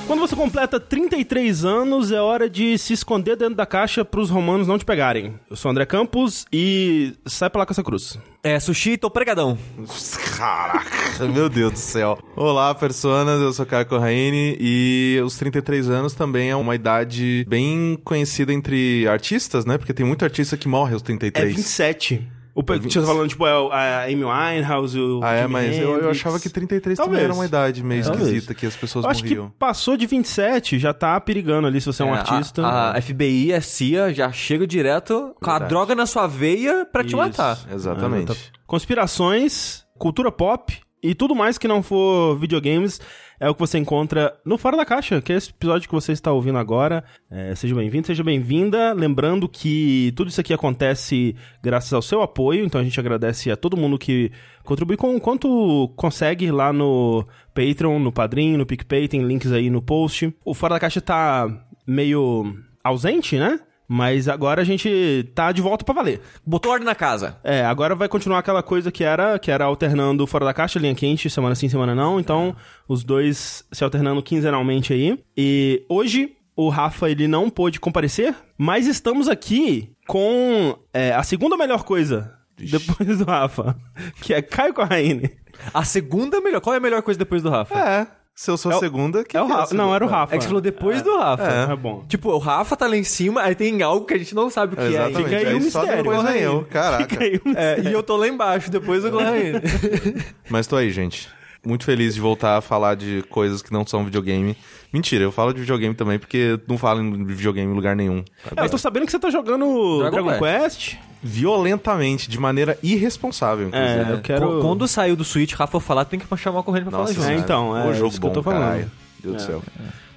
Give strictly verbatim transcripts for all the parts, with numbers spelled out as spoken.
Quando você completa trinta e três anos, é hora de se esconder dentro da caixa pros romanos não te pegarem. Eu sou o André Campos e sai pra lá com essa cruz. É, sushi, tô pregadão. Caraca, meu Deus do céu. Olá, personas, eu sou Caio Corraine e os trinta e três anos também é uma idade bem conhecida entre artistas, né? Porque tem muito artista que morre aos trinta e três. É vinte e sete. O é você tá falando, tipo, é a Amy Winehouse, o Ah, é, Jimi mas eu, eu Hendrix. achava que trinta e três Talvez. também era uma idade meio Talvez. esquisita, que as pessoas Eu acho morriam. que passou de vinte e sete, já tá perigando ali se você é um É, artista. A, a F B I, a C I A já chega direto com a Verdade. droga na sua veia pra te Isso. matar. Exatamente. Ah, tá. Conspirações, cultura pop e tudo mais que não for videogames é o que você encontra no Fora da Caixa, que é esse episódio que você está ouvindo agora. É, seja bem-vindo, seja bem-vinda. Lembrando que tudo isso aqui acontece graças ao seu apoio, então a gente agradece a todo mundo que contribui com o quanto consegue lá no Patreon, no Padrim, no PicPay, tem links aí no post. O Fora da Caixa tá meio ausente, né? Mas agora a gente tá de volta pra valer. Botou ordem na casa. É, agora vai continuar aquela coisa que era, que era alternando Fora da Caixa, linha quente, semana sim, semana não. Então, os dois se alternando quinzenalmente aí. E hoje, o Rafa, ele não pôde comparecer, mas estamos aqui com é, a segunda melhor coisa Ixi. depois do Rafa, que é Caio Corraine. A segunda melhor. Qual é a melhor coisa depois do Rafa? É, se eu sou É a o- segunda, que É o que a Rafa. segunda? Não, era o Rafa. É que você falou depois do Rafa. É, é bom. Tipo, o Rafa tá lá em cima, aí tem algo que a gente não sabe o que é. Exatamente. Fica aí o só mistério, depois vem eu, Corraine. caraca. Fica aí um É, e eu tô lá embaixo, depois do Corraine. Mas tô aí, gente. Muito feliz de voltar a falar de coisas que não são videogame. Mentira, eu falo de videogame também, porque não falo de videogame em lugar nenhum. É, eu tô sabendo que você tá jogando Dragon, Dragon Quest. Violentamente, de maneira irresponsável, inclusive. É, eu quero... Qu- Quando saiu do Switch, o Rafa falar, tem que chamar a corrente pra Nossa, falar É, junto. então, é o jogo isso que eu bom, tô falando. caralho. Deus do É. céu.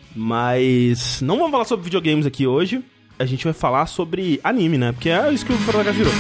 Mas não vamos falar sobre videogames aqui hoje. A gente vai falar sobre anime, né? Porque é isso que o Fora da Caixa virou.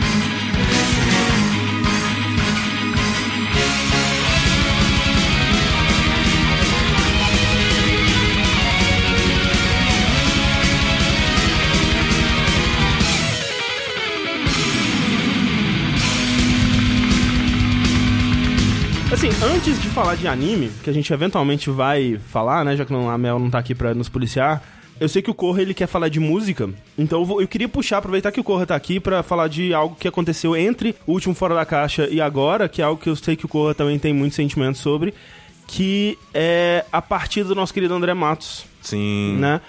Assim, antes de falar de anime, que a gente eventualmente vai falar, né, já que não, a Mel não tá aqui pra nos policiar, eu sei que o Corra, ele quer falar de música, então eu, vou, eu queria puxar, aproveitar que o Corra tá aqui pra falar de algo que aconteceu entre o último Fora da Caixa e agora, que é algo que eu sei que o Corra também tem muito sentimento sobre, que é a partida do nosso querido André Matos, Sim. né,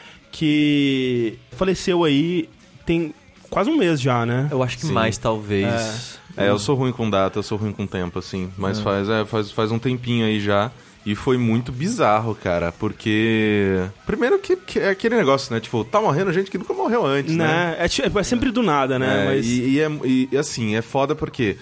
que faleceu aí tem quase um mês já, né? Eu acho que Sim. mais, talvez. É, eu sou ruim com data, eu sou ruim com tempo, assim. Mas faz, é, faz, faz um tempinho aí já. E foi muito bizarro, cara, porque... Primeiro que, que é aquele negócio, né? Tipo, tá morrendo gente que nunca morreu antes, né? Né? É, tipo, é sempre do nada, né? É, Mas... e, e, é, e, e, assim, é foda porque...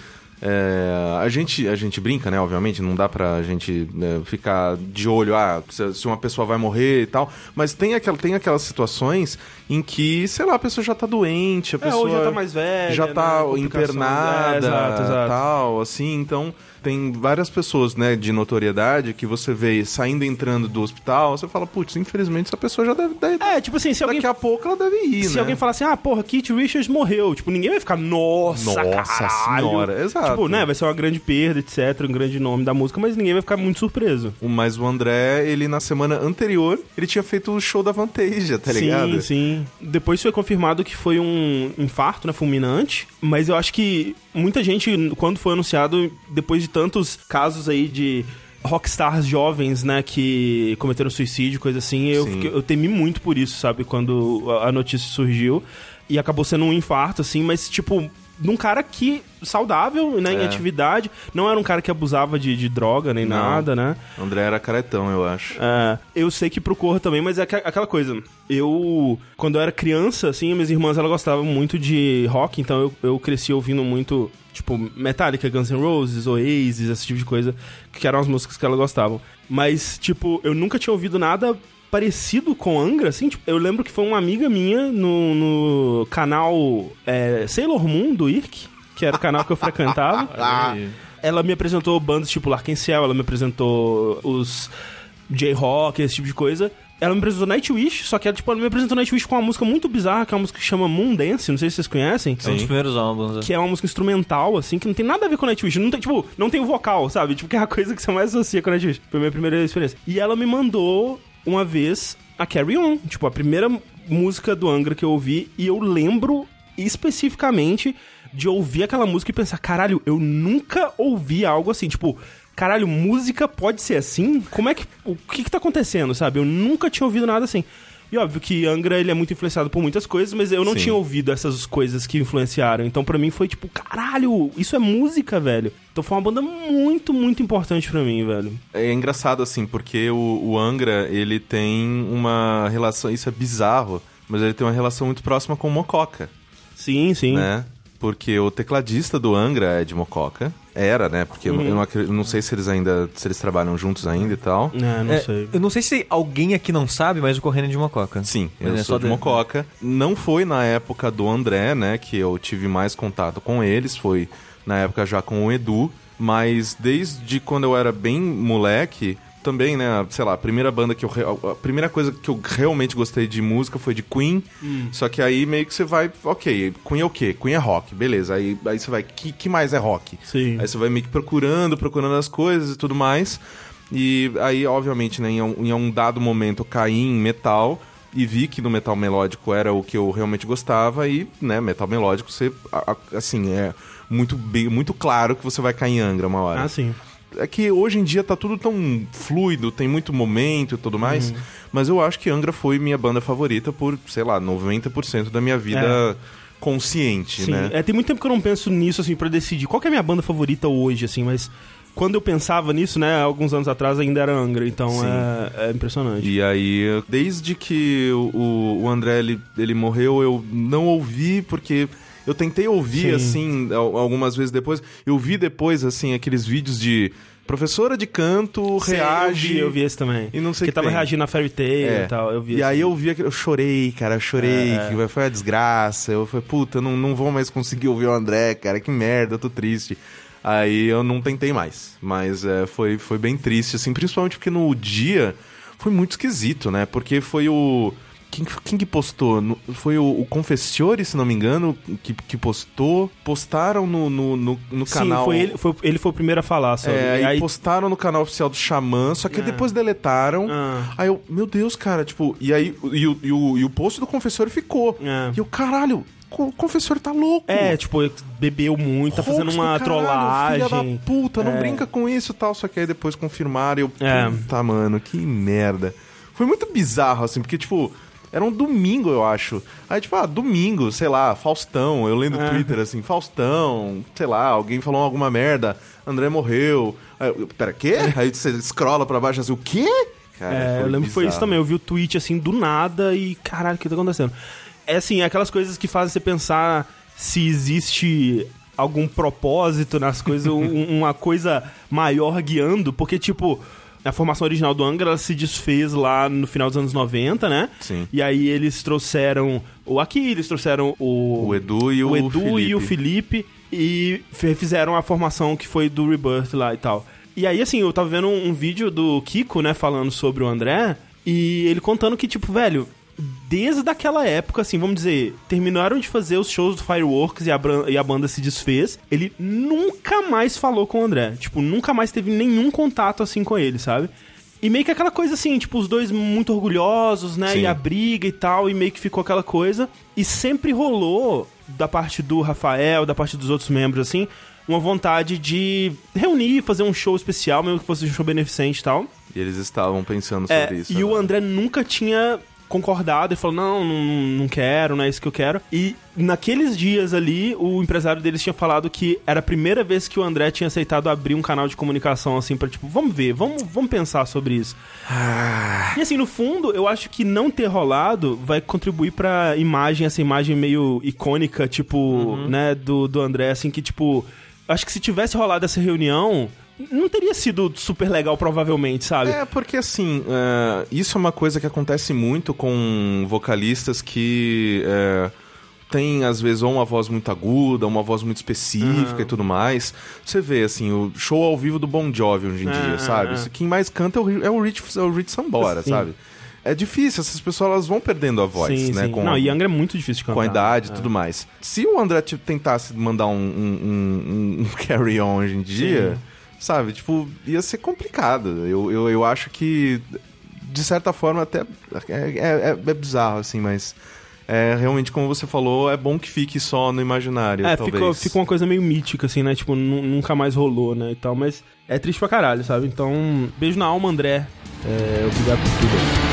É, a, gente, a gente brinca, né? Obviamente, não dá pra gente né, ficar de olho, ah, se, se uma pessoa vai morrer e tal. Mas tem, aquela, tem aquelas situações em que, sei lá, a pessoa já tá doente, a É, pessoa ou já tá mais velha, já tá né? Complicação. internada, É, exato, exato. tal, assim, então tem várias pessoas, né, de notoriedade que você vê saindo e entrando do hospital, você fala, putz, infelizmente essa pessoa já deve, deve É, tipo assim, se alguém... daqui a pouco ela deve ir, Se né? alguém falar assim, ah, porra, Keith Richards morreu. Tipo, ninguém vai ficar, nossa, Nossa caralho. senhora, exato. Tipo, né, vai ser uma grande perda, etcétera, um grande nome da música, mas ninguém vai ficar muito surpreso. Mas o André, ele na semana anterior, ele tinha feito o show da Vantage, tá ligado? Sim, sim. Depois foi confirmado que foi um infarto, né, fulminante, mas eu acho que muita gente, quando foi anunciado, depois de tantos casos aí de rockstars jovens, né, que cometeram suicídio, coisa assim, eu, Sim. fiquei- eu temi muito por isso, sabe, quando a a notícia surgiu, e acabou sendo um infarto, assim, mas, tipo, num cara que, saudável, né, em É. atividade, não era um cara que abusava de, de droga nem Não. nada, né. O André era caretão, eu acho. É, eu sei que pro Corra também, mas é aqua- aquela coisa. Eu, quando eu era criança, assim, minhas irmãs, elas gostavam muito de rock, então eu, eu cresci ouvindo muito, tipo, Metallica, Guns N' Roses, Oasis, esse tipo de coisa, que eram as músicas que elas gostavam. Mas, tipo, eu nunca tinha ouvido nada parecido com Angra, assim, tipo, eu lembro que foi uma amiga minha no, no canal é, Sailor Moon do I R C, que era o canal que eu frequentava. Ela me apresentou bandas tipo Larkin Ciel, ela me apresentou os J-Rock, esse tipo de coisa. Ela me apresentou Nightwish, só que ela, tipo, ela me apresentou Nightwish com uma música muito bizarra, que é uma música que chama Moon Dance, não sei se vocês conhecem. É um dos primeiros álbuns. né? Que é uma música instrumental, assim, que não tem nada a ver com Nightwish. Não tem, tipo, não tem o vocal, sabe? Tipo, que é a coisa que você mais associa com Nightwish. Foi a minha primeira experiência. E ela me mandou uma vez a Carry On, tipo, a primeira música do Angra que eu ouvi, e eu lembro especificamente de ouvir aquela música e pensar, caralho, eu nunca ouvi algo assim, tipo, caralho, música pode ser assim? Como é que, o que que tá acontecendo, sabe? Eu nunca tinha ouvido nada assim. E óbvio que Angra, ele é muito influenciado por muitas coisas, mas eu não Sim. tinha ouvido essas coisas que influenciaram. Então pra mim foi tipo, caralho, isso é música, velho. Então foi uma banda muito, muito importante pra mim, velho. É engraçado assim, porque o, o Angra, ele tem uma relação, isso é bizarro, mas ele tem uma relação muito próxima com o Mococa. Sim, sim. Né? Porque o tecladista do Angra é de Mococa. Era, né? Porque uhum. eu, não, eu não sei se eles ainda... Se eles trabalham juntos ainda e tal. É, não é, sei. Eu não sei se alguém aqui não sabe, mas o Corrêa é de Mococa. Sim, eu é sou de Mococa. Não foi na época do André, né? Que eu tive mais contato com eles. Foi na época já com o Edu. Mas desde quando eu era bem moleque... Também, né, sei lá, a primeira banda que eu... A primeira coisa que eu realmente gostei de música foi de Queen. Hum. Só que aí meio que você vai... Ok, Queen é o quê? Queen é rock, beleza. Aí, aí você vai... Que, que mais é rock? Sim. Aí você vai meio que procurando, procurando as coisas e tudo mais. E aí, obviamente, né, em um, em um dado momento eu caí em metal... E vi que no metal melódico era o que eu realmente gostava. E, né, metal melódico, você... Assim, é muito, bem, muito claro que você vai cair em Angra uma hora. Ah, sim. É que hoje em dia tá tudo tão fluido, tem muito momento e tudo mais, uhum. mas eu acho que Angra foi minha banda favorita por, sei lá, noventa por cento da minha vida é. consciente, Sim. né? É, tem muito tempo que eu não penso nisso, assim, pra decidir qual que é a minha banda favorita hoje, assim, mas quando eu pensava nisso, né, alguns anos atrás ainda era Angra, então é, é impressionante. E aí, desde que o, o André, ele, ele morreu, eu não ouvi, porque... Eu tentei ouvir, Sim. assim, algumas vezes depois. Eu vi depois, assim, aqueles vídeos de professora de canto Sim, reage... Eu vi, eu vi esse também. E não sei que que tava tem. reagindo na Fairy Tail é. e tal. Eu vi e esse aí vídeo. eu vi aquele... Eu chorei, cara, eu chorei. É. Que foi uma desgraça. Eu falei, puta, não, não vou mais conseguir ouvir o André, cara. Que merda, eu tô triste. Aí eu não tentei mais. Mas é, foi, foi bem triste, assim. Principalmente porque no dia foi muito esquisito, né? Porque foi o... Quem, quem que postou? No, foi o, o Confessiore, se não me engano, que, que postou. Postaram no, no, no, no canal... Sim, foi ele, foi, ele foi o primeiro a falar sobre. É, e aí aí postaram no canal oficial do Xamã, só que é. depois deletaram. Ah. Aí eu, meu Deus, cara, tipo... E aí, e o, e o, e o post do Confessiore ficou. É. E eu, caralho... O Confessor tá louco. É, tipo, bebeu muito, tá fazendo uma caralho, trollagem. Filha da puta, não é. brinca com isso e tal. Só que aí depois confirmaram e eu... É. Puta, mano, que merda. Foi muito bizarro, assim, porque, tipo... Era um domingo, eu acho. Aí, tipo, ah, domingo, sei lá, Faustão. Eu lendo no é. Twitter, assim, Faustão, sei lá, alguém falou alguma merda. André morreu. Aí, eu, pera, quê? Aí você scrolla pra baixo, assim, o quê? Cara, é, eu lembro que foi isso também. Eu vi o tweet, assim, do nada e, caralho, o que tá acontecendo? É, assim, é aquelas coisas que fazem você pensar se existe algum propósito nas coisas, um, uma coisa maior guiando, porque, tipo... A formação original do Angra, ela se desfez lá no final dos anos noventa, né? Sim. E aí eles trouxeram o Aquiles, trouxeram o... O Edu e o, o Edu Felipe. e o Felipe. E fizeram a formação que foi do Rebirth lá e tal. E aí, assim, eu tava vendo um, um vídeo do Kiko, né, falando sobre o André. E ele contando que, tipo, velho... Desde aquela época, assim, vamos dizer, terminaram de fazer os shows do Fireworks e a, e a banda se desfez. Ele nunca mais falou com o André. Tipo, nunca mais teve nenhum contato, assim, com ele, sabe? E meio que aquela coisa, assim, tipo, os dois muito orgulhosos, né? Sim. E a briga e tal, e meio que ficou aquela coisa. E sempre rolou, da parte do Rafael, da parte dos outros membros, assim, uma vontade de reunir, fazer um show especial, mesmo que fosse um show beneficente e tal. E eles estavam pensando sobre é, isso. E agora. O André nunca tinha... concordado e falou, não, não, não quero, não é isso que eu quero. E naqueles dias ali, o empresário deles tinha falado que era a primeira vez que o André tinha aceitado abrir um canal de comunicação, assim, pra tipo, vamos ver, vamos, vamos pensar sobre isso. Ah. E assim, no fundo, eu acho que não ter rolado vai contribuir pra imagem, essa imagem meio icônica, tipo, uhum. né, do, do André, assim, que tipo, acho que se tivesse rolado essa reunião... Não teria sido super legal, provavelmente, sabe? É, porque assim, é, isso é uma coisa que acontece muito com vocalistas que é, tem, às vezes, ou uma voz muito aguda, uma voz muito específica uhum. e tudo mais. Você vê, assim, o show ao vivo do Bon Jovi hoje em é, dia, sabe? É. Quem mais canta é o, é o, Rich, é o Rich Sambora, sim. sabe? É difícil, essas pessoas elas vão perdendo a voz, sim, né? Sim. Com Não, a, e Angra é muito difícil de cantar. Com a idade e é. tudo mais. Se o André tipo, tentasse mandar um, um, um, um carry-on hoje em dia... Sim. Sabe, tipo, ia ser complicado. Eu, eu, eu acho que de certa forma, até é, é, é bizarro, assim, mas... É, realmente, como você falou, é bom que fique só no imaginário, é, talvez. Fica, fica uma coisa meio mítica, assim, né? Tipo, nunca mais rolou, né? E tal, mas é triste pra caralho, sabe? Então, beijo na alma, André. É, obrigado por tudo.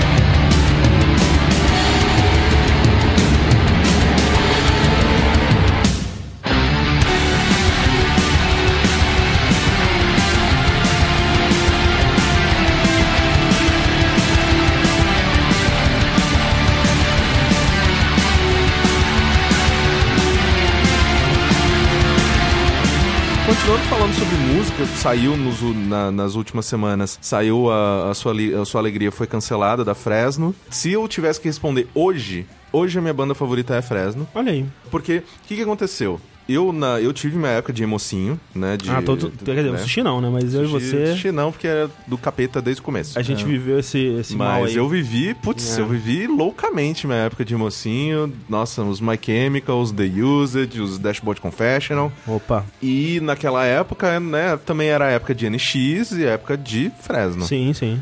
Continuando falando sobre música, saiu nos, na, nas últimas semanas, saiu a, a, sua, a Sua Alegria Foi Cancelada, da Fresno. Se eu tivesse que responder hoje, hoje a minha banda favorita é a Fresno. Olha aí. Porque, o que, que aconteceu? Eu, na, eu tive minha época de emocinho, né? De, ah, todo, quer dizer, né? Sushi não, né? Mas eu e você... Sushi não, porque era do capeta desde o começo. A gente é. viveu esse, esse mal Mas aí. eu vivi, putz, é. eu vivi loucamente minha época de mocinho. Nossa, os My Chemicals, The Used, os Dashboard Confessional. Opa. E naquela época, né, também era a época de N X e a época de Fresno. Sim, sim.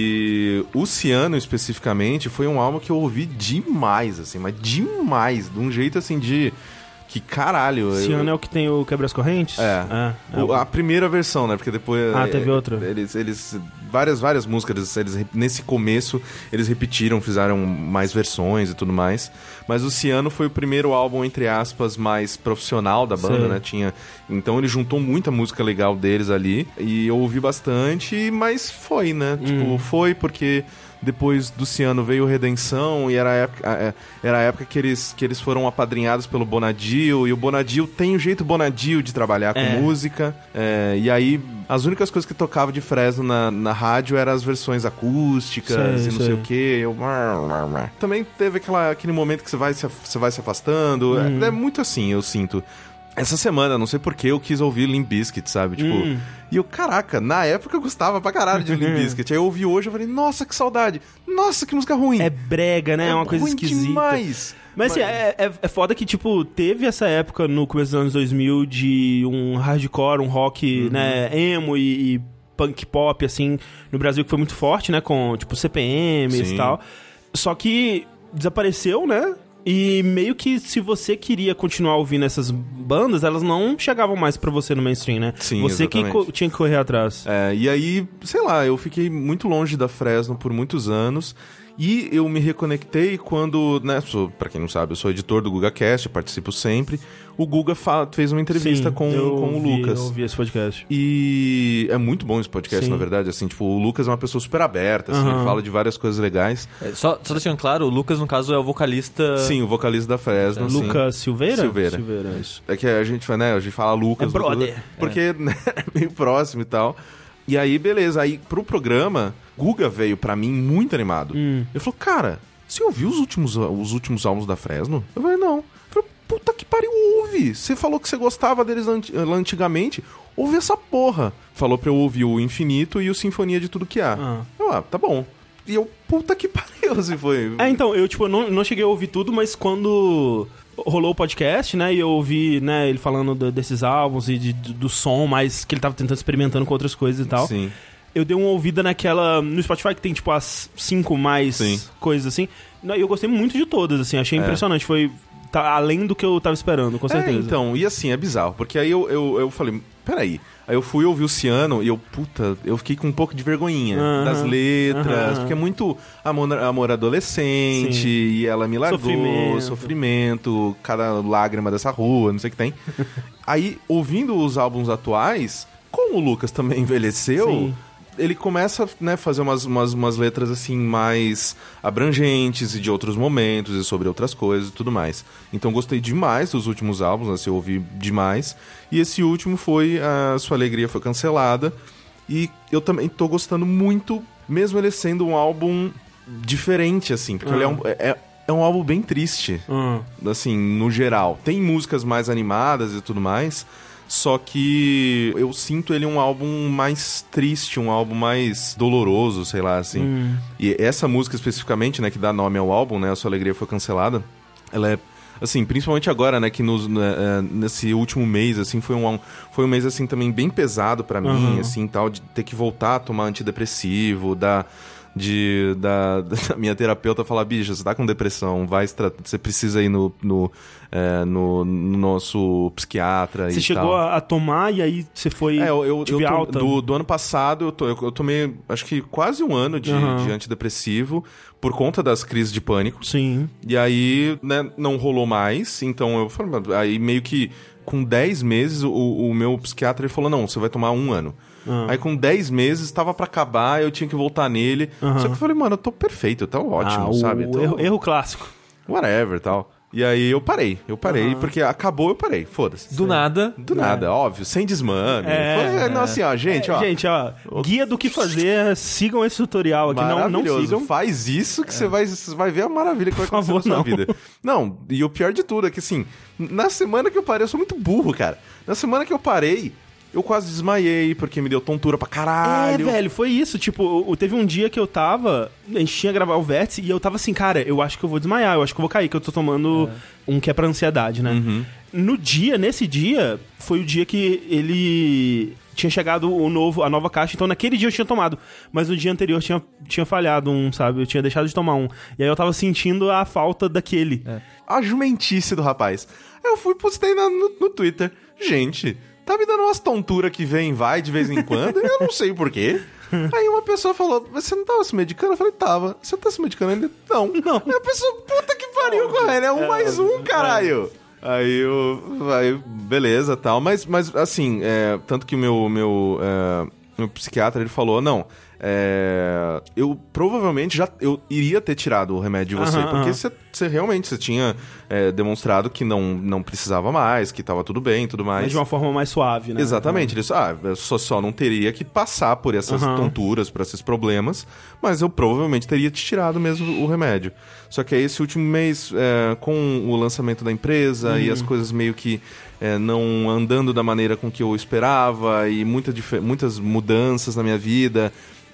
E o Ciano, especificamente, foi um álbum que eu ouvi demais, assim, mas demais, de um jeito, assim, de... Que caralho. Ciano eu... é o que tem o Quebra as Correntes? É. é, é o, o... A primeira versão, né? Porque depois... Ah, teve é, outra. Eles, eles... Várias, várias músicas, eles, eles, nesse começo, eles repetiram, fizeram mais versões e tudo mais. Mas o Ciano foi o primeiro álbum, entre aspas, mais profissional da banda, Sim. né? Tinha... Então ele juntou muita música legal deles ali. E eu ouvi bastante, mas foi, né? Hum. Tipo, foi porque... Depois do Ciano veio Redenção e era a época, era a época que, eles, que eles foram apadrinhados pelo Bonadil, e o Bonadil tem o jeito Bonadil de trabalhar com é. música, é, e aí as únicas coisas que tocava de Fresno na, na rádio eram as versões acústicas sei, e não sei, sei o que. Eu... Também teve aquela, aquele momento que você vai se, você vai se afastando, hum. é, é muito assim, eu sinto. Essa semana, não sei porquê, eu quis ouvir Limp Bizkit, sabe? Tipo, hum. e eu, caraca, na época eu gostava pra caralho de Limp Bizkit. Aí eu ouvi hoje e falei, nossa, que saudade. Nossa, que música ruim. É brega, né? É, é uma coisa ruim esquisita. demais. Mas, assim, é, é, é foda que, tipo, teve essa época no começo dos anos dois mil de um hardcore, um rock, uhum. né, emo e, e punk pop, assim, no Brasil, que foi muito forte, né? Com, tipo, C P Ms e tal. Só que desapareceu, né? E meio que se você queria continuar ouvindo essas bandas, elas não chegavam mais pra você no mainstream, né? Sim, você exatamente. que co- tinha que correr atrás. É, e aí, sei lá, eu fiquei muito longe da Fresno por muitos anos. E eu me reconectei quando, né, sou, pra quem não sabe, eu sou editor do GugaCast, participo sempre. O Guga fa- fez uma entrevista Sim, com, com o vi, Lucas. Eu ouvi esse podcast. E é muito bom esse podcast, Sim. na verdade, assim, tipo, o Lucas é uma pessoa super aberta, assim, Uhum. ele fala de várias coisas legais. É, só, só deixando claro, o Lucas, no caso, é o vocalista... Sim, o vocalista da Fresno. É, Lucas Silveira? Silveira. Silveira, isso. É que a gente, né, a gente fala Lucas... É brother. Lucas, porque é né, meio próximo e tal. E aí, beleza, aí pro programa, Guga veio pra mim muito animado. Hum. Ele falou, cara, você ouviu os últimos, os últimos álbuns da Fresno? Eu falei, não. Ele falou, puta que pariu, ouve. Você falou que você gostava deles anti- antigamente, ouve essa porra. Falou pra eu ouvir o Infinito e o Sinfonia de Tudo Que Há. Ah. Eu, ah, tá bom. E eu, puta que pariu, assim, foi... É, então, eu, tipo, não, não cheguei a ouvir tudo, mas quando rolou o podcast, né, e eu ouvi, né, ele falando do, desses álbuns e de, do, do som, mais que ele tava tentando, experimentando com outras coisas e tal. Sim. Eu dei uma ouvida naquela... No Spotify, que tem, tipo, as cinco mais Sim. coisas, assim. E eu gostei muito de todas, assim. Achei É. impressionante. Foi tá, além do que eu tava esperando, com certeza. É, então, e assim, é bizarro. Porque aí eu, eu, eu falei, peraí. Aí eu fui ouvir o Ciano e eu, puta, eu fiquei com um pouco de vergonhinha Uhum. das letras. Uhum. Porque é muito amor, amor adolescente, Sim. e ela me largou, Sofrimento. sofrimento, cada lágrima dessa rua, não sei o que tem. Aí, ouvindo os álbuns atuais, como o Lucas também envelheceu... Sim. Ele começa a né, fazer umas, umas, umas letras assim mais abrangentes e de outros momentos e sobre outras coisas e tudo mais. Então gostei demais dos últimos álbuns, assim, eu ouvi demais. E esse último foi a Sua Alegria Foi Cancelada. E eu também tô gostando muito, mesmo ele sendo um álbum diferente, assim, porque Ah. ele é um, é, é um álbum bem triste, Uhum. assim, no geral. Tem músicas mais animadas e tudo mais. Só que eu sinto ele um álbum mais triste, um álbum mais doloroso, sei lá, assim. Hum. E essa música especificamente, né, que dá nome ao álbum, né, A Sua Alegria Foi Cancelada, ela é, assim, principalmente agora, né, que nos, né, nesse último mês, assim, foi um, foi um mês, assim, também bem pesado pra mim, Uhum. assim, tal, de ter que voltar a tomar antidepressivo, dar... de, da, da minha terapeuta falar, bicho, você tá com depressão, vai você precisa ir no, no, é, no, no nosso psiquiatra você e chegou tal. A, a tomar e aí você foi é, eu, eu, tive eu to, alta? Do, do ano passado, eu, to, eu, eu tomei, acho que quase um ano de, uhum. de antidepressivo por conta das crises de pânico. Sim. E aí, né, não rolou mais, então eu falei, aí meio que com dez meses, o, o meu psiquiatra ele falou, não, você vai tomar um ano. Uhum. Aí com dez meses, tava pra acabar, eu tinha que voltar nele. Uhum. Só que eu falei, mano, eu tô perfeito, tá ótimo, ah, sabe? O tô... erro, erro clássico. Whatever, tal. E aí eu parei, eu parei, uhum. porque acabou, eu parei, foda-se. Do nada. Do nada, é. óbvio, sem desmame. É, Foi, é. Não, assim, ó, gente, é, ó. Gente, ó, guia do que fazer, sigam esse tutorial aqui, não, não sigam. Faz isso que é. você, vai, você vai ver a maravilha que vai acontecer na sua não. vida. Não, e o pior de tudo é que, assim, na semana que eu parei, eu sou muito burro, cara. Na semana que eu parei, eu quase desmaiei, porque me deu tontura pra caralho. É, velho, foi isso. Tipo, teve um dia que eu tava... A gente tinha gravar o Vértice e eu tava assim, cara, eu acho que eu vou desmaiar, eu acho que eu vou cair, que eu tô tomando é. um que é pra ansiedade, né? Uhum. No dia, nesse dia, foi o dia que ele... Tinha chegado o novo, a nova caixa, então naquele dia eu tinha tomado. Mas no dia anterior tinha, tinha falhado um, sabe? Eu tinha deixado de tomar um. E aí eu tava sentindo a falta daquele. É. A jumentice do rapaz. Aí eu fui e postei no, no, no Twitter. Gente... Tá me dando umas tonturas que vem e vai de vez em quando, e eu não sei porquê. Aí uma pessoa falou, você não tava se medicando? Eu falei, tava. Você tá se medicando ainda? Não. Não. Aí a pessoa, puta que pariu, correndo, é um é, mais um, caralho. É. Aí eu, aí, beleza, tal. Mas, mas assim, é, tanto que o meu, meu, é, meu psiquiatra, ele falou, não... É, eu provavelmente já eu iria ter tirado o remédio de você, uhum, porque uhum. você, você realmente você tinha é, demonstrado que não, não precisava mais, que tava tudo bem e tudo mais. Mas de uma forma mais suave, né? Exatamente. Ele disse, ah, eu só, só não teria que passar por essas uhum. tonturas, por esses problemas, mas eu provavelmente teria te tirado mesmo o remédio. Só que aí esse último mês, é, com o lançamento da empresa uhum. e as coisas meio que é, não andando da maneira com que eu esperava e muita, muitas mudanças na minha vida...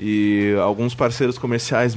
E alguns parceiros comerciais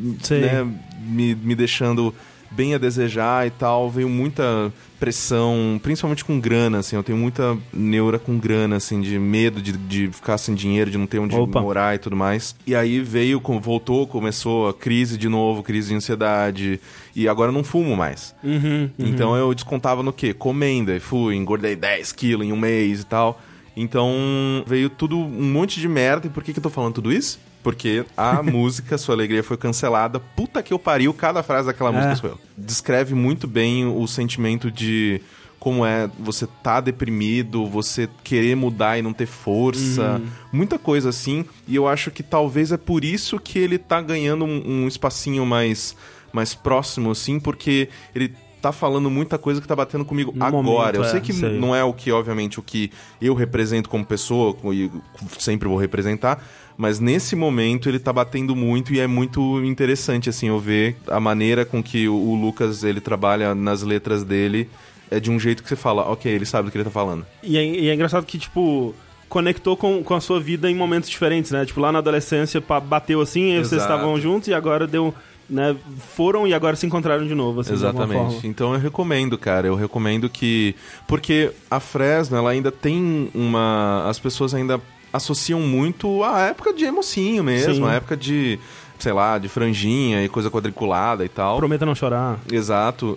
né, me, me deixando bem a desejar e tal. Veio muita pressão, principalmente com grana, assim. Eu tenho muita neura com grana, assim, de medo de, de ficar sem dinheiro, de não ter onde Opa. morar e tudo mais. E aí veio, voltou, começou a crise de novo, crise de ansiedade. E agora eu não fumo mais. Uhum, uhum. Então eu descontava no quê? Comendo. E fui, engordei dez quilos em um mês e tal. Então, veio tudo, um monte de merda. E por que que eu tô falando tudo isso? Porque a música Sua Alegria foi cancelada. Puta que eu pariu, cada frase daquela é. música sou eu. Descreve muito bem o sentimento de como é você tá deprimido, você querer mudar e não ter força. Uhum. Muita coisa assim. E eu acho que talvez é por isso que ele tá ganhando um, um espacinho mais, mais próximo, assim, porque ele... tá falando muita coisa que tá batendo comigo no agora. Momento, eu sei que é, sei. não é o que, obviamente, o que eu represento como pessoa, e sempre vou representar, mas nesse momento ele tá batendo muito e é muito interessante, assim, eu ver a maneira com que o, o Lucas, ele trabalha nas letras dele, é de um jeito que você fala, ok, ele sabe do que ele tá falando. E é, e é engraçado que, tipo... conectou com, com a sua vida em momentos diferentes, né? Tipo, lá na adolescência bateu assim, Exato. vocês estavam juntos e agora deu... Né, foram e agora se encontraram de novo, assim, exatamente. Então eu recomendo, cara, eu recomendo que... Porque a Fresno, ela ainda tem uma... As pessoas ainda associam muito à época de emocinho mesmo, Sim. a época de... sei lá, de franjinha e coisa quadriculada e tal. Prometa não chorar. Exato.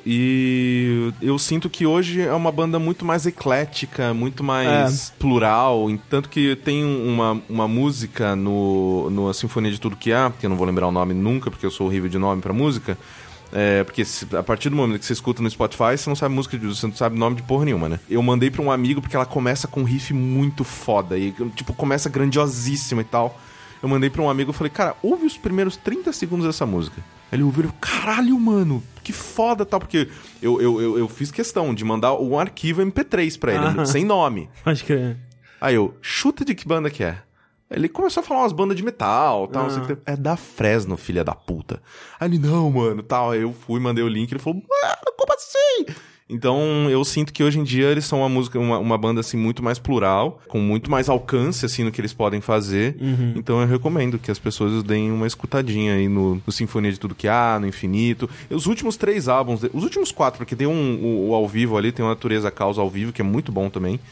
E eu sinto que hoje é uma banda muito mais eclética, muito mais é. plural. Tanto que tem uma, uma música no, no A Sinfonia de Tudo Que Há, que eu não vou lembrar o nome nunca, porque eu sou horrível de nome pra música. É, porque se, a partir do momento que você escuta no Spotify, você não sabe música, você não sabe nome de porra nenhuma, né? Eu mandei pra um amigo porque ela começa com um riff muito foda. E, tipo, começa grandiosíssima e tal. Eu mandei pra um amigo e falei, cara, ouve os primeiros trinta segundos dessa música. Ele ouviu e falou, caralho, mano, que foda, tal. Porque eu, eu, eu, eu fiz questão de mandar um arquivo M P três pra ele, ah, sem nome. Acho que é. Aí eu, chuta de que banda que é. Ele começou a falar umas bandas de metal, tal, ah. não sei o que. É da Fresno, filha da puta. Aí ele, não, mano, tal. Aí eu fui, mandei o link, ele falou, ah, como assim? Então, eu sinto que hoje em dia eles são uma música, uma, uma banda, assim, muito mais plural, com muito mais alcance, assim, no que eles podem fazer. Uhum. Então, eu recomendo que as pessoas deem uma escutadinha aí no, no Sinfonia de Tudo Que Há, no Infinito. E os últimos três álbuns, os últimos quatro, porque tem um o, o ao vivo ali, tem o Natureza Causa ao vivo, que é muito bom também.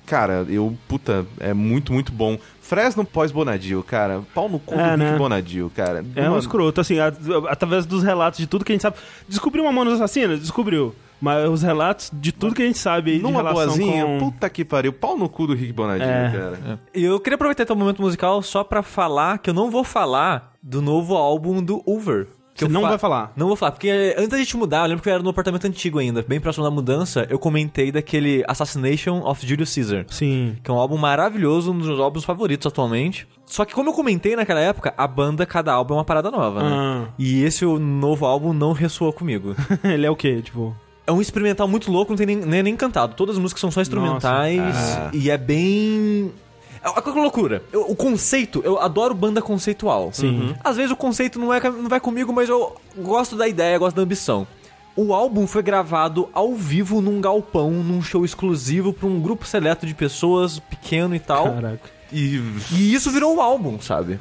cara, eu, puta, é muito, muito bom. Fresno pós-Bonadio, cara. Pau no cu É, do né? Rick Bonadio, cara. É um Mano, escroto, assim, a- através dos relatos de tudo que a gente sabe. Descobriu uma Mamonas Assassinas? Descobriu. Mas os relatos de tudo que a gente sabe aí de numa relação boazinha, com... puta que pariu. Pau no cu do Rick Bonadio, É. cara. E eu queria aproveitar então o momento musical só pra falar que eu não vou falar do novo álbum do Over. Que Você eu não fa- vai falar? Não vou falar, porque antes da gente mudar, eu lembro que eu era no apartamento antigo ainda, bem próximo da mudança, eu comentei daquele Assassination of Julius Caesar. Sim. Que é um álbum maravilhoso, um dos meus álbuns favoritos atualmente. Só que como eu comentei naquela época, a banda, cada álbum é uma parada nova, né? Ah. E esse o novo álbum não ressoou comigo. Ele é o quê? Tipo... É um experimental muito louco, não tem nem, nem, nem cantado. Todas as músicas são só instrumentais Ah. e é bem... É uma loucura. Eu- o conceito, eu adoro banda conceitual. Sim. Às vezes o conceito não, é, não vai comigo, mas eu gosto da ideia, gosto da ambição. O álbum foi gravado ao vivo num galpão, num show exclusivo pra um grupo seleto de pessoas, pequeno e tal. Caraca. E... E isso virou o álbum, sabe?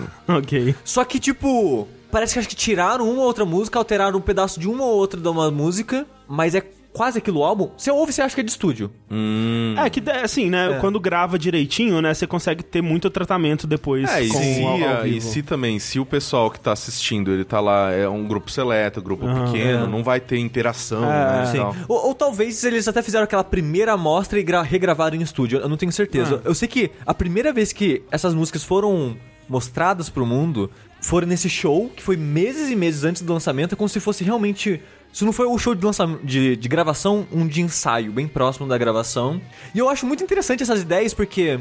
Ok. Só que, tipo, parece que acho que tiraram uma ou outra música, alteraram um pedaço de uma ou outra de uma música, mas é quase aquilo o álbum. Você ouve e você acha que é de estúdio. Hum... É que, assim, né, É. quando grava direitinho, né, você consegue ter muito tratamento depois É, e com se, o ao, ao a- e vivo. se também, se o pessoal que tá assistindo, ele tá lá, é um grupo seleto, grupo Aham, pequeno, é. não vai ter interação, É, né, e sim. tal. Ou, ou talvez eles até fizeram aquela primeira amostra e gra- regravaram em estúdio. Eu não tenho certeza. Ah. Eu sei que a primeira vez que essas músicas foram mostradas pro mundo foram nesse show, que foi meses e meses antes do lançamento, é como se fosse realmente... Isso não foi o show de, lançamento, de, de gravação, um de ensaio, bem próximo da gravação. E eu acho muito interessante essas ideias, porque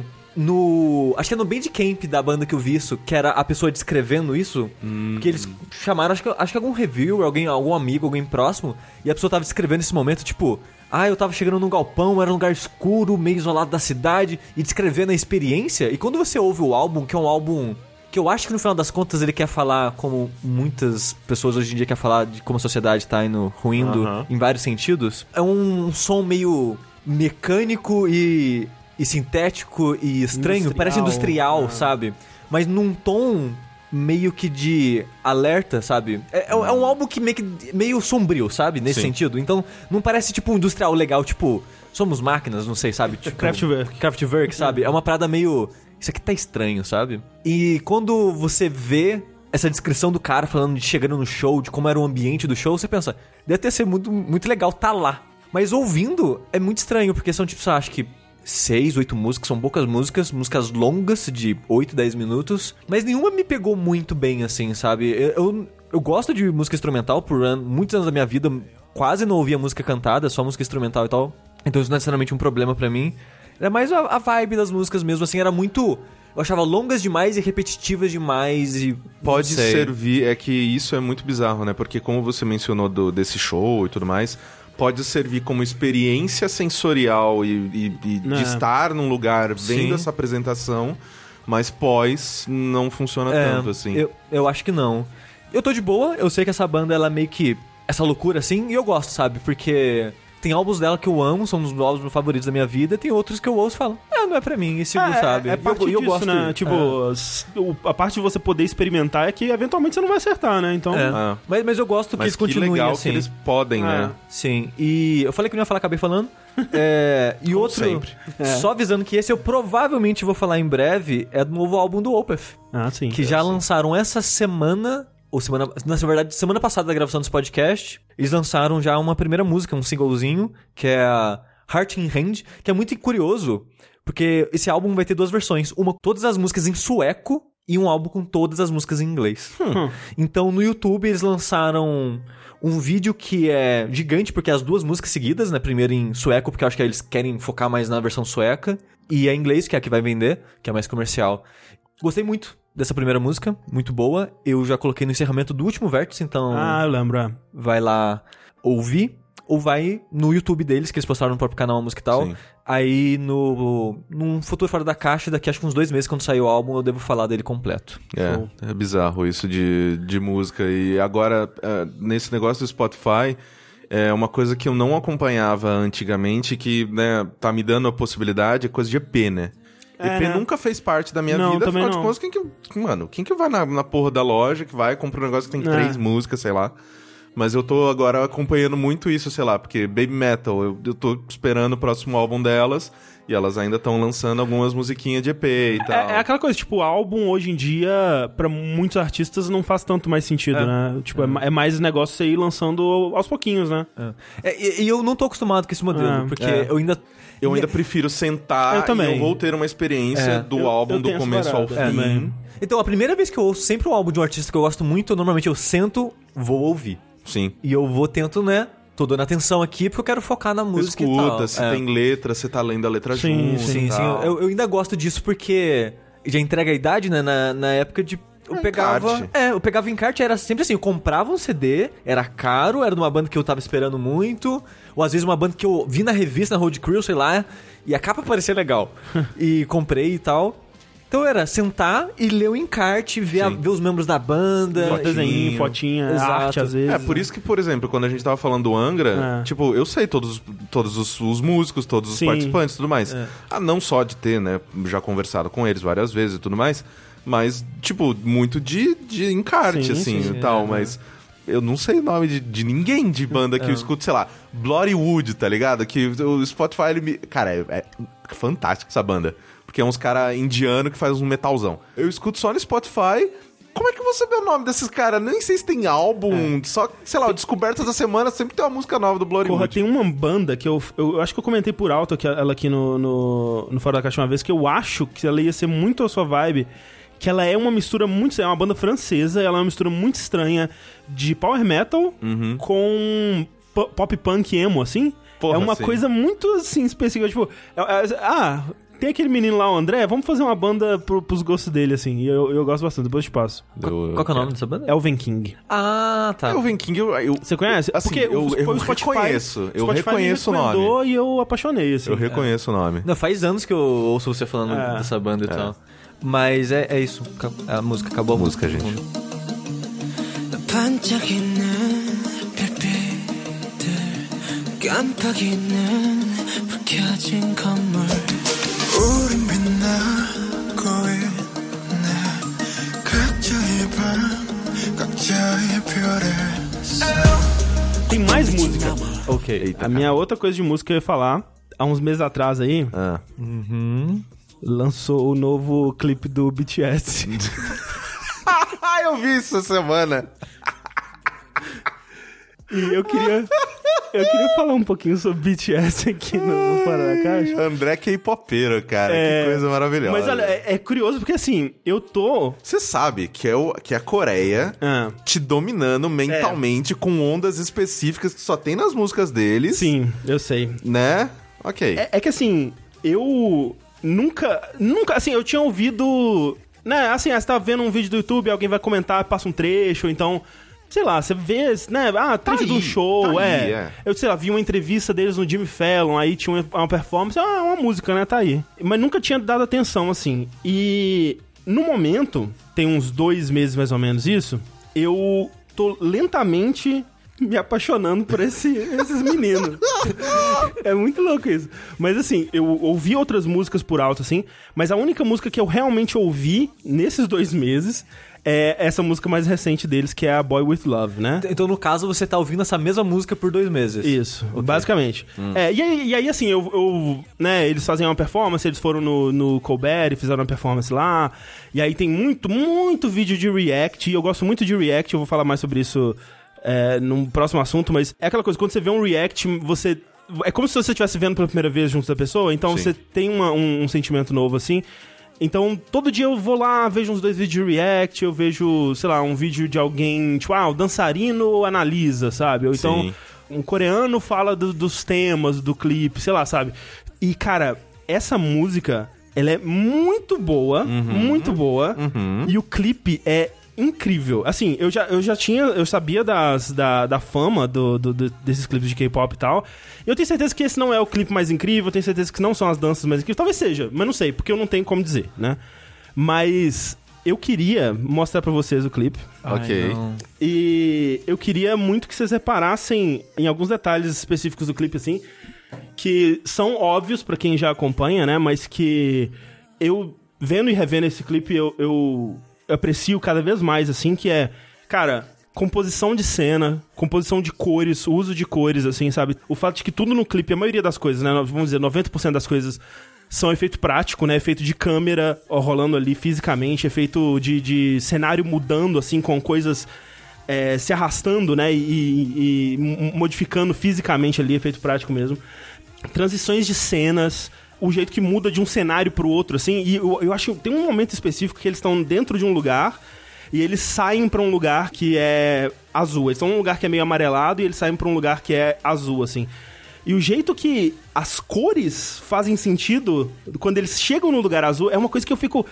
no... Acho que é no Bandcamp da banda que eu vi isso, que era a pessoa descrevendo isso, que eles chamaram, acho que, acho que algum reviewer, alguém, algum amigo, alguém próximo, e a pessoa tava descrevendo esse momento, tipo... Ah, eu tava chegando num galpão, era um lugar escuro, meio isolado da cidade, e descrevendo a experiência. E quando você ouve o álbum, que é um álbum... Que eu acho que no final das contas ele quer falar, como muitas pessoas hoje em dia quer falar, de como a sociedade tá indo ruindo Aham. em vários sentidos. É um som meio mecânico e, e sintético e estranho, Industrial, parece industrial, ah. sabe? Mas num tom meio que de alerta, sabe? É, é um- é um álbum que meio, que meio sombrio, sabe? Nesse Sim. sentido. Então não parece tipo um industrial legal, tipo... Somos máquinas, não sei, sabe? Tipo, Kraftwerk. Kraftwerk, sabe? É uma parada meio... Isso aqui tá estranho, sabe? E quando você vê essa descrição do cara falando de chegando no show, de como era o ambiente do show, você pensa, deve ter sido muito, muito legal tá lá. Mas ouvindo, é muito estranho, porque são tipo, sei lá, acho que seis, oito músicas, são poucas músicas, músicas longas, de oito, dez minutos, mas nenhuma me pegou muito bem, assim, sabe? Eu, eu, eu gosto de música instrumental, por an- muitos anos da minha vida quase não ouvia música cantada, só música instrumental e tal, então isso não é necessariamente um problema pra mim. Era mais a, a vibe das músicas mesmo, assim, era muito... Eu achava longas demais e repetitivas demais e... Pode não sei. servir, é que isso é muito bizarro, né? Porque como você mencionou do, desse show e tudo mais, pode servir como experiência sensorial e, e- e É. de estar num lugar vendo Sim. essa apresentação, mas pós não funciona É, tanto, assim. Eu, eu acho que não. Eu tô de boa, eu sei que essa banda, ela é meio que... Essa loucura, assim, e eu gosto, sabe? Porque... Tem álbuns dela que eu amo, são os álbuns favoritos da minha vida. Tem outros que eu ouço e falo, ah, não é pra mim, e sigo, É, sabe? é E parte eu, e eu disso, gosto, né? Tipo, é. s- o- a parte de você poder experimentar é que eventualmente você não vai acertar, né? Então... É. Ah. Mas, mas eu gosto que Mas eles que continuem legal assim. que eles podem, né? Sim, e eu falei que não ia falar, acabei falando. É, e Como outro, sempre. só avisando que esse eu provavelmente vou falar em breve, é do novo álbum do Opeth. Ah, sim. Que já lançaram essa semana, ou semana, na verdade, semana passada da gravação desse podcast, eles lançaram já uma primeira música, um singlezinho, que é a Heart in Hand, que é muito curioso, porque esse álbum vai ter duas versões, uma com todas as músicas em sueco e um álbum com todas as músicas em inglês. Hum. Então no YouTube eles lançaram um vídeo que é gigante, porque é as duas músicas seguidas, né? Primeiro em sueco, porque eu acho que eles querem focar mais na versão sueca, e é em inglês, que é a que vai vender, que é mais comercial. Gostei muito dessa primeira música, muito boa. Eu já coloquei no encerramento do último vértice, então Ah, eu lembro, é. vai lá ouvir. Ou vai no YouTube deles, que eles postaram no próprio canal a música e tal. Sim. Aí no num futuro fora da caixa, daqui acho que uns dois meses, quando sair o álbum, eu devo falar dele completo. É, é bizarro isso de, de música. E agora, é, nesse negócio do Spotify, é uma coisa que eu não acompanhava antigamente, que, né, tá me dando a possibilidade, é coisa de E P, né? É, E P né? nunca fez parte da minha Não, vida, também afinal de não. contas, quem que... Mano, quem que vai na, na porra da loja, que vai, compra um negócio que tem É. três músicas, sei lá. Mas eu tô agora acompanhando muito isso, sei lá, porque Baby Metal, eu, eu tô esperando o próximo álbum delas, E elas ainda estão lançando algumas musiquinhas de E P e tal. É, é aquela coisa, tipo, o álbum hoje em dia, pra muitos artistas, não faz tanto mais sentido, É. né? Tipo, é, é mais negócio você ir lançando aos pouquinhos, né? É. É, e, e eu não tô acostumado com esse modelo, Ah, porque é. eu ainda... Eu ainda prefiro sentar Eu também. e eu vou ter uma experiência É. do Eu- álbum eu do tenho essa começo ao parada, fim. é, também. Então, a primeira vez que eu ouço sempre um álbum de um artista que eu gosto muito, normalmente eu sento, vou ouvir. Sim. E eu vou tento, né? Tô dando atenção aqui porque eu quero focar na música e tal. Escuta, se É. tem letra, você tá lendo a letra Sim, junto. Sim, e sim. tal. Eu, eu ainda gosto disso porque já entrega a idade, né? Na, na época de. Eu É, pegava. encarte. É, eu pegava encarte, era sempre assim, eu comprava um C D, era caro, era de uma banda que eu tava esperando muito, ou às vezes uma banda que eu vi na revista, na Road Crew, sei lá, e a capa parecia legal. E comprei e tal. Então era sentar e ler o encarte, ver, a- Sim. ver os membros da banda. Fotinho. Desenho, fotinha, Exato. arte, às vezes. É, por isso que, por exemplo, quando a gente tava falando do Angra, É. tipo, eu sei todos, todos os, os músicos, todos os Sim. participantes e tudo mais. É. Ah, não só de ter, né, já conversado com eles várias vezes e tudo mais, mas, tipo, muito de, de encarte, Sim, assim, sim, e tal, é. mas... Eu não sei o nome de, de ninguém de banda que eu escuto, sei lá, Bloodywood, tá ligado? Que o Spotify, ele me... Cara, é, é fantástico essa banda. Porque é uns caras indianos que faz um metalzão. Eu escuto só no Spotify. Como é que eu vou saber o nome desses caras? Nem sei se tem álbum. Só, sei lá, Descobertas da Semana sempre tem uma música nova do Porra, Bloodywood. tem uma banda que eu, eu acho que eu comentei por alto aqui, ela aqui no, no, no Fora da Caixa uma vez, que eu acho que ela ia ser muito a sua vibe, que ela é uma mistura muito... É uma banda francesa, ela é uma mistura muito estranha de power metal Uhum. com p- pop punk emo, assim. Porra, é uma sim. coisa muito, assim, específica. Tipo, é- é- ah... Tem aquele menino lá, o André, vamos fazer uma banda pro, pros gostos dele, assim. E eu, eu gosto bastante, depois eu te passo. Eu- Qual que é o nome dessa banda? Elven King. Ah, tá. Elven King, eu, eu, Você conhece? Assim, Porque eu, o- eu foi o Spotify- reconheço. Eu Spotify me reconheço o nome. recomendou e eu apaixonei, assim. Eu reconheço o nome. Não, faz anos que eu ouço você falando É. dessa banda e É. tal. Mas é, é isso. A música acabou. A música, gente. 반짝이는 별빛들 깜빡이는 불 켜진 건물 우린 빛나고 있네 각자의 밤 각자의 별을 써 Tem mais música. Ok. Eita, A minha outra coisa de música que eu ia falar, há uns meses atrás aí, Ah. lançou o novo clipe do B T S. Ah, eu vi isso essa semana. E eu queria... Eu queria falar um pouquinho sobre B T S aqui no, no Fora da Caixa. André K-popeiro, cara. É, Que coisa maravilhosa. Mas olha, é, é curioso porque assim, eu tô... Você sabe que é, o, que é a Coreia Ah, te dominando mentalmente com ondas específicas que só tem nas músicas deles. sim, eu sei. Né? Ok. É, é que assim, eu nunca, nunca, assim, eu tinha ouvido, né, assim, você tá vendo um vídeo do YouTube, alguém vai comentar, passa um trecho, ou então, sei lá, você vê, né, ah, trecho aí, de um show, tá é. aí, é. Eu, sei lá, vi uma entrevista deles no Jimmy Fallon, aí tinha uma, uma performance, ah, uma música, né, tá aí. Mas nunca tinha dado atenção, assim. E no momento, tem uns dois meses mais ou menos isso, eu tô lentamente me apaixonando por esse, esses meninos. É muito louco isso. Mas assim, eu ouvi outras músicas por alto, assim, mas a única música que eu realmente ouvi nesses dois meses é essa música mais recente deles, que é a Boy With Love, né? Então, no caso, você tá ouvindo essa mesma música por dois meses. Isso, basicamente. É, e, aí, e aí, assim, eu, eu, né, eles fazem uma performance, eles foram no, no Colbert e fizeram uma performance lá, e aí tem muito, muito vídeo de react, e eu gosto muito de react, eu vou falar mais sobre isso é, num próximo assunto, mas é aquela coisa, quando você vê um react, você... É como se você estivesse vendo pela primeira vez junto da pessoa, então Sim. você tem uma, um, um sentimento novo, assim. Então, todo dia eu vou lá, vejo uns dois vídeos de react, eu vejo, sei lá, um vídeo de alguém, tipo, ah, o dançarino analisa, sabe? Ou então, Sim. um coreano fala do- dos temas do clipe, sei lá, sabe? E, cara, essa música, ela é muito boa, muito boa, e o clipe é incrível. Assim, eu já, eu já tinha, eu sabia das, da, da fama do, do- do- desses clipes de K-pop e tal. E eu tenho certeza que esse não é o clipe mais incrível, eu tenho certeza que não são as danças mais incríveis. Talvez seja, mas não sei, porque eu não tenho como dizer, né? Mas eu queria mostrar pra vocês o clipe. Ok. não. E eu queria muito que vocês reparassem em alguns detalhes específicos do clipe, assim, que são óbvios pra quem já acompanha, né? Mas que eu, vendo e revendo esse clipe, eu, eu aprecio cada vez mais, assim, que é... Cara, composição de cena, composição de cores, uso de cores, assim, sabe? O fato de que tudo no clipe, a maioria das coisas, né? Vamos dizer, noventa por cento das coisas são efeito prático, né? Efeito de câmera ó, rolando ali fisicamente, efeito de, de cenário mudando, assim, com coisas é, se arrastando, né? E, e modificando fisicamente ali, efeito prático mesmo. Transições de cenas, o jeito que muda de um cenário pro outro, assim. E eu, eu acho que tem um momento específico que eles estão dentro de um lugar e eles saem pra um lugar que é azul. Eles estão num lugar que é meio amarelado e eles saem pra um lugar que é azul, assim. E o jeito que as cores fazem sentido quando eles chegam no lugar azul é uma coisa que eu fico...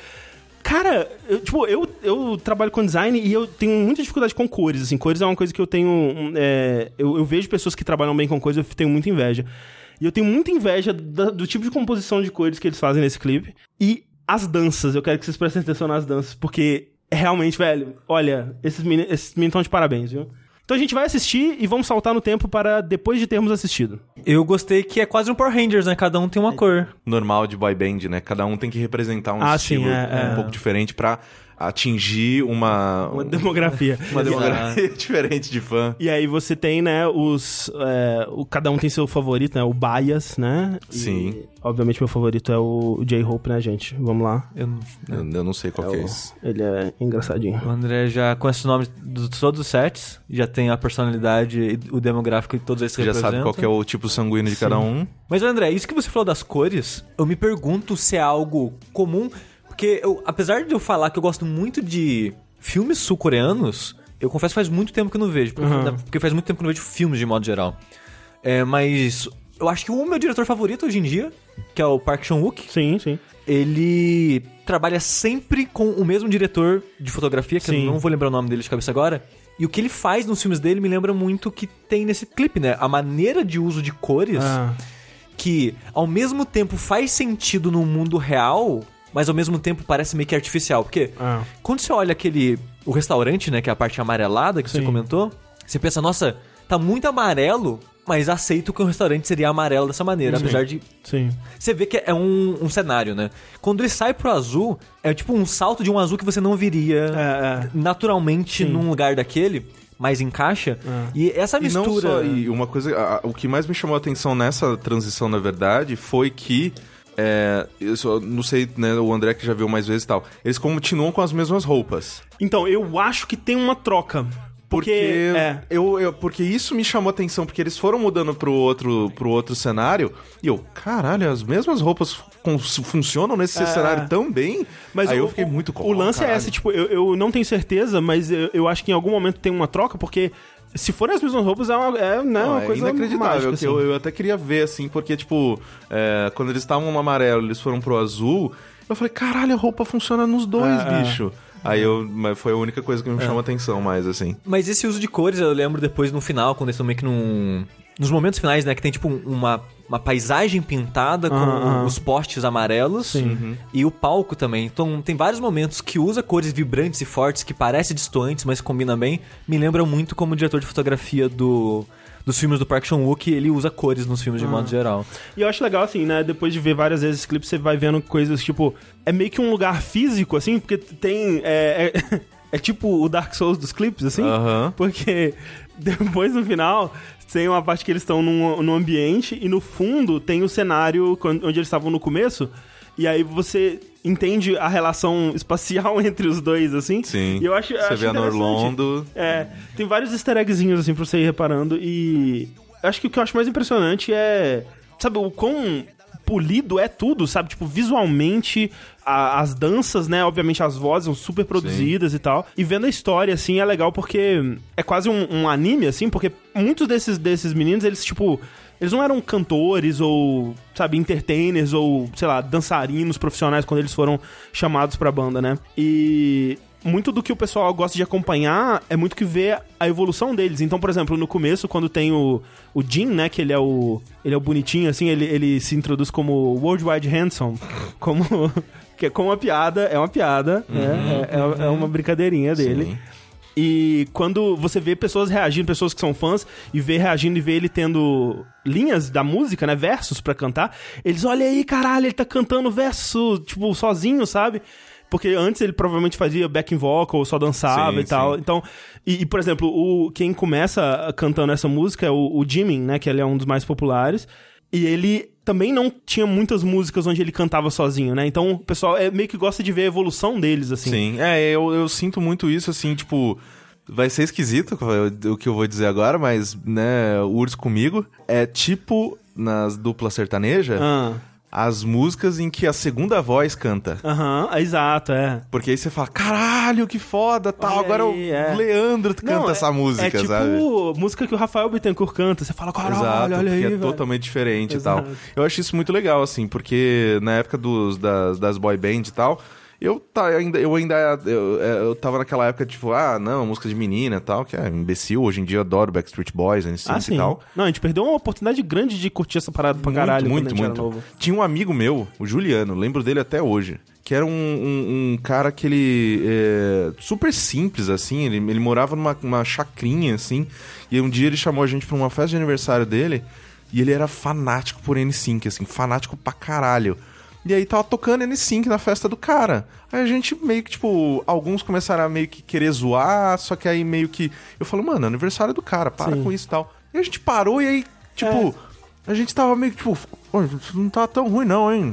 Cara, eu, tipo, eu, eu trabalho com design e eu tenho muita dificuldade com cores, assim. Cores é uma coisa que eu tenho... É, eu, eu vejo pessoas que trabalham bem com cores, eu tenho muita inveja. E eu tenho muita inveja do, do tipo de composição de cores que eles fazem nesse clipe. E as danças, eu quero que vocês prestem atenção nas danças, porque... Realmente, velho, olha, esses meninos esses meninos estão de parabéns, viu? Então a gente vai assistir e vamos saltar no tempo para depois de termos assistido. Eu gostei que é quase um Power Rangers, né? Cada um tem uma cor. Normal de boy band, né? Cada um tem que representar um ah, estilo sim, é, um é. pouco diferente pra atingir uma... Uma demografia. uma demografia diferente de fã. E aí você tem, né, os... É, o, cada um tem seu favorito, né? O Bias, né? E, Sim. obviamente meu favorito é o J-Hope, né, gente? Vamos lá. Eu, Eu, eu não sei qual É que é o- esse. Ele é engraçadinho. o André já conhece o nome de todos os sets, já tem a personalidade e o demográfico de todos eles que Você já representam. sabe qual que é o tipo sanguíneo de cada um. Mas, André, isso que você falou das cores, eu me pergunto se é algo comum, porque eu, apesar de eu falar que eu gosto muito de filmes sul-coreanos, eu confesso que faz muito tempo que eu não vejo, porque, Uhum. porque faz muito tempo que eu não vejo filmes de modo geral. É, mas eu acho que o meu diretor favorito hoje em dia, que é o Park Chan-wook, Sim, sim. ele trabalha sempre com o mesmo diretor de fotografia, que Sim. eu não vou lembrar o nome dele de cabeça agora. E o que ele faz nos filmes dele me lembra muito o que tem nesse clipe, né? A maneira de uso de cores, Ah, que ao mesmo tempo faz sentido no mundo real, mas ao mesmo tempo parece meio que artificial. Porque ah. quando você olha aquele... o restaurante, né? Que é a parte amarelada que Sim. você comentou, você pensa, nossa, tá muito amarelo, mas aceito que um restaurante seria amarelo dessa maneira, Sim. apesar de... Sim. Você vê que é um, um cenário, né? Quando ele sai pro azul, é tipo um salto de um azul que você não viria É, é. naturalmente Sim. num lugar daquele, mas encaixa. É. E essa E não mistura... só, e uma coisa, a- o que mais me chamou a atenção nessa transição, na verdade, foi que, é, eu só não sei, né, o André que já viu mais vezes e tal, eles continuam com as mesmas roupas. Então, eu acho que tem uma troca. Porque, Porque, é, eu, eu- porque isso me chamou a atenção, porque eles foram mudando pro outro, pro outro cenário, e eu, caralho, as mesmas roupas fun- funcionam nesse É. cenário tão bem? mas Aí o, eu fiquei muito O lance é esse, tipo, eu, eu não tenho certeza, mas eu, eu acho que em algum momento tem uma troca, porque se forem as mesmas roupas, é uma, é, né, Não, uma é coisa inacreditável. mágica, que assim. eu, eu até queria ver, assim, porque, tipo, é, quando eles estavam no amarelo eles foram pro azul, eu falei, caralho, a roupa funciona nos dois, É, é. bicho. Aí eu, mas foi a única coisa que me chamou a atenção mais, assim. Mas esse uso de cores, eu lembro depois no final, quando eles estão meio que num... nos momentos finais, né, que tem tipo uma, uma paisagem pintada com Ah, ah. os postes amarelos. Sim. E o palco também. Então tem vários momentos que usa cores vibrantes e fortes, que parecem distantes, mas combinam bem. Me lembra muito como o diretor de fotografia do... dos filmes do Park Chan-wook, ele usa cores nos filmes de modo geral. E eu acho legal, assim, né? Depois de ver várias vezes esse clipe, você vai vendo coisas, tipo... É meio que um lugar físico, assim, porque tem... É, é, é tipo o Dark Souls dos clipes, assim. Aham. Porque depois, no final, tem uma parte que eles estão num, num ambiente e no fundo tem o cenário quando- onde eles estavam no começo. E aí você entende a relação espacial entre os dois, assim. Sim. E eu acho, eu Você acho vê a interessante. Norlondo. É, tem vários easter eggzinhos, assim, pra você ir reparando. E acho que o que eu acho mais impressionante é... Sabe, o quão polido é tudo, sabe? Tipo, visualmente, a- as danças, né? Obviamente, as vozes são super produzidas e tal. E vendo a história, assim, é legal porque é quase um, um anime, assim, porque muitos desses, desses meninos, eles, tipo... Eles não eram cantores ou, sabe, entertainers ou, sei lá, dançarinos profissionais quando eles foram chamados pra banda, né? E muito do que o pessoal gosta de acompanhar é muito que ver a evolução deles. Então, por exemplo, no começo, quando tem o, o Jin, né, que ele é o, ele é o bonitinho, assim, ele, ele se introduz como Worldwide Handsome, como... que é como uma piada, é uma piada, né? É, é, é uma brincadeirinha dele. Sim. E quando você vê pessoas reagindo, pessoas que são fãs, e vê reagindo e vê ele tendo linhas da música, né, versos pra cantar, eles, olha aí, caralho, ele tá cantando verso, tipo, sozinho, sabe? Porque antes ele provavelmente fazia backing vocal, só dançava Sim, e tal. sim. Então, e, e, por exemplo, o, quem começa cantando essa música é o, o Jimin, né? Que ele é um dos mais populares. E ele também não tinha muitas músicas onde ele cantava sozinho, né? Então, o pessoal é, meio que gosta de ver a evolução deles, assim. Sim, é, eu, eu sinto muito isso, assim, tipo... Vai ser esquisito o que eu vou dizer agora, mas, né, Urso Comigo é tipo, nas duplas sertanejas, Ah. as músicas em que a segunda voz canta. Aham, uhum, exato, é. Porque aí você fala, caralho, que foda, tal, Olha agora aí, o é. Leandro canta Não, essa é, música, é tipo sabe? música que o Rafael Bittencourt canta. Você fala, caralho, Exato, olha porque aí, é velho. totalmente diferente Exato. e tal. Eu acho isso muito legal, assim, porque na época dos, das, das boy band e tal, eu, tá, ainda, eu ainda eu, eu tava naquela época, tipo, ah, não, música de menina e tal, que é imbecil. Hoje em dia eu adoro Backstreet Boys, N Sync Ah, e sim. tal. Não, a gente perdeu uma oportunidade grande de curtir essa parada pra caralho muito, quando a gente muito, era muito. novo. Tinha um amigo meu, o Juliano, lembro dele até hoje, que era um, um, um cara que ele... É, super simples, assim, ele, ele morava numa uma chacrinha, assim, e um dia ele chamou a gente pra uma festa de aniversário dele, e ele era fanático por N Sync, assim, fanático pra caralho. E aí tava tocando N Sync na festa do cara. Aí a gente meio que, tipo, alguns começaram a meio que querer zoar, só que aí meio que... Eu falo, mano, é aniversário do cara, para Sim. com isso e tal. E a gente parou e aí, tipo... A gente tava meio que, tipo... "Ô, isso não tá tão ruim não, hein?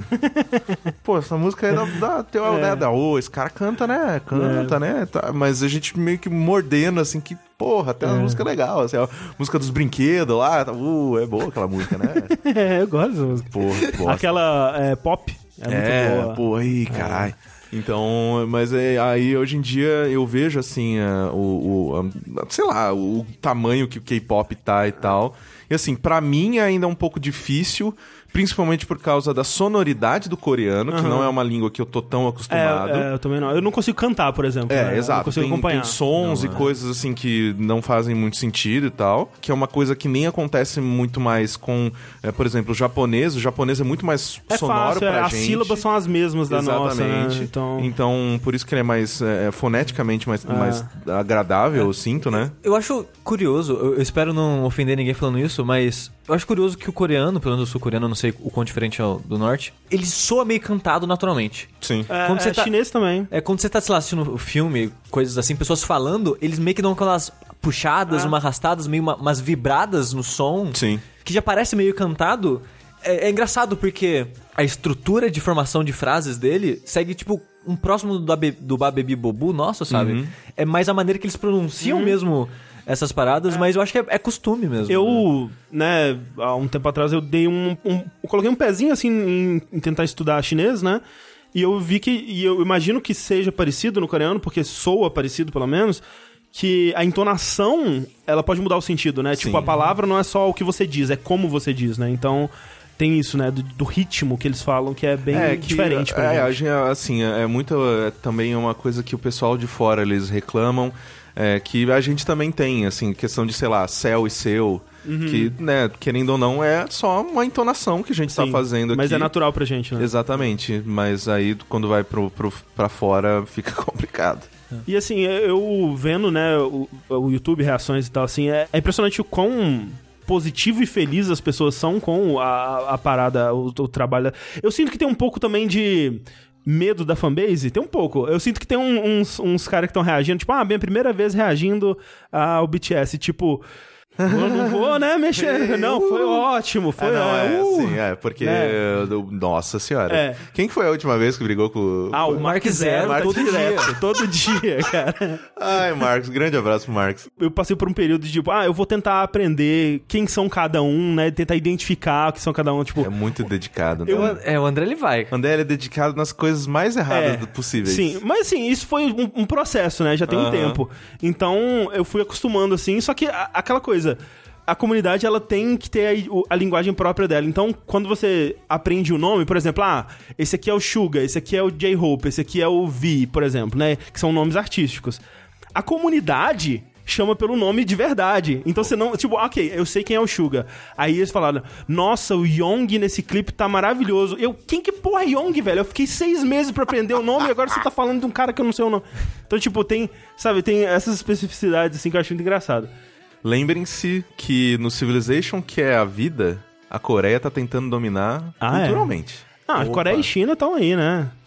Pô, essa música aí dá... dá, teu, É. né, dá ô, esse cara canta, né? Canta, né? Tá, mas a gente meio que mordendo, assim, que... Porra, tem uma É. música legal, assim, a música dos brinquedos lá. tá, Uh, é boa aquela música, né? É, eu gosto dessa música. Porra, que bosta. Aquela é, pop é, É, muito boa. pô, aí, caralho. Então, mas é, aí hoje em dia eu vejo assim, a, o, o a, sei lá, o tamanho que o K-pop tá e tal. E assim, pra mim ainda é um pouco difícil, principalmente por causa da sonoridade do coreano, que Aham. não é uma língua que eu tô tão acostumado. É, é, eu também não. Eu não consigo cantar, por exemplo. É, né? Eu não exato. consigo Tem, acompanhar. tem sons Não, e é. coisas assim que não fazem muito sentido e tal. Que é uma coisa que nem acontece muito mais com, é, por exemplo, o japonês. O japonês é muito mais É sonoro fácil, é, pra as gente. sílabas são as mesmas da nossa, Exatamente. né? Então, Então, por isso que ele é mais é, foneticamente mais, É. mais agradável, eu sinto, né? Eu acho curioso, eu eu espero não ofender ninguém falando isso, mas eu acho curioso que o coreano, pelo menos o sul-coreano, eu não sei o quão diferente é o do norte, ele soa meio cantado naturalmente. Sim. é, quando você é tá- chinês também. É quando você tá, sei lá, assistindo o filme, coisas assim, pessoas falando, eles meio que dão aquelas puxadas, Ah. umas arrastadas, meio uma- umas vibradas no som, Sim. que já parece meio cantado. É, é engraçado porque a estrutura de formação de frases dele segue, tipo, um próximo do, Abe- do Babebi Bobu, nossa, sabe? Uhum. É mais a maneira que eles pronunciam mesmo essas paradas, mas eu acho que é, é costume mesmo. Eu, né, há um tempo atrás eu dei um... um eu coloquei um pezinho, assim, em, em tentar estudar chinês, né? E eu vi que... E eu imagino que seja parecido no coreano, porque soa parecido, pelo menos, que a entonação, ela pode mudar o sentido, né? Tipo, Sim. a palavra não é só o que você diz, é como você diz, né? Então... Tem isso, né? Do, do ritmo que eles falam, que é bem É, que, diferente pra é, a gente. gente, assim, é é muito é, também uma coisa que o pessoal de fora eles reclamam, é, que a gente também tem, assim, questão de, sei lá, céu e seu, Uhum. que, né, querendo ou não, é só uma entonação que a gente tá Sim, fazendo aqui. Mas é natural pra gente, né? Exatamente, mas aí quando vai pro, pro, pra fora fica complicado. E assim, eu vendo, né, o, o YouTube, reações e tal, assim, é, é impressionante o quão positivo e feliz as pessoas são com a, a parada, o, o trabalho. Eu sinto que tem um pouco também de medo da fanbase, tem um pouco. Eu sinto que tem um- uns, uns caras que estão reagindo, tipo, ah, minha primeira vez reagindo ao B T S, tipo... Eu não vou, né, mexer. Não, foi ótimo. Foi, É, não, é, uh, sim, é, porque... né? eu- Nossa senhora. É. Quem que foi a última vez que brigou com... Ah, o Mark Zero, Mark todo direto. dia. Todo dia, cara. Ai, Marcos, grande abraço pro Marcos. Eu passei por um período de, tipo, ah, eu vou tentar aprender quem são cada um, né? Tentar identificar o que são cada um, tipo... É muito dedicado, né? Eu, é, o André ele vai. André ele é dedicado nas coisas mais erradas É, do- possíveis. Sim, mas assim, isso foi um, um processo, né? Já tem um Aham. tempo. Então, eu fui acostumando, assim, só que a- aquela coisa... A comunidade, ela tem que ter a, o- a linguagem própria dela. Então, quando você aprende o nome, por exemplo, ah, esse aqui é o Suga, esse aqui é o J-Hope, esse aqui é o V, por exemplo, né? Que são nomes artísticos. A comunidade chama pelo nome de verdade. Então você não... Tipo, ok, eu sei quem é o Suga. Aí eles falaram, nossa, o Young nesse clipe tá maravilhoso. Eu, quem que porra é Young, velho? Eu fiquei seis meses pra aprender o nome e agora você tá falando de um cara que eu não sei o nome. Então, tipo, tem... Sabe, tem essas especificidades, assim, que eu acho muito engraçado. Lembrem-se que no Civilization, que é a vida, a Coreia tá tentando dominar Ah, é? culturalmente. Ah, Opa. Coreia e China estão aí, né?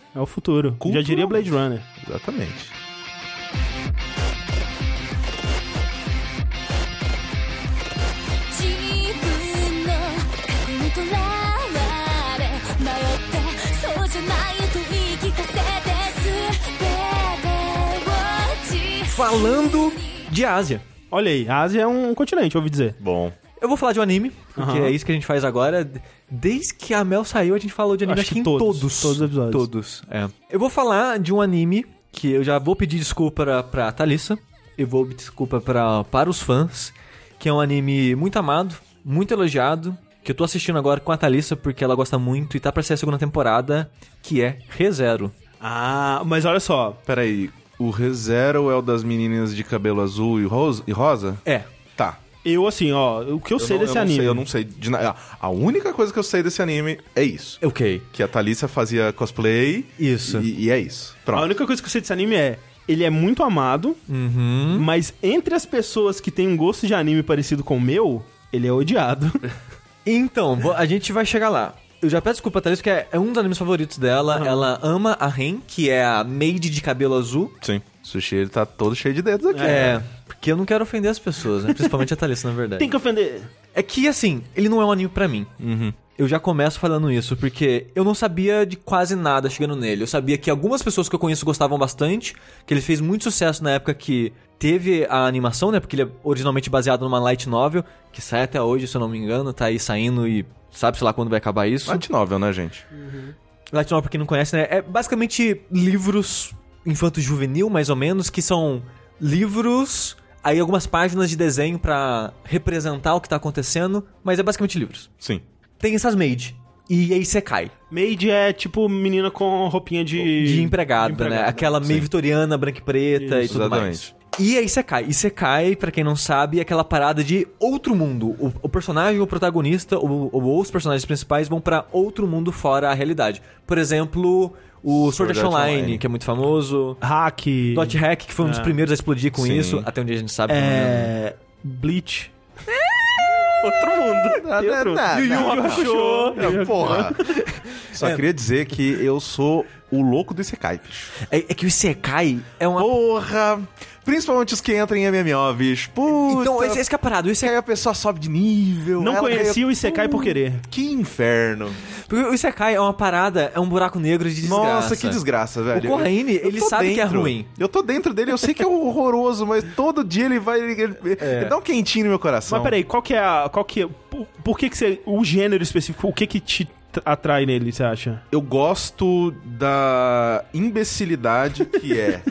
É o futuro. Já diria Blade Runner. Exatamente. Falando de Ásia. Olha aí, a Ásia é um continente, eu ouvi dizer. Bom. Eu vou falar de um anime, porque Uhum. é isso que a gente faz agora. Desde que a Mel saiu, a gente falou de anime, Acho acho, que que em todos, todos. todos os episódios. Todos, é. Eu vou falar de um anime que eu já vou pedir desculpa pra, pra Thalissa. Eu vou pedir desculpa pra, para os fãs. Que é um anime muito amado, muito elogiado. Que eu tô assistindo agora com a Thalissa, porque ela gosta muito e tá pra ser a segunda temporada. Que é Re:Zero. Ah, mas olha só. Peraí, o Re:Zero é o das meninas de cabelo azul e rosa? E rosa? É. Tá. Eu, assim, ó, o que eu, Eu sei não- desse eu não anime. Sei, eu não sei de nada. A única coisa que eu sei desse anime é isso. Ok. Que a Thalissa fazia cosplay. Isso. E, e é isso. A Pronto. única coisa que eu sei desse anime é... Ele é muito amado, Uhum. mas entre as pessoas que têm um gosto de anime parecido com o meu, ele é odiado. Então, vo- a gente vai chegar lá. Eu já peço desculpa a Thalissa, que é, é um dos animes favoritos dela. Uhum. Ela ama a Ren, que é a maid de cabelo azul. Sim. O Sushi, ele tá todo cheio de dedos aqui. É, porque eu não quero ofender as pessoas, né? Principalmente a Thalissa, na verdade. Tem que ofender. É que, assim, ele não é um anime pra mim. Uhum. Eu já começo falando isso, porque eu não sabia de quase nada chegando nele. Eu sabia que algumas pessoas que eu conheço gostavam bastante, que ele fez muito sucesso na época que teve a animação, né? Porque ele é originalmente baseado numa light novel, que sai até hoje, se eu não me engano, tá aí saindo e sabe-se lá quando vai acabar isso. Light novel, né, gente? Light novel, pra quem não conhece, né? É basicamente livros infanto-juvenil, mais ou menos, que são livros... Aí algumas páginas de desenho pra representar o que tá acontecendo, mas é basicamente livros. Sim. Tem essas maid. E aí você cai. Maid é tipo menina com roupinha de... De empregada, de né? Aquela meio sim. vitoriana, branca e preta Isso, e tudo exatamente. mais. E aí você cai. E você cai, pra quem não sabe, é aquela parada de outro mundo. O, o personagem, o protagonista, ou, ou os personagens principais vão pra outro mundo fora a realidade. Por exemplo, o Sword, Sword Art Art Online, Online. que é muito famoso. Hack. Dot Hack, que foi um dos É. primeiros a explodir com Sim. isso. Até onde a gente sabe. não lembro. É... Bleach. Outro mundo. Tem outro. não, Yu Yu não, Hakusho. não. Porra. Só queria dizer que eu sou o louco do Isekai, bicho. É, é que o Isekai é uma... Porra! Principalmente os que entram em M M O, bicho. Puta. Então, esse, esse que é a parada. O Que Isekai aí a pessoa sobe de nível. Não ela conhecia ganha- o Isekai por querer. Que inferno. Porque o Isekai é uma parada, é um buraco negro de desgraça. Nossa, que desgraça, velho. O Corraine, Eu- eu ele tô sabe que é dentro. ruim. Eu tô dentro dele, eu sei que é horroroso, mas todo dia ele vai... Ele, ele- ele dá um quentinho no meu coração. Mas peraí, qual que é a... Qual que é, por, por que que você... O gênero específico, o que que te t- atrai nele, você acha? Eu gosto da imbecilidade que é...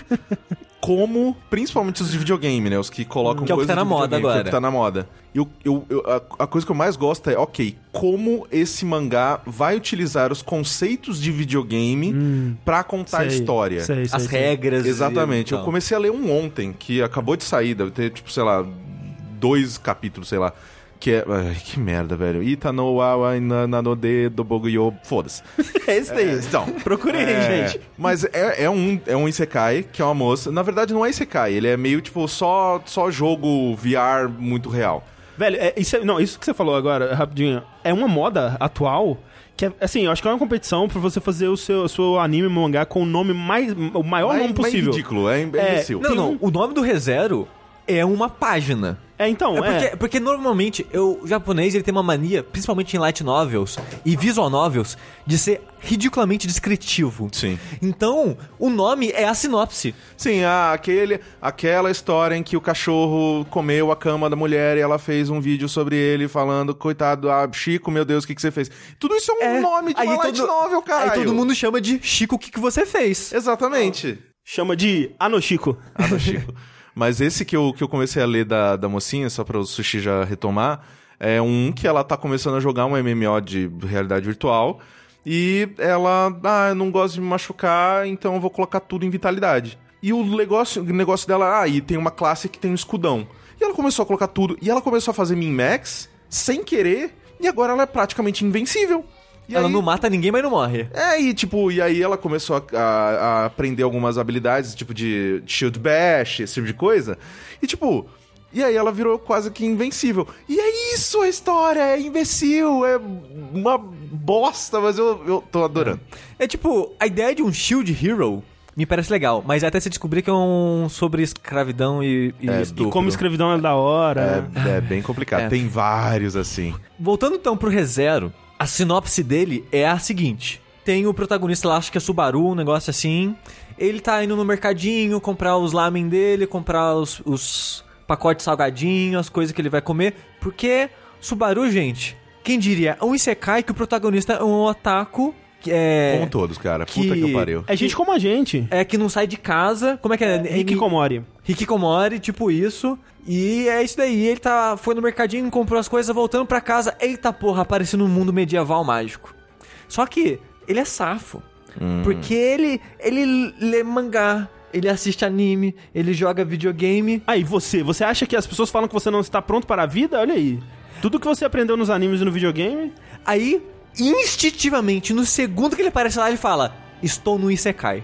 Como, principalmente os de videogame, né? Os que colocam Que é o que coisas tá na de moda videogame, que é o agora. que tá na moda. Eu, eu, eu- a, a coisa que eu mais gosto é, ok, como esse mangá vai utilizar os conceitos de videogame pra contar a Sei, história. sei, sei, As sei. regras. Exatamente. e- Eu comecei a ler um ontem, que acabou de sair, deve ter, tipo, sei lá, dois capítulos, sei lá. Que é... Ai, que merda, velho. Ita no wa wa na na no de do boguyo... Foda-se. É esse daí. É, então... Procurem aí, É, gente. mas é, é, um, é um Isekai, que é uma moça. Na verdade, não é Isekai, ele é meio tipo só, só jogo V R muito real. Velho, é, isso é- não, isso que você falou agora, rapidinho, é uma moda atual que é, assim, eu acho que é uma competição pra você fazer o seu, o seu anime mangá com o nome mais, o maior Mas- nome mas possível. É ridículo, é, é É, imbecil. Não, Tem não. um- O nome do Re:Zero é uma página. É, então, É porque, é. porque normalmente eu, o japonês ele tem uma mania, principalmente em light novels e visual novels, de ser ridiculamente descritivo. Sim. Então, o nome é a sinopse. Sim, ah, aquele, aquela história em que o cachorro comeu a cama da mulher e ela fez um vídeo sobre ele falando, coitado, ah, Chico, meu Deus, o que, que você fez? Tudo isso é um É, nome de aí uma light todo- novel, caralho. Aí todo mundo chama de Chico, o que, que você fez? Exatamente. Chama de Anoshiko. Ah, não, Chico. Mas esse que eu, que eu comecei a ler da, da mocinha, só pra o Sushi já retomar, é um que ela tá começando a jogar um M M O de realidade virtual e ela, ah, eu não gosto de me machucar, então eu vou colocar tudo em vitalidade. E o negócio, o negócio dela, ah, e tem uma classe que tem um escudão. E ela começou a colocar tudo, e ela começou a fazer min-max sem querer, e agora ela é praticamente invencível. E Ela aí- não mata ninguém, mas não morre. é, e tipo, e aí ela começou a, a- a aprender algumas habilidades, tipo de shield bash, esse tipo de coisa. E tipo, e aí ela virou quase que invencível. E é isso a história, é imbecil, é uma bosta, mas eu, eu tô adorando. É tipo, a ideia de um Shield Hero me parece legal, mas até você descobrir que é um sobre escravidão e, e É, estupro. E como escravidão é da hora. É, é bem complicado. É. Tem vários, assim. Voltando então pro ReZero, a sinopse dele é a seguinte. Tem o protagonista lá, acho que é Subaru, um negócio assim. Ele tá indo no mercadinho comprar os lamen dele, comprar os, os pacotes salgadinhos, as coisas que ele vai comer. Porque Subaru, gente, quem diria, é um isekai que o protagonista é um otaku... Que é, Como todos, cara. que- Puta que eu pariu. É gente como a gente. é que não sai de casa. Como é que é? Hikikomori. Hikikomori, tipo isso. E é isso daí. Ele tá, foi no mercadinho, comprou as coisas, voltando pra casa. Eita porra, apareceu num mundo medieval mágico. Só que ele é safo. Hum. Porque ele, ele lê mangá, ele assiste anime, ele joga videogame. Aí, você, você acha que as pessoas falam que você não está pronto para a vida? Olha aí. Tudo que você aprendeu nos animes e no videogame... Aí, instintivamente, no segundo que ele aparece lá, ele fala: estou no Isekai.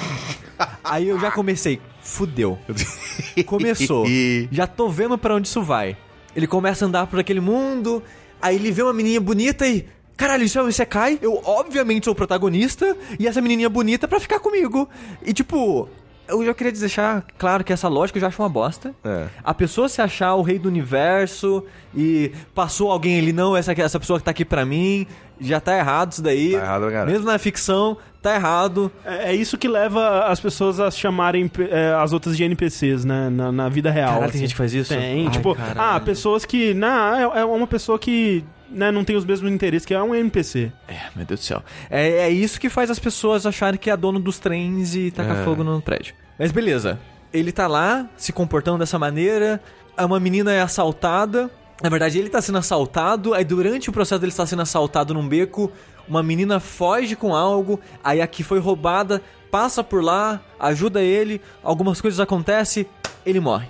Aí eu já comecei, fudeu. Começou. Já tô vendo pra onde isso vai. Ele começa a andar por aquele mundo, aí ele vê uma menininha bonita e... Caralho, isso é um Isekai? Eu obviamente sou o protagonista e essa menininha bonita pra ficar comigo. E tipo... Eu já queria deixar claro que essa lógica eu já acho uma bosta. É. A pessoa se achar o rei do universo e passou alguém ali, não, essa, essa pessoa que tá aqui pra mim, já tá errado isso daí. Tá errado, cara. Mesmo na ficção, tá errado. É, é isso que leva as pessoas a chamarem é, as outras de N P Cs, né? Na, na vida real. Caralho, assim. tem gente que faz isso? Tem, Ai, tipo... caralho. Ah, pessoas que... Não, é, é uma pessoa que... Né, não tem os mesmos interesses, que é um N P C. É, meu Deus do céu. É, é isso que faz as pessoas acharem que é dono dos trens e tacar É. fogo no prédio. Mas beleza. Ele tá lá, se comportando dessa maneira. Uma menina é assaltada. Na verdade, ele tá sendo assaltado. Aí durante o processo dele estar sendo assaltado num beco, uma menina foge com algo. Aí a que foi roubada passa por lá, ajuda ele. Algumas coisas acontecem, ele morre.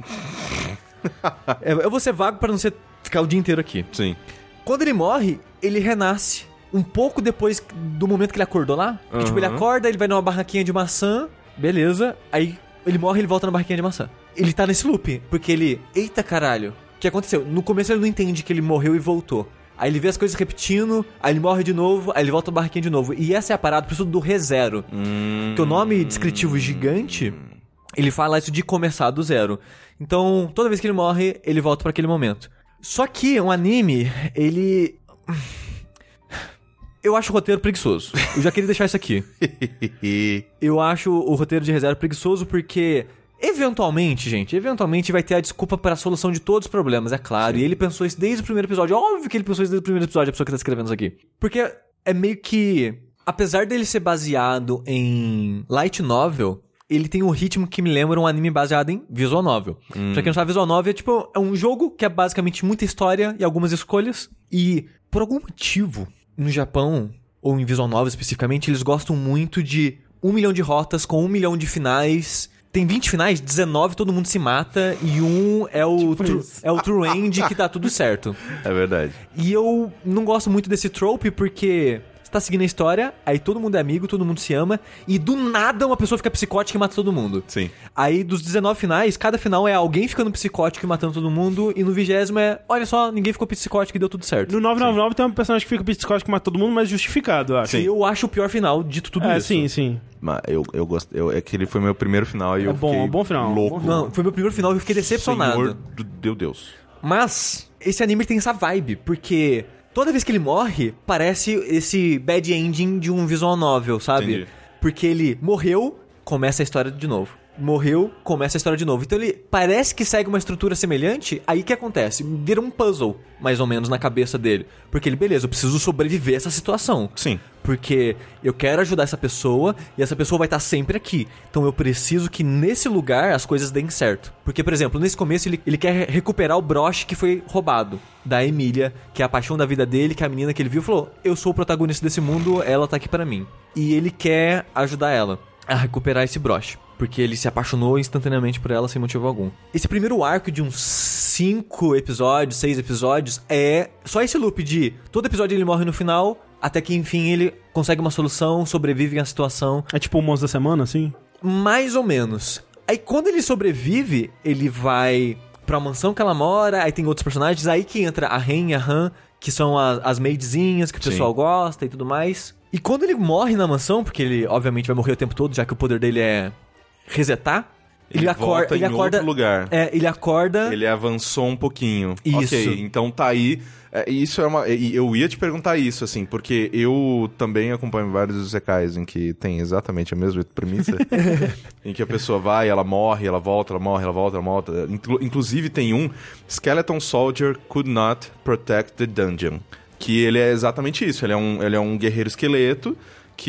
É, eu vou ser vago pra não ser, ficar o dia inteiro aqui. Sim. Quando ele morre, ele renasce um pouco depois do momento que ele acordou lá. Porque, tipo, ele Uhum. acorda, ele vai numa barraquinha de maçã, beleza. Aí ele morre e ele volta na barraquinha de maçã. Ele tá nesse loop, porque ele... Eita caralho, o que aconteceu? No começo ele não entende que ele morreu e voltou. Aí ele vê as coisas repetindo, aí ele morre de novo, aí ele volta na barraquinha de novo. E essa é a parada, por isso do ReZero. Hum... Que o nome descritivo gigante, ele fala isso de começar do zero. Então, toda vez que ele morre, ele volta pra aquele momento. Só que um anime, ele... Eu acho o roteiro preguiçoso. Eu já queria deixar isso aqui. Eu acho o roteiro de ReZero preguiçoso porque... Eventualmente, gente, eventualmente vai ter a desculpa para a solução de todos os problemas, é claro. Sim. E ele pensou isso desde o primeiro episódio. Óbvio que ele pensou isso desde o primeiro episódio, a pessoa que tá escrevendo isso aqui. Porque é meio que... Apesar dele ser baseado em light novel... Ele tem um ritmo que me lembra um anime baseado em visual novel. Hum. Pra quem não sabe, visual novel é tipo... É um jogo que é basicamente muita história e algumas escolhas. E, por algum motivo, no Japão, ou em visual novel especificamente, eles gostam muito de um milhão de rotas com um milhão de finais. Tem vinte finais, dezenove todo mundo se mata. E um é o, Tipo tru, isso. é o true end que tá tudo certo. É verdade. E eu não gosto muito desse trope porque... Você tá seguindo a história, aí todo mundo é amigo, todo mundo se ama, e do nada uma pessoa fica psicótica e mata todo mundo. Sim. Aí dos dezenove finais, cada final é alguém ficando psicótico e matando todo mundo, e no vigésimo é, olha só, ninguém ficou psicótico e deu tudo certo. No novecentos e noventa e nove tem um personagem que fica psicótico que mata todo mundo, mas justificado, eu acho. Sim. Eu acho o pior final, dito tudo É, isso. sim, sim. Mas eu, eu gosto. Eu, é que ele foi meu primeiro final e É eu bom, fiquei bom final, louco. bom final. Não, foi meu primeiro final e eu fiquei decepcionado. Senhor do meu Deus. Mas, esse anime tem essa vibe, porque... Toda vez que ele morre, parece esse bad ending de um visual novel, sabe? Entendi. Porque ele morreu, começa a história de novo. Morreu, começa a história de novo. Então ele parece que segue uma estrutura semelhante. Aí o que acontece? Vira um puzzle, mais ou menos, na cabeça dele. Porque ele, beleza, eu preciso sobreviver a essa situação. Sim. Porque eu quero ajudar essa pessoa e essa pessoa vai estar sempre aqui. Então eu preciso que nesse lugar as coisas deem certo. Porque, por exemplo, nesse começo ele, ele quer recuperar o broche que foi roubado da Emília, que é a paixão da vida dele, que é a menina que ele viu falou: eu sou o protagonista desse mundo, ela tá aqui pra mim. E ele quer ajudar ela a recuperar esse broche. Porque ele se apaixonou instantaneamente por ela sem motivo algum. Esse primeiro arco de uns cinco episódios, seis episódios, é só esse loop de todo episódio ele morre no final, até que enfim ele consegue uma solução, sobrevive à situação. É tipo o monstro da semana, assim? Mais ou menos. Aí quando ele sobrevive, ele vai pra mansão que ela mora, aí tem outros personagens, aí que entra a Ren e a Han, que são as, as maidzinhas que o Sim. pessoal gosta e tudo mais. E quando ele morre na mansão, porque ele obviamente vai morrer o tempo todo, já que o poder dele é resetar, ele, Ele acorda, volta ele em acorda, outro lugar. É, ele acorda. Ele avançou um pouquinho. Isso. Ok, então tá aí. É, isso é uma. e Eu ia te perguntar isso, assim, porque eu também acompanho vários isekais em que tem exatamente a mesma premissa. Em que a pessoa vai, ela morre, ela volta, ela morre, ela volta, ela volta. Inclu- inclusive tem um, Skeleton Soldier Could Not Protect the Dungeon. Que ele é exatamente isso. Ele é um, ele é um guerreiro esqueleto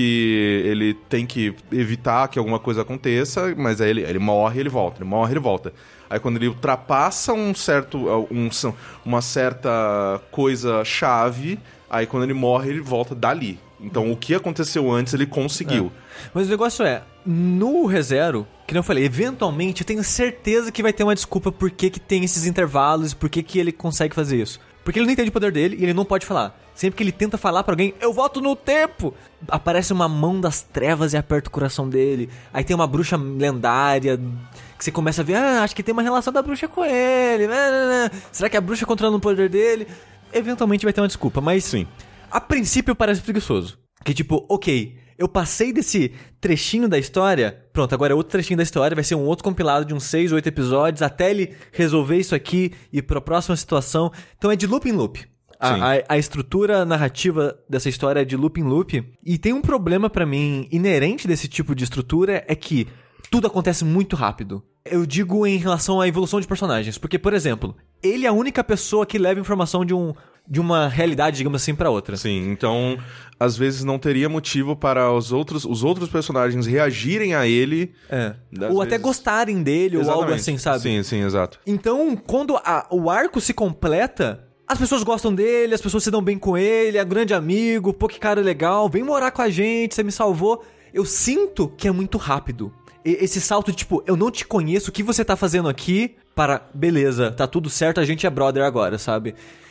que ele tem que evitar que alguma coisa aconteça, mas aí ele, ele morre, ele volta, ele morre, ele volta. Aí quando ele ultrapassa um certo, um, uma certa coisa chave, aí quando ele morre, ele volta dali. Então o que aconteceu antes, ele conseguiu. É. Mas o negócio é, no ReZero, que nem eu falei, eventualmente eu tenho certeza que vai ter uma desculpa por que, que tem esses intervalos, por que, que ele consegue fazer isso. Porque ele não entende o poder dele e ele não pode falar. Sempre que ele tenta falar pra alguém, eu volto no tempo, aparece uma mão das trevas e aperta o coração dele. Aí tem uma bruxa lendária que você começa a ver, ah, acho que tem uma relação da bruxa com ele. Será que a bruxa controla o poder dele? Eventualmente vai ter uma desculpa, mas Sim. A princípio parece preguiçoso. Que tipo, ok, eu passei desse trechinho da história, pronto, agora é outro trechinho da história, vai ser um outro compilado de uns seis, oito episódios, até ele resolver isso aqui e ir pra próxima situação. Então é de loop em loop. A, a, a estrutura narrativa dessa história é de loop em loop. E tem um problema pra mim inerente desse tipo de estrutura, é que tudo acontece muito rápido. Eu digo em relação à evolução de personagens. Porque, por exemplo, ele é a única pessoa que leva informação de, um, de uma realidade, digamos assim, pra outra. Sim, então às vezes não teria motivo para os outros, os outros personagens reagirem a ele. É. Às Ou até vezes- gostarem dele, ou algo Exatamente. assim, sabe? Sim, sim, exato. Então, quando a- o arco se completa, as pessoas gostam dele, as pessoas se dão bem com ele, é um grande amigo, pô, que cara legal, vem morar com a gente, você me salvou. Eu sinto que é muito rápido. E- esse salto de, tipo, eu não te conheço, o que você tá fazendo aqui? Para, beleza, tá tudo certo, a gente é brother agora, sabe?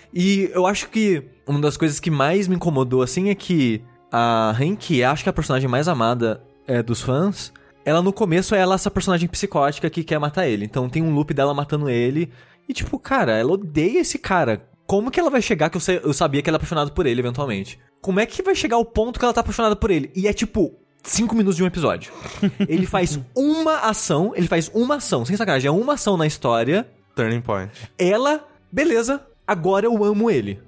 E eu acho que uma das coisas que mais me incomodou, assim, é que a Ren, que acho que é a personagem mais amada é, dos fãs, ela no começo é ela essa personagem psicótica que quer matar ele. Então tem um loop dela matando ele. E tipo, cara, ela odeia esse cara. Como que ela vai chegar que eu, sei- eu sabia que ela é apaixonada por ele, eventualmente? Como é que vai chegar ao ponto que ela tá apaixonada por ele? E é tipo, cinco minutos de um episódio. Ele faz uma ação, ele faz uma ação, sem sacanagem, é uma ação na história. Turning point. Ela, beleza, agora eu amo ele.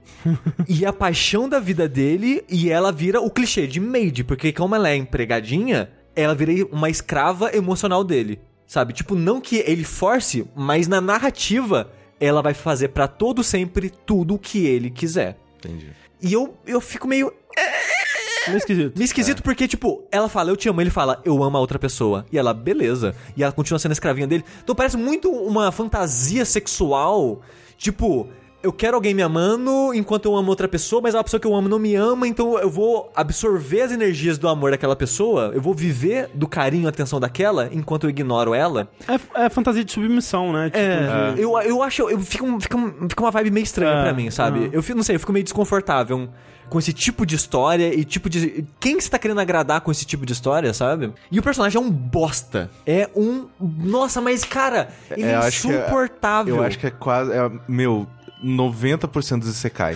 E a paixão da vida dele, e ela vira o clichê de maid, porque como ela é empregadinha, ela vira uma escrava emocional dele, sabe? Tipo, não que ele force, mas na narrativa, ela vai fazer pra todo sempre tudo o que ele quiser. Entendi. E eu, eu fico meio... Meio esquisito. Meio esquisito porque, tipo, ela fala, eu te amo, ele fala, eu amo a outra pessoa. E ela, beleza. E ela continua sendo escravinha dele. Então parece muito uma fantasia sexual. Tipo, eu quero alguém me amando enquanto eu amo outra pessoa, mas a pessoa que eu amo não me ama, então eu vou absorver as energias do amor daquela pessoa, eu vou viver do carinho e atenção daquela enquanto eu ignoro ela. É, é fantasia de submissão, né? Tipo, É, de- eu, eu acho, eu fica, um- fica, um- fica uma vibe meio estranha É, pra mim, sabe? é. Eu fico, não sei, eu fico meio desconfortável com esse tipo de história e tipo de... Quem você tá querendo agradar com esse tipo de história, sabe? E o personagem é um bosta. É um... Nossa, mas cara, ele é, É, acho que é- insuportável. Eu acho que é quase. É, meu, noventa por cento dos isekai.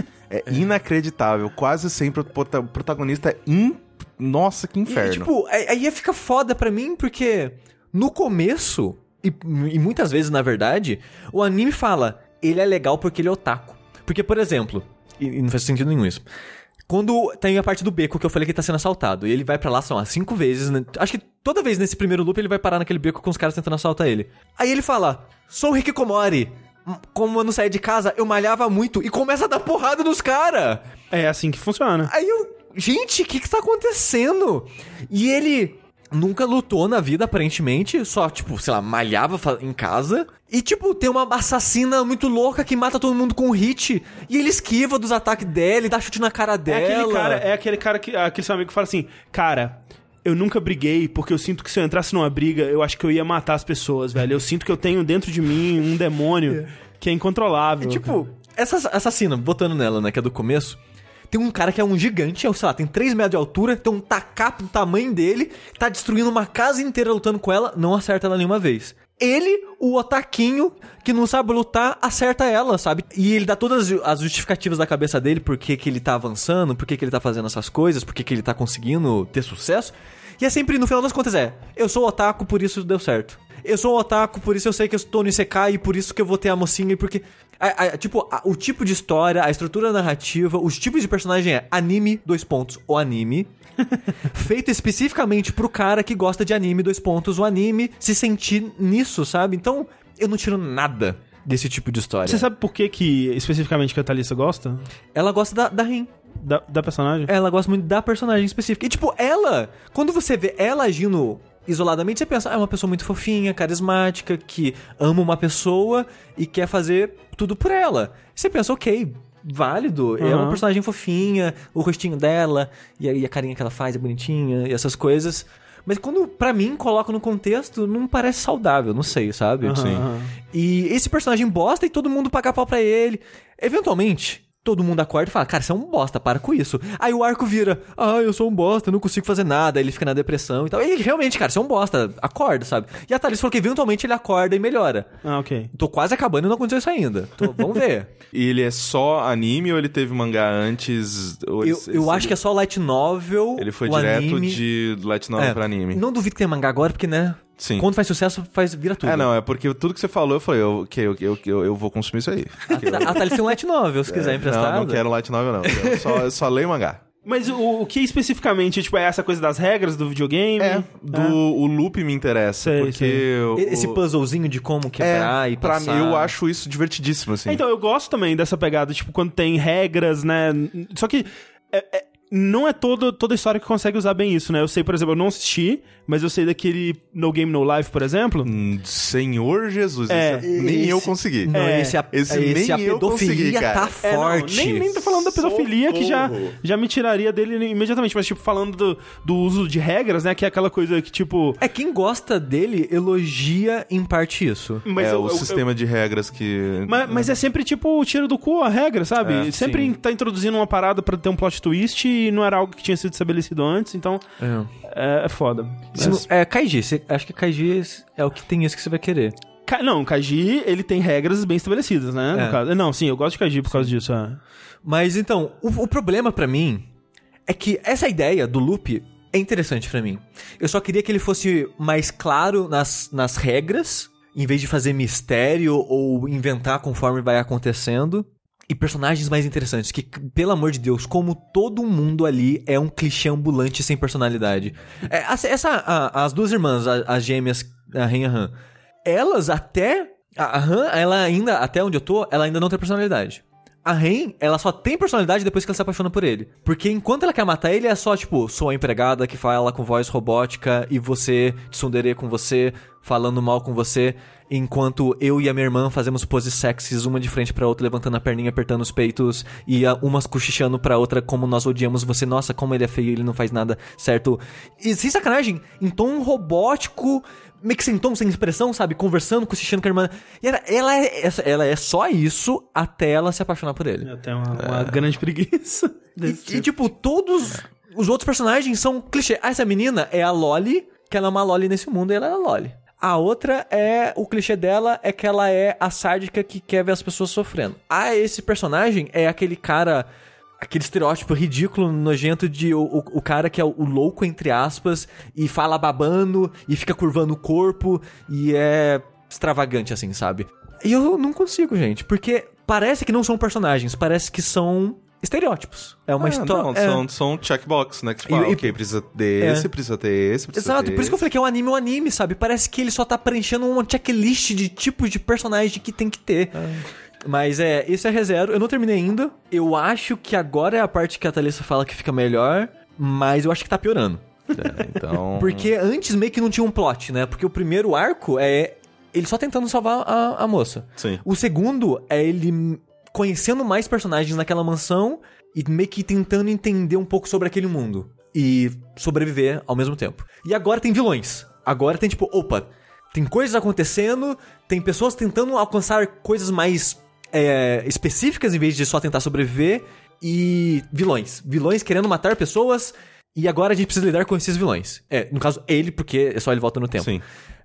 É inacreditável. Quase sempre o prota- protagonista é in... Nossa, que inferno. E, tipo, aí aí fica foda pra mim, porque no começo, e, e muitas vezes, na verdade, o anime fala, ele é legal porque ele é otaku. Porque, por exemplo, e, e não faz sentido nenhum isso, quando tem a parte do beco que eu falei que ele tá sendo assaltado, e ele vai pra lá, são lá, cinco vezes, né? Acho que toda vez nesse primeiro loop ele vai parar naquele beco com os caras tentando assaltar ele. Aí ele fala, sou o Hikikomori, como eu não saí de casa, eu malhava muito, e começa a dar porrada nos caras. É assim que funciona. Aí eu... Gente, o que que tá acontecendo? E ele nunca lutou na vida, aparentemente. Só, tipo, sei lá, malhava fa- em casa. E, tipo, tem uma assassina muito louca que mata todo mundo com um hit. E ele esquiva dos ataques dela e dá chute na cara É dela. aquele cara, é aquele cara que. Aquele seu amigo que fala assim, cara. Eu nunca briguei, porque eu sinto que se eu entrasse numa briga, eu acho que eu ia matar as pessoas, velho. Eu sinto que eu tenho dentro de mim um demônio que é incontrolável. E, tipo, essa assassina, botando nela, né, que é do começo... Tem um cara que é um gigante, sei lá, tem três metros de altura, tem um tacapo do tamanho dele, tá destruindo uma casa inteira lutando com ela, não acerta ela nenhuma vez. ele, o otaquinho que não sabe lutar, acerta ela, sabe? E ele dá todas as justificativas da cabeça dele, por que que ele tá avançando, por que que ele tá fazendo essas coisas, por que que ele tá conseguindo ter sucesso. E é sempre, no final das contas, é, eu sou otaku, por isso deu certo. Eu sou otaku, por isso eu sei que eu estou no Isekai, e por isso que eu vou ter a mocinha, e porque... A, a, tipo, a, o tipo de história, a estrutura narrativa, os tipos de personagem é anime, dois pontos, o anime... feito especificamente pro cara que gosta de anime, dois pontos, o anime se sentir nisso, sabe? Então, eu não tiro nada desse tipo de história. Você sabe por que, que especificamente que a Thalissa gosta? Ela gosta da, da Rin. Da, da personagem? Ela gosta muito da personagem específica. E tipo, ela, quando você vê ela agindo isoladamente, você pensa, ah, é uma pessoa muito fofinha, carismática, que ama uma pessoa e quer fazer tudo por ela. Você pensa, ok, válido, uhum. É uma personagem fofinha, o rostinho dela e a, e a carinha que ela faz é bonitinha e essas coisas. Mas quando, pra mim, coloco no contexto, não parece saudável, não sei, sabe? Uhum. Sim. E esse personagem bosta e todo mundo paga pau pra ele. Eventualmente, todo mundo acorda e fala, cara, você é um bosta, para com isso. Aí o arco vira, ah, eu sou um bosta, não consigo fazer nada. Aí ele fica na depressão e tal. E realmente, cara, você é um bosta, acorda, sabe? E a Thalissa falou que eventualmente ele acorda e melhora. Ah, ok. Tô quase acabando e não aconteceu isso ainda. Tô, vamos ver. E ele é só anime ou ele teve mangá antes? Ou Eu, esse, eu esse, acho que é só light novel. Ele foi o direto anime. de light novel É, pra anime. Não duvido que tenha mangá agora, porque, né? Sim. Quando faz sucesso, faz, vira tudo. É, não, é porque tudo que você falou, eu falei, eu, que eu, eu, eu, eu vou consumir isso aí. A Thalissa tem um light novel, se quiser emprestar. Não, não quero light novel, não. Eu só, eu só leio mangá. Mas o, o que especificamente, tipo, é essa coisa das regras do videogame? É, do, o loop me interessa, Sei, porque... sei. o- Esse puzzlezinho de como quebrar é, e pra passar. mim, eu acho isso divertidíssimo, assim. Então, eu gosto também dessa pegada, tipo, quando tem regras, né? Só que é- é- não é todo, toda história que consegue usar bem isso, né? Eu sei, por exemplo, eu não assisti, mas eu sei daquele No Game No Life, por exemplo. Hum, Senhor Jesus, É, esse- nem esse- eu consegui. Não, É, esse, a, esse esse nem a eu consegui, pedofilia cara. tá É, não, forte. nem, nem tô falando da pedofilia, que já, Socorro. já me tiraria dele imediatamente, mas, tipo, falando do, do uso de regras, né? Que é aquela coisa que, tipo... É, quem gosta dele elogia em parte isso. Mas é eu- o eu- sistema de regras que... Mas, mas é sempre tipo o tiro do cu a regra, sabe? É, sempre sim. tá introduzindo uma parada pra ter um plot twist e não era algo que tinha sido estabelecido antes, então é, é foda. Isso Mas- não- é, Kaiji. Você, acho que Kaiji é o que tem isso que você vai querer. Ka- não, o Kaiji, ele tem regras bem estabelecidas, né? É. No caso. Não, sim, eu gosto de Kaiji por causa disso. É. Mas então, o, o problema pra mim é que essa ideia do loop é interessante pra mim. Eu só queria que ele fosse mais claro nas, nas regras, em vez de fazer mistério ou inventar conforme vai acontecendo. E personagens mais interessantes, que, pelo amor de Deus, como todo mundo ali é um clichê ambulante sem personalidade. É, essa, essa- a- as duas irmãs, a- as gêmeas, a Ren e a Han, elas até... A a Han, ela ainda, até onde eu tô, ela ainda não tem personalidade. A Ren, ela só tem personalidade depois que ela se apaixona por ele. Porque enquanto ela quer matar ele, é só, tipo, sou a empregada que fala com voz robótica e você, tsundere com você, falando mal com você, enquanto eu e a minha irmã fazemos poses sexys, uma de frente pra outra, levantando a perninha, apertando os peitos, e a, umas cochichando pra outra como nós odiamos você. Nossa, como ele é feio, ele não faz nada certo. E sem sacanagem, em tom robótico... meio que sem tom, sem expressão, sabe? Conversando, cochichando com a irmã. E ela, ela, é, ela é só isso até ela se apaixonar por ele. Eu tenho uma, uma grande preguiça. E, desse e, tipo, todos os outros personagens são clichê. Ah, essa menina é a Loli, que ela é uma Loli nesse mundo e ela é a Loli. A outra é... O clichê dela é que ela é a sádica que quer ver as pessoas sofrendo. Ah, esse personagem é aquele cara... Aquele estereótipo ridículo, nojento de o, o, o cara que é o, o louco, entre aspas, e fala babando, e fica curvando o corpo, e é extravagante, assim, sabe? E eu não consigo, gente, porque parece que não são personagens, parece que são estereótipos. É uma Ah, história... não, é... são, são checkbox, né? Que tipo, E- ah, e- ok, precisa desse, É. precisa ter esse, precisa Exato, ter por isso que eu falei que é um anime, um anime, sabe? Parece que ele só tá preenchendo uma checklist de tipos de personagem que tem que ter. Mas é, esse é ReZero. Eu não terminei ainda. Eu acho que agora é a parte que a Thalissa fala que fica melhor, mas eu acho que tá piorando. É, então... Porque antes meio que não tinha um plot, né? Porque o primeiro arco é ele só tentando salvar a, a moça. Sim. O segundo é ele conhecendo mais personagens naquela mansão e meio que tentando entender um pouco sobre aquele mundo. E sobreviver ao mesmo tempo. E agora tem vilões. Agora tem tipo, opa, tem coisas acontecendo, tem pessoas tentando alcançar coisas mais é, específicas em vez de só tentar sobreviver. E vilões. Vilões querendo matar pessoas. E agora a gente precisa lidar com esses vilões. É, no caso, ele, porque é só ele volta no tempo. Sim.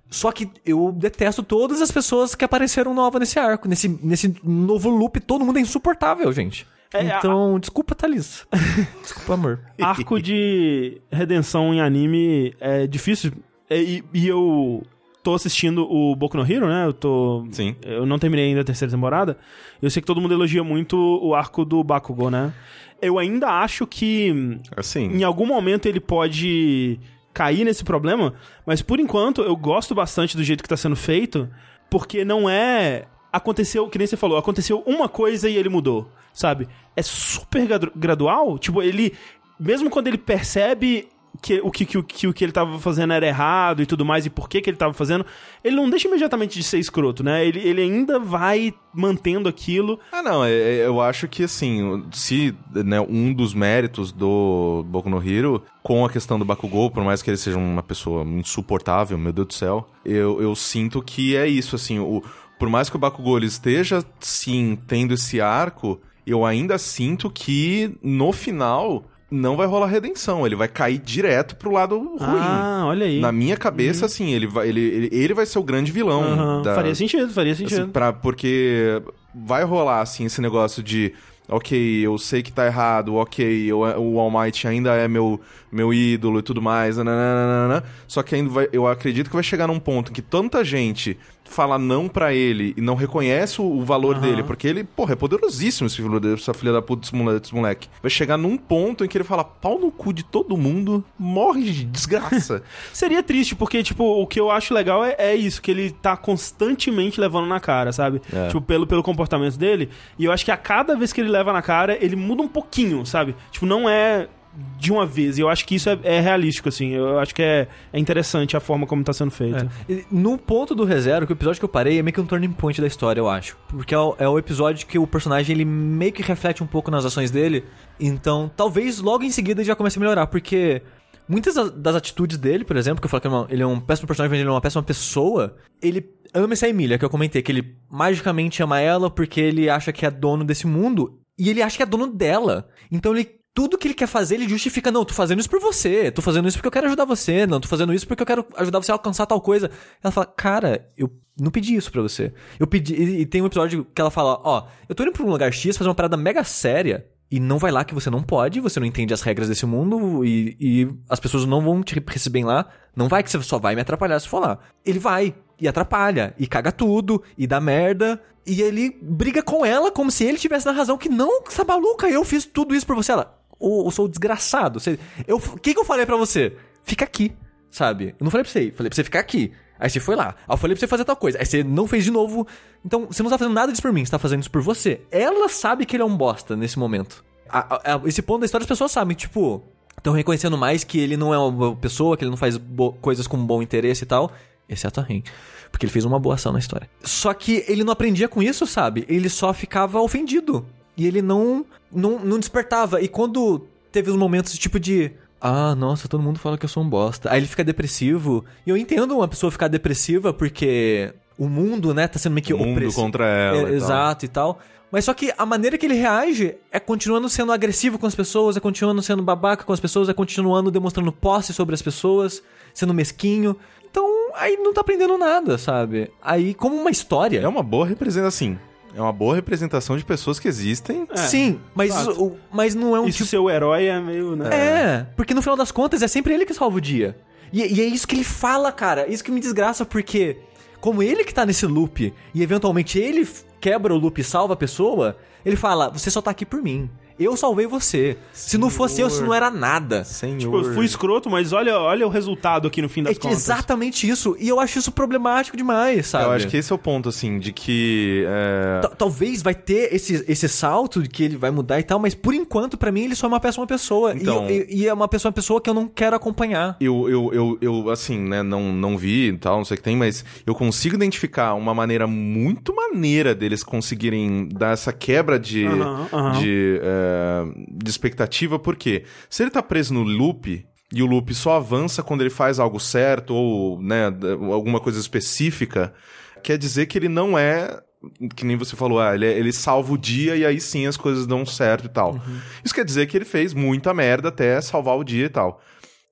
Só que eu detesto todas as pessoas que apareceram novas nesse arco. Nesse, nesse novo loop, todo mundo é insuportável, gente. É, então, a... desculpa, Thalissa. Desculpa, amor. Arco de redenção em anime é difícil. E, e eu tô assistindo o Boku no Hero, né? Eu tô... Sim. Eu não terminei ainda a terceira temporada. Eu sei que todo mundo elogia muito o arco do Bakugou, né? Eu ainda acho que... Assim... Em algum momento ele pode cair nesse problema, mas por enquanto eu gosto bastante do jeito que tá sendo feito, porque não é... Aconteceu, que nem você falou, aconteceu uma coisa e ele mudou, sabe? É super gradual, tipo, ele... Mesmo quando ele percebe que o que, que, que, que ele tava fazendo era errado e tudo mais, e por que que ele tava fazendo, ele não deixa imediatamente de ser escroto, né? Ele, ele ainda vai mantendo aquilo. Ah, não, é, eu acho que, assim, se né, um dos méritos do Boku no Hero, com a questão do Bakugou, por mais que ele seja uma pessoa insuportável, meu Deus do céu, eu, eu sinto que é isso, assim, o, por mais que o Bakugou ele esteja, sim, tendo esse arco, eu ainda sinto que, no final... não vai rolar redenção, ele vai cair direto pro lado ruim. Ah, olha aí. Na minha cabeça, uhum. assim, ele vai, ele, ele, ele vai ser o grande vilão. Uhum. Da, faria sentido, faria sentido. Assim, pra, porque vai rolar, assim, esse negócio de... Ok, eu sei que tá errado, ok, eu, o All Might ainda é meu, meu ídolo e tudo mais, nananana, só que ainda vai, eu acredito que vai chegar num ponto em que tanta gente fala não pra ele e não reconhece o, o valor uhum. dele, porque ele, porra, é poderosíssimo esse filho dele, essa filha da puta desse moleque, desse moleque. Vai chegar num ponto em que ele fala, pau no cu de todo mundo, morre de desgraça. Seria triste, porque, tipo, o que eu acho legal é, é isso, que ele tá constantemente levando na cara, sabe? É. Tipo, pelo, pelo comportamento dele, e eu acho que a cada vez que ele leva na cara, ele muda um pouquinho, sabe? Tipo, não é de uma vez. E eu acho que isso é, é realístico, assim. Eu acho que é, é interessante a forma como tá sendo feito. É. No ponto do ReZero, que o episódio que eu parei é meio que um turning point da história, eu acho. Porque é o, é o episódio que o personagem, ele meio que reflete um pouco nas ações dele. Então, talvez logo em seguida ele já comece a melhorar, porque... muitas das atitudes dele, por exemplo, que eu falo que é uma, ele é um péssimo personagem, mas ele é uma péssima pessoa, ele ama essa Emília, que eu comentei, que ele magicamente ama ela porque ele acha que é dono desse mundo, e ele acha que é dono dela. Então ele... tudo que ele quer fazer, ele justifica, não, tô fazendo isso por você, tô fazendo isso porque eu quero ajudar você, não, tô fazendo isso porque eu quero ajudar você a alcançar tal coisa. Ela fala, cara, eu não pedi isso pra você. Eu pedi, e, e tem um episódio que ela fala, ó, eu tô indo pra um lugar X fazer uma parada mega séria, e não vai lá que você não pode, você não entende as regras desse mundo, e, e as pessoas não vão te receber lá, não vai que você só vai me atrapalhar se for lá. Ele vai, e atrapalha, e caga tudo, e dá merda, e ele briga com ela como se ele tivesse na razão, que não, essa maluca, eu fiz tudo isso por você. Ela... eu sou desgraçado. Você, eu, o que que eu falei pra você? Fica aqui, sabe? Eu não falei pra você ir, falei pra você ficar aqui. Aí você foi lá. Aí eu falei pra você fazer tal coisa. Aí você não fez de novo. Então, você não tá fazendo nada disso por mim, você tá fazendo isso por você. Ela sabe que ele é um bosta nesse momento. A, a, a, esse ponto da história as pessoas sabem, tipo... estão reconhecendo mais que ele não é uma boa pessoa, que ele não faz bo- coisas com bom interesse e tal. Exceto a Ren. Porque ele fez uma boa ação na história. Só que ele não aprendia com isso, sabe? Ele só ficava ofendido. E ele não, não, não despertava. E quando teve os momentos tipo de... ah, nossa, todo mundo fala que eu sou um bosta. Aí ele fica depressivo. E eu entendo uma pessoa ficar depressiva porque o mundo, né, tá sendo meio que o mundo opressivo. contra ela. É, e exato e tal. Mas só que a maneira que ele reage é continuando sendo agressivo com as pessoas, é continuando sendo babaca com as pessoas, é continuando demonstrando posse sobre as pessoas, sendo mesquinho. Então, aí não tá aprendendo nada, sabe? Aí, como uma história... é uma boa representação, assim. É uma boa representação de pessoas que existem. É, sim, mas, o, mas não é um Isso tipo... seu herói é meio, né? É, porque no final das contas é sempre ele que salva o dia. E, e é isso que ele fala, cara. Isso que me desgraça, porque como ele que tá nesse loop e eventualmente ele quebra o loop e salva a pessoa, ele fala, você só tá aqui por mim. Eu salvei você. Senhor. Se não fosse eu, isso não era nada. Senhor. Tipo, eu fui escroto, mas olha, olha o resultado aqui no fim das é contas. Exatamente isso. E eu acho isso problemático demais, sabe? Eu acho que esse é o ponto, assim, de que... É... T- Talvez vai ter esse, esse salto de que ele vai mudar e tal, mas por enquanto, pra mim, ele só é uma péssima pessoa. Então... E, eu, e, e é uma pessoa, uma pessoa que eu não quero acompanhar. Eu, eu, eu, eu assim, né, não, não vi e tal, não sei o que tem, mas eu consigo identificar uma maneira muito maneira deles conseguirem dar essa quebra de... Uhum, uhum. de é... de expectativa, porque se ele tá preso no loop e o loop só avança quando ele faz algo certo ou, né, alguma coisa específica, quer dizer que ele não é, que nem você falou, ah, ele, é, ele salva o dia e aí sim as coisas dão certo e tal. Uhum. Isso quer dizer que ele fez muita merda até salvar o dia e tal.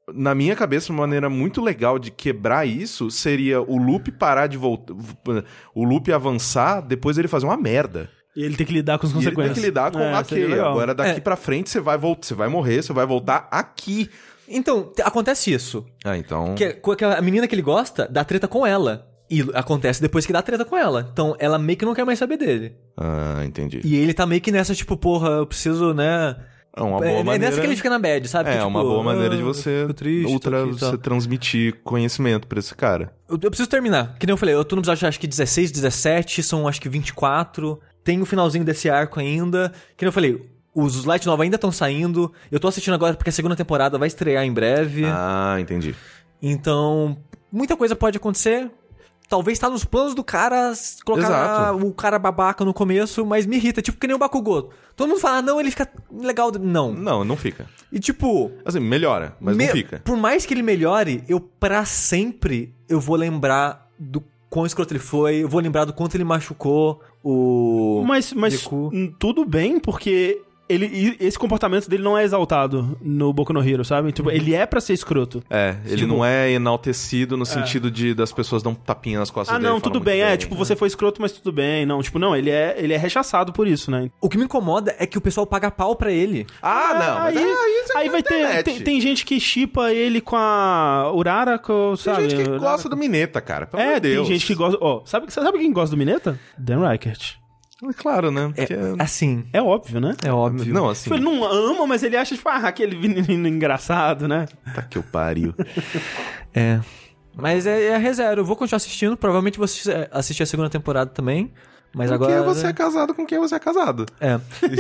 na minha cabeça, uma maneira muito legal de quebrar isso seria o loop parar de voltar, o loop avançar, depois ele fazer uma merda. E ele tem que lidar com as E consequências. ele tem que lidar com, É, seria ok, legal. agora daqui É. pra frente você vai, voltar, você vai morrer, você vai voltar aqui. Então, te- acontece isso. Ah, então... Que, que a menina que ele gosta dá treta com ela. E acontece depois que dá treta com ela. Então, ela meio que não quer mais saber dele. Ah, entendi. E ele tá meio que nessa, tipo, porra, eu preciso, né... É uma boa é, maneira... é nessa que ele fica na bad, sabe? É, Que, tipo, uma boa maneira ah, de você eu fico triste, ultra, tô aqui e tal. você transmitir conhecimento pra esse cara. Eu, eu preciso terminar. Que nem eu falei, eu tô no episódio acho que dezesseis, dezessete, são acho que vinte e quatro. Tem o finalzinho desse arco ainda. Que nem eu falei, os light novos ainda estão saindo. Eu tô assistindo agora porque a segunda temporada vai estrear em breve. Ah, entendi. Então, muita coisa pode acontecer. Talvez tá nos planos do cara colocar Exato. o cara babaca no começo, mas me irrita. Tipo, que nem o Bakugou. Todo mundo fala, ah, não, ele fica legal. Não. Não, não fica. E tipo... Assim, melhora, mas me- não fica. Por mais que ele melhore, eu pra sempre eu vou lembrar do quão escroto ele foi, eu vou lembrar do quanto ele machucou o... Mas, mas Deku. hum, tudo bem, porque ele, e esse comportamento dele não é exaltado no Boku no Hero, sabe? Tipo, ele é pra ser escroto. É, ele Tipo- não é enaltecido no sentido de das pessoas dar um tapinha nas costas Ah, dele. não, e falam tudo muito bem. É, tipo, você foi escroto, mas tudo bem. Não, tipo, não, ele é, ele é rechaçado por isso, né? O que me incomoda é que o pessoal paga pau pra ele. Ah, não, mas aí, é, aí, você aí vai ter. internet. Tem, tem gente que shippa ele com a Urara, com, Tem sabe? gente que Urara gosta com- do Mineta, cara. Pelo amor É, de Deus. tem gente que gosta. Ó, sabe, sabe quem gosta do Mineta? Dan Reichert. É claro, né? É, Porque- assim, É óbvio, né? é óbvio. Não, assim... Tipo, ele não ama, mas ele acha, tipo, ah, aquele menino engraçado, né? Tá que eu pariu. É. Mas é, é a reserva. Eu vou continuar assistindo. Provavelmente vou assistir, assistir a segunda temporada também. Mas Porque agora... você é casado com quem você é casado. É.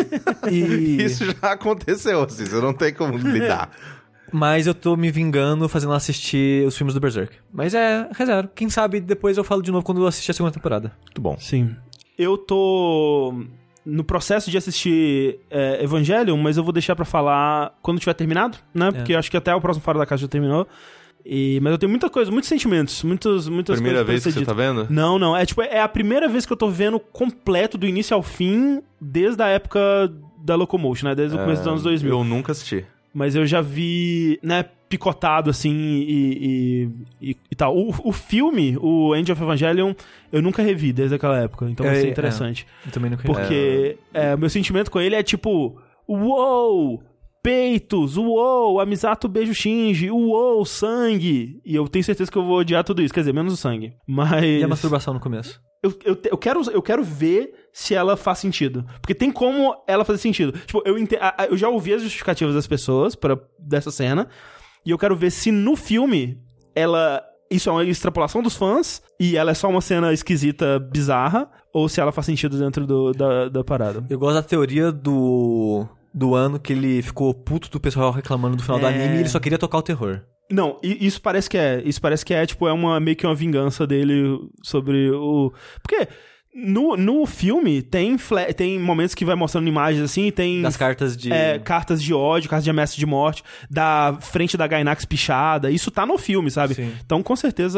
E... Isso já aconteceu, assim. Você não tem como lidar. Mas eu tô me vingando fazendo ela assistir os filmes do Berserk. Mas é reserva. Quem sabe depois eu falo de novo quando eu assistir a segunda temporada. Muito bom. Sim. Eu tô no processo de assistir é, Evangelion, mas eu vou deixar pra falar quando tiver terminado, né? Porque eu acho que até o próximo Fora da Caixa já terminou. E, mas eu tenho muita coisa, muitos sentimentos, muitos, muitas Primeira coisas pra vez que ser você dito. tá vendo? Não, não. É tipo, é a primeira vez que eu tô vendo completo do início ao fim, desde a época da Locomotion, né? Desde o começo dos anos dois mil. Eu nunca assisti. Mas eu já vi, né, picotado, assim, e, e, e, e tal. O, o filme, o End of Evangelion, eu nunca revi desde aquela época. Então vai É, ser é. interessante. Eu também não queria. Porque é, o meu sentimento com ele é tipo... Uou! Peitos! Uou! A Misato beija o Shinji! Uou! Sangue! E eu tenho certeza que eu vou odiar tudo isso. Quer dizer, menos o sangue. Mas... E a masturbação no começo? Eu, eu, te- eu, quero, eu quero ver se ela faz sentido. Porque tem como ela fazer sentido. Tipo, eu, ente- a- a- eu já ouvi as justificativas das pessoas pra, dessa cena. E eu quero ver se no filme ela... Isso é uma extrapolação dos fãs e ela é só uma cena esquisita, bizarra. Ou se ela faz sentido dentro do, da, da parada. Eu gosto da teoria do... do ano que ele ficou puto do pessoal reclamando do final do É. anime e ele só queria tocar o terror. Não, i- isso parece que é. Isso parece que é, tipo, é uma, meio que uma vingança dele sobre o... Porque no, no filme tem, fla- tem momentos que vai mostrando imagens assim, tem... Das cartas de... é, cartas de ódio, cartas de ameaça de morte, da frente da Gainax pichada. Isso tá no filme, sabe? Sim. Então, com certeza,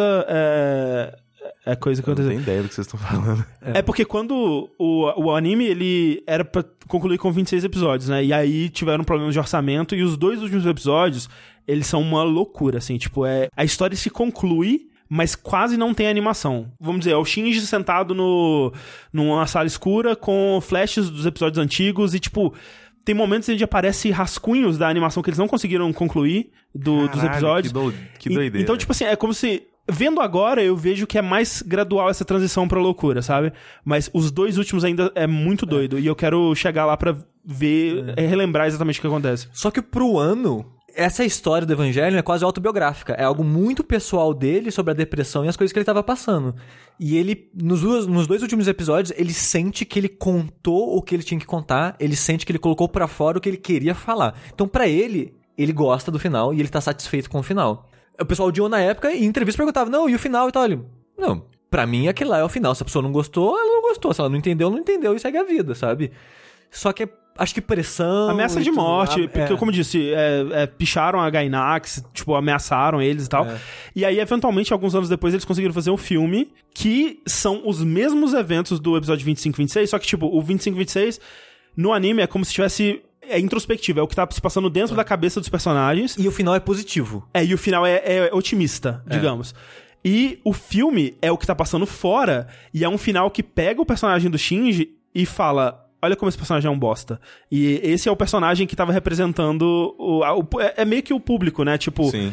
é, é coisa que Eu não aconteceu. tenho ideia do que vocês estão falando. É. porque quando o, o anime, ele era pra concluir com vinte e seis episódios, né? E aí tiveram problemas de orçamento e os dois últimos episódios, eles são uma loucura, assim. Tipo, é, a história se conclui, mas quase não tem animação. Vamos dizer, é o Shinji sentado no, numa sala escura com flashes dos episódios antigos e, tipo... Tem momentos onde aparece rascunhos da animação que eles não conseguiram concluir do- dos Caralho, episódios. Que, do... que E- doideira. Então, tipo assim, é como se... Vendo agora, eu vejo que é mais gradual essa transição pra loucura, sabe? Mas os dois últimos ainda é muito doido. E eu quero chegar lá pra ver, é. relembrar exatamente o que acontece. Só que pro ano, essa história do Evangelho é quase autobiográfica. É algo muito pessoal dele sobre a depressão e as coisas que ele tava passando. E ele, nos dois, nos dois últimos episódios, ele sente que ele contou o que ele tinha que contar, ele sente que ele colocou pra fora o que ele queria falar. Então, pra ele, ele gosta do final e ele tá satisfeito com o final. O pessoal odiou na época e em entrevista perguntava, não, e o final e tal? Ele, não, pra mim aquele lá é o final. Se a pessoa não gostou, ela não gostou. Se ela não entendeu, não entendeu e segue a vida, sabe? Só que acho que pressão... Ameaça e de tudo, morte, a- porque, é. como eu disse, é, é, picharam a Gainax, tipo, ameaçaram eles e tal. É. E aí, eventualmente, alguns anos depois, eles conseguiram fazer um filme que são os mesmos eventos do episódio vinte e cinco e vinte e seis, só que, tipo, o vinte e cinco e vinte e seis, no anime, é como se tivesse... é introspectivo, é o que tá se passando dentro da cabeça dos personagens. E o final é positivo. É, e o final é, é otimista, É. digamos. E o filme é o que tá passando fora, e é um final que pega o personagem do Shinji e fala... Olha como esse personagem é um bosta. E esse é o personagem que tava representando... O, a, o, é, é meio que o público, né? Tipo... Sim.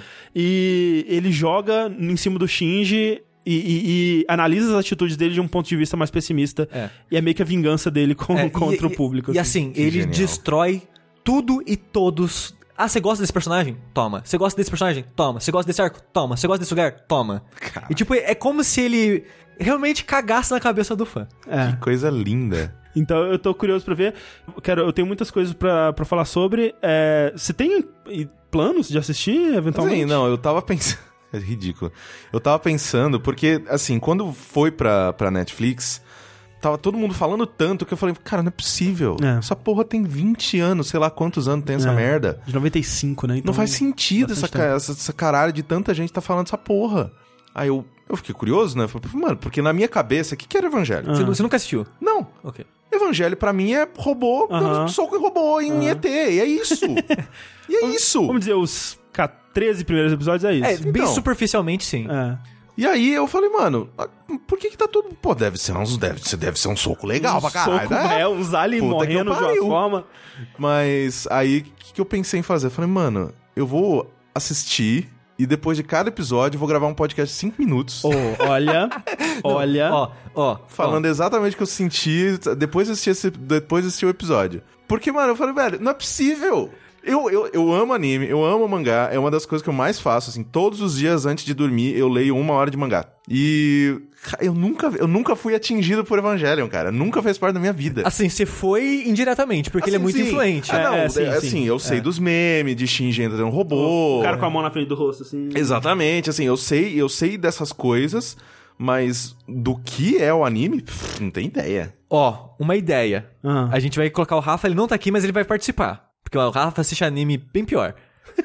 E ele joga em cima do Shinji... E, e, e analisa as atitudes dele de um ponto de vista mais pessimista. É. E é meio que a vingança dele com, É, contra e, o público. E assim, Que ele genial. destrói tudo e todos. Ah, você gosta desse personagem? Toma. Você gosta desse personagem? Toma. Você gosta desse arco? Toma. Você gosta desse lugar? Toma. Cara. E tipo, é como se ele realmente cagasse na cabeça do fã. É. Que coisa linda. Então eu tô curioso pra ver. Eu Quero, eu tenho muitas coisas pra, pra falar sobre. É, você tem e, planos de assistir, eventualmente? Assim, não, eu tava pensando... É ridículo. Eu tava pensando, porque, assim, quando foi pra, pra Netflix, tava todo mundo falando tanto que eu falei, cara, não é possível. É. Essa porra tem vinte anos, sei lá quantos anos tem essa É. merda. De noventa e cinco, né? Então, Não faz sentido bastante essa, tempo. ca- essa, essa caralho de tanta gente tá falando essa porra. Aí eu, eu fiquei curioso, né? Falei, mano, porque na minha cabeça, o que, que era Evangelho? Ah. Você, você nunca assistiu? Não. Ok. Evangelho pra mim é robô, Aham. dando soco em robô, em E T. E é isso. E é isso. Vamos dizer, os treze primeiros episódios é isso. É, bem Então. superficialmente, sim. É. E aí eu falei, mano, por que que tá tudo... Pô, deve ser, uns, deve, ser- deve ser um soco legal pra caralho, Soco, né? é, uns aliens Puta que morrendo de uma pariu. forma... Mas aí, o que, que eu pensei em fazer? Eu falei, mano, eu vou assistir e depois de cada episódio eu vou gravar um podcast de cinco minutos. Oh, olha, olha... Ó, ó. Falando exatamente o que eu senti depois de assistir, esse, depois de assistir o episódio. Porque, mano, eu falei, velho, não é possível. Eu, eu, eu amo anime, eu amo mangá, é uma das coisas que eu mais faço, assim, todos os dias antes de dormir eu leio uma hora de mangá. E cara, eu nunca, eu nunca fui atingido por Evangelion, cara, nunca fez parte da minha vida. Assim, você foi indiretamente, porque ele é Assim, muito sim. influente. Ah, não, É, é, sim, assim, sim. eu sei É. dos memes, de Shinji entrando um robô. O cara com a mão na frente do rosto, assim... Exatamente, assim, eu sei, eu sei dessas coisas, mas do que é o anime, pff, não tem ideia. Ó, uma ideia. Ah. A gente vai colocar o Rafa, ele não tá aqui, mas ele vai participar. Porque o Rafa assiste anime bem pior.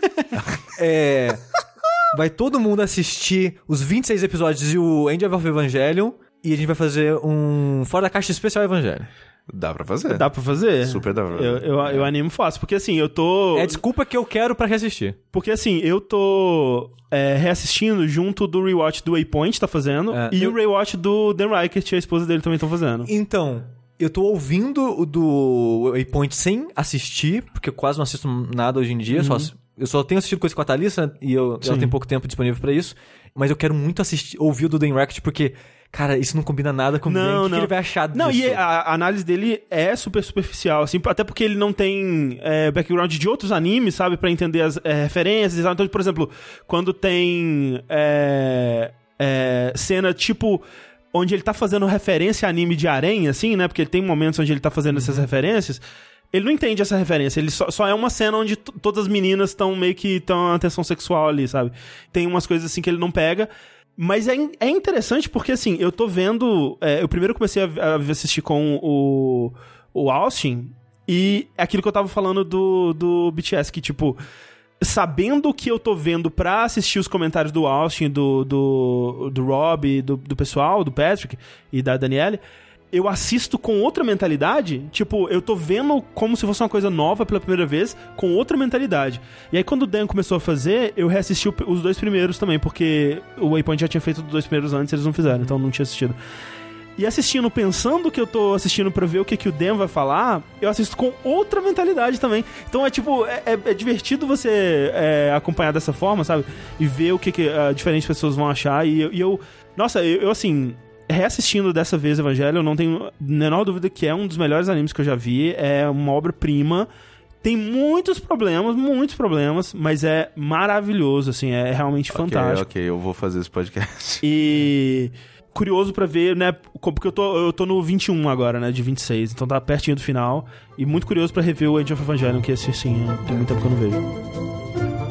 é... Vai todo mundo assistir os vinte e seis episódios e o End of Evangelion. E a gente vai fazer um Fora da Caixa especial Evangelion. Dá pra fazer. Dá pra fazer? Super dá pra fazer. Eu, eu, eu animo fácil, porque assim, eu tô... É a desculpa que eu quero pra reassistir. Porque assim, eu tô é, reassistindo junto do rewatch do Waypoint tá fazendo, É, e eu- o rewatch do Dan Reichert e a esposa dele também estão fazendo. Então, eu tô ouvindo o do Waypoint sem assistir, porque eu quase não assisto nada hoje em dia. Só, eu só tenho assistido coisa com a Thalissa e eu, ela Sim. tem pouco tempo disponível pra isso. Mas eu quero muito assistir, ouvir o do Dan Reichert, porque, cara, isso não combina nada com Não, o que, não. que ele vai achar disso. Não, e a, a análise dele é super superficial, assim, até porque ele não tem é, background de outros animes, sabe, pra entender as é, referências. Então, por exemplo, quando tem é, é, cena tipo onde ele tá fazendo referência a anime de harém, assim, né, porque ele tem momentos onde ele tá fazendo essas referências, ele não entende essa referência, ele só, só é uma cena onde t- todas as meninas estão meio que estão uma tensão sexual ali, sabe? Tem umas coisas assim que ele não pega. Mas é, in- é interessante porque, assim, eu tô vendo... É, eu primeiro comecei a, a assistir com o, o Austin, e é aquilo que eu tava falando do, do B T S, que, tipo, sabendo o que eu tô vendo pra assistir os comentários do Austin, do, do, do Rob, do, do pessoal, do Patrick e da Danielle, eu assisto com outra mentalidade. Tipo, eu tô vendo como se fosse uma coisa nova pela primeira vez, com outra mentalidade. E aí, quando o Dan começou a fazer, eu reassisti o- os dois primeiros também, porque o Waypoint já tinha feito os dois primeiros antes, eles não fizeram, então eu não tinha assistido. E assistindo, pensando que eu tô assistindo pra ver o que, que o Dan vai falar, eu assisto com outra mentalidade também. Então é tipo, é, é- é divertido você é, acompanhar dessa forma, sabe? E ver o que, que ah, diferentes pessoas vão achar. E eu, e eu nossa, eu, eu, assim, reassistindo dessa vez Evangelho, eu não tenho a menor dúvida que é um dos melhores animes que eu já vi. É uma obra-prima. Tem muitos problemas, muitos problemas, mas é maravilhoso, assim, é realmente fantástico. Ok, ok, eu vou fazer esse podcast. E curioso pra ver, né, porque eu tô, eu tô no vinte e um agora, né, de vinte e seis, então tá pertinho do final, e muito curioso pra rever o Age of Evangelion, que esse, assim, tem muito tempo que eu não vejo.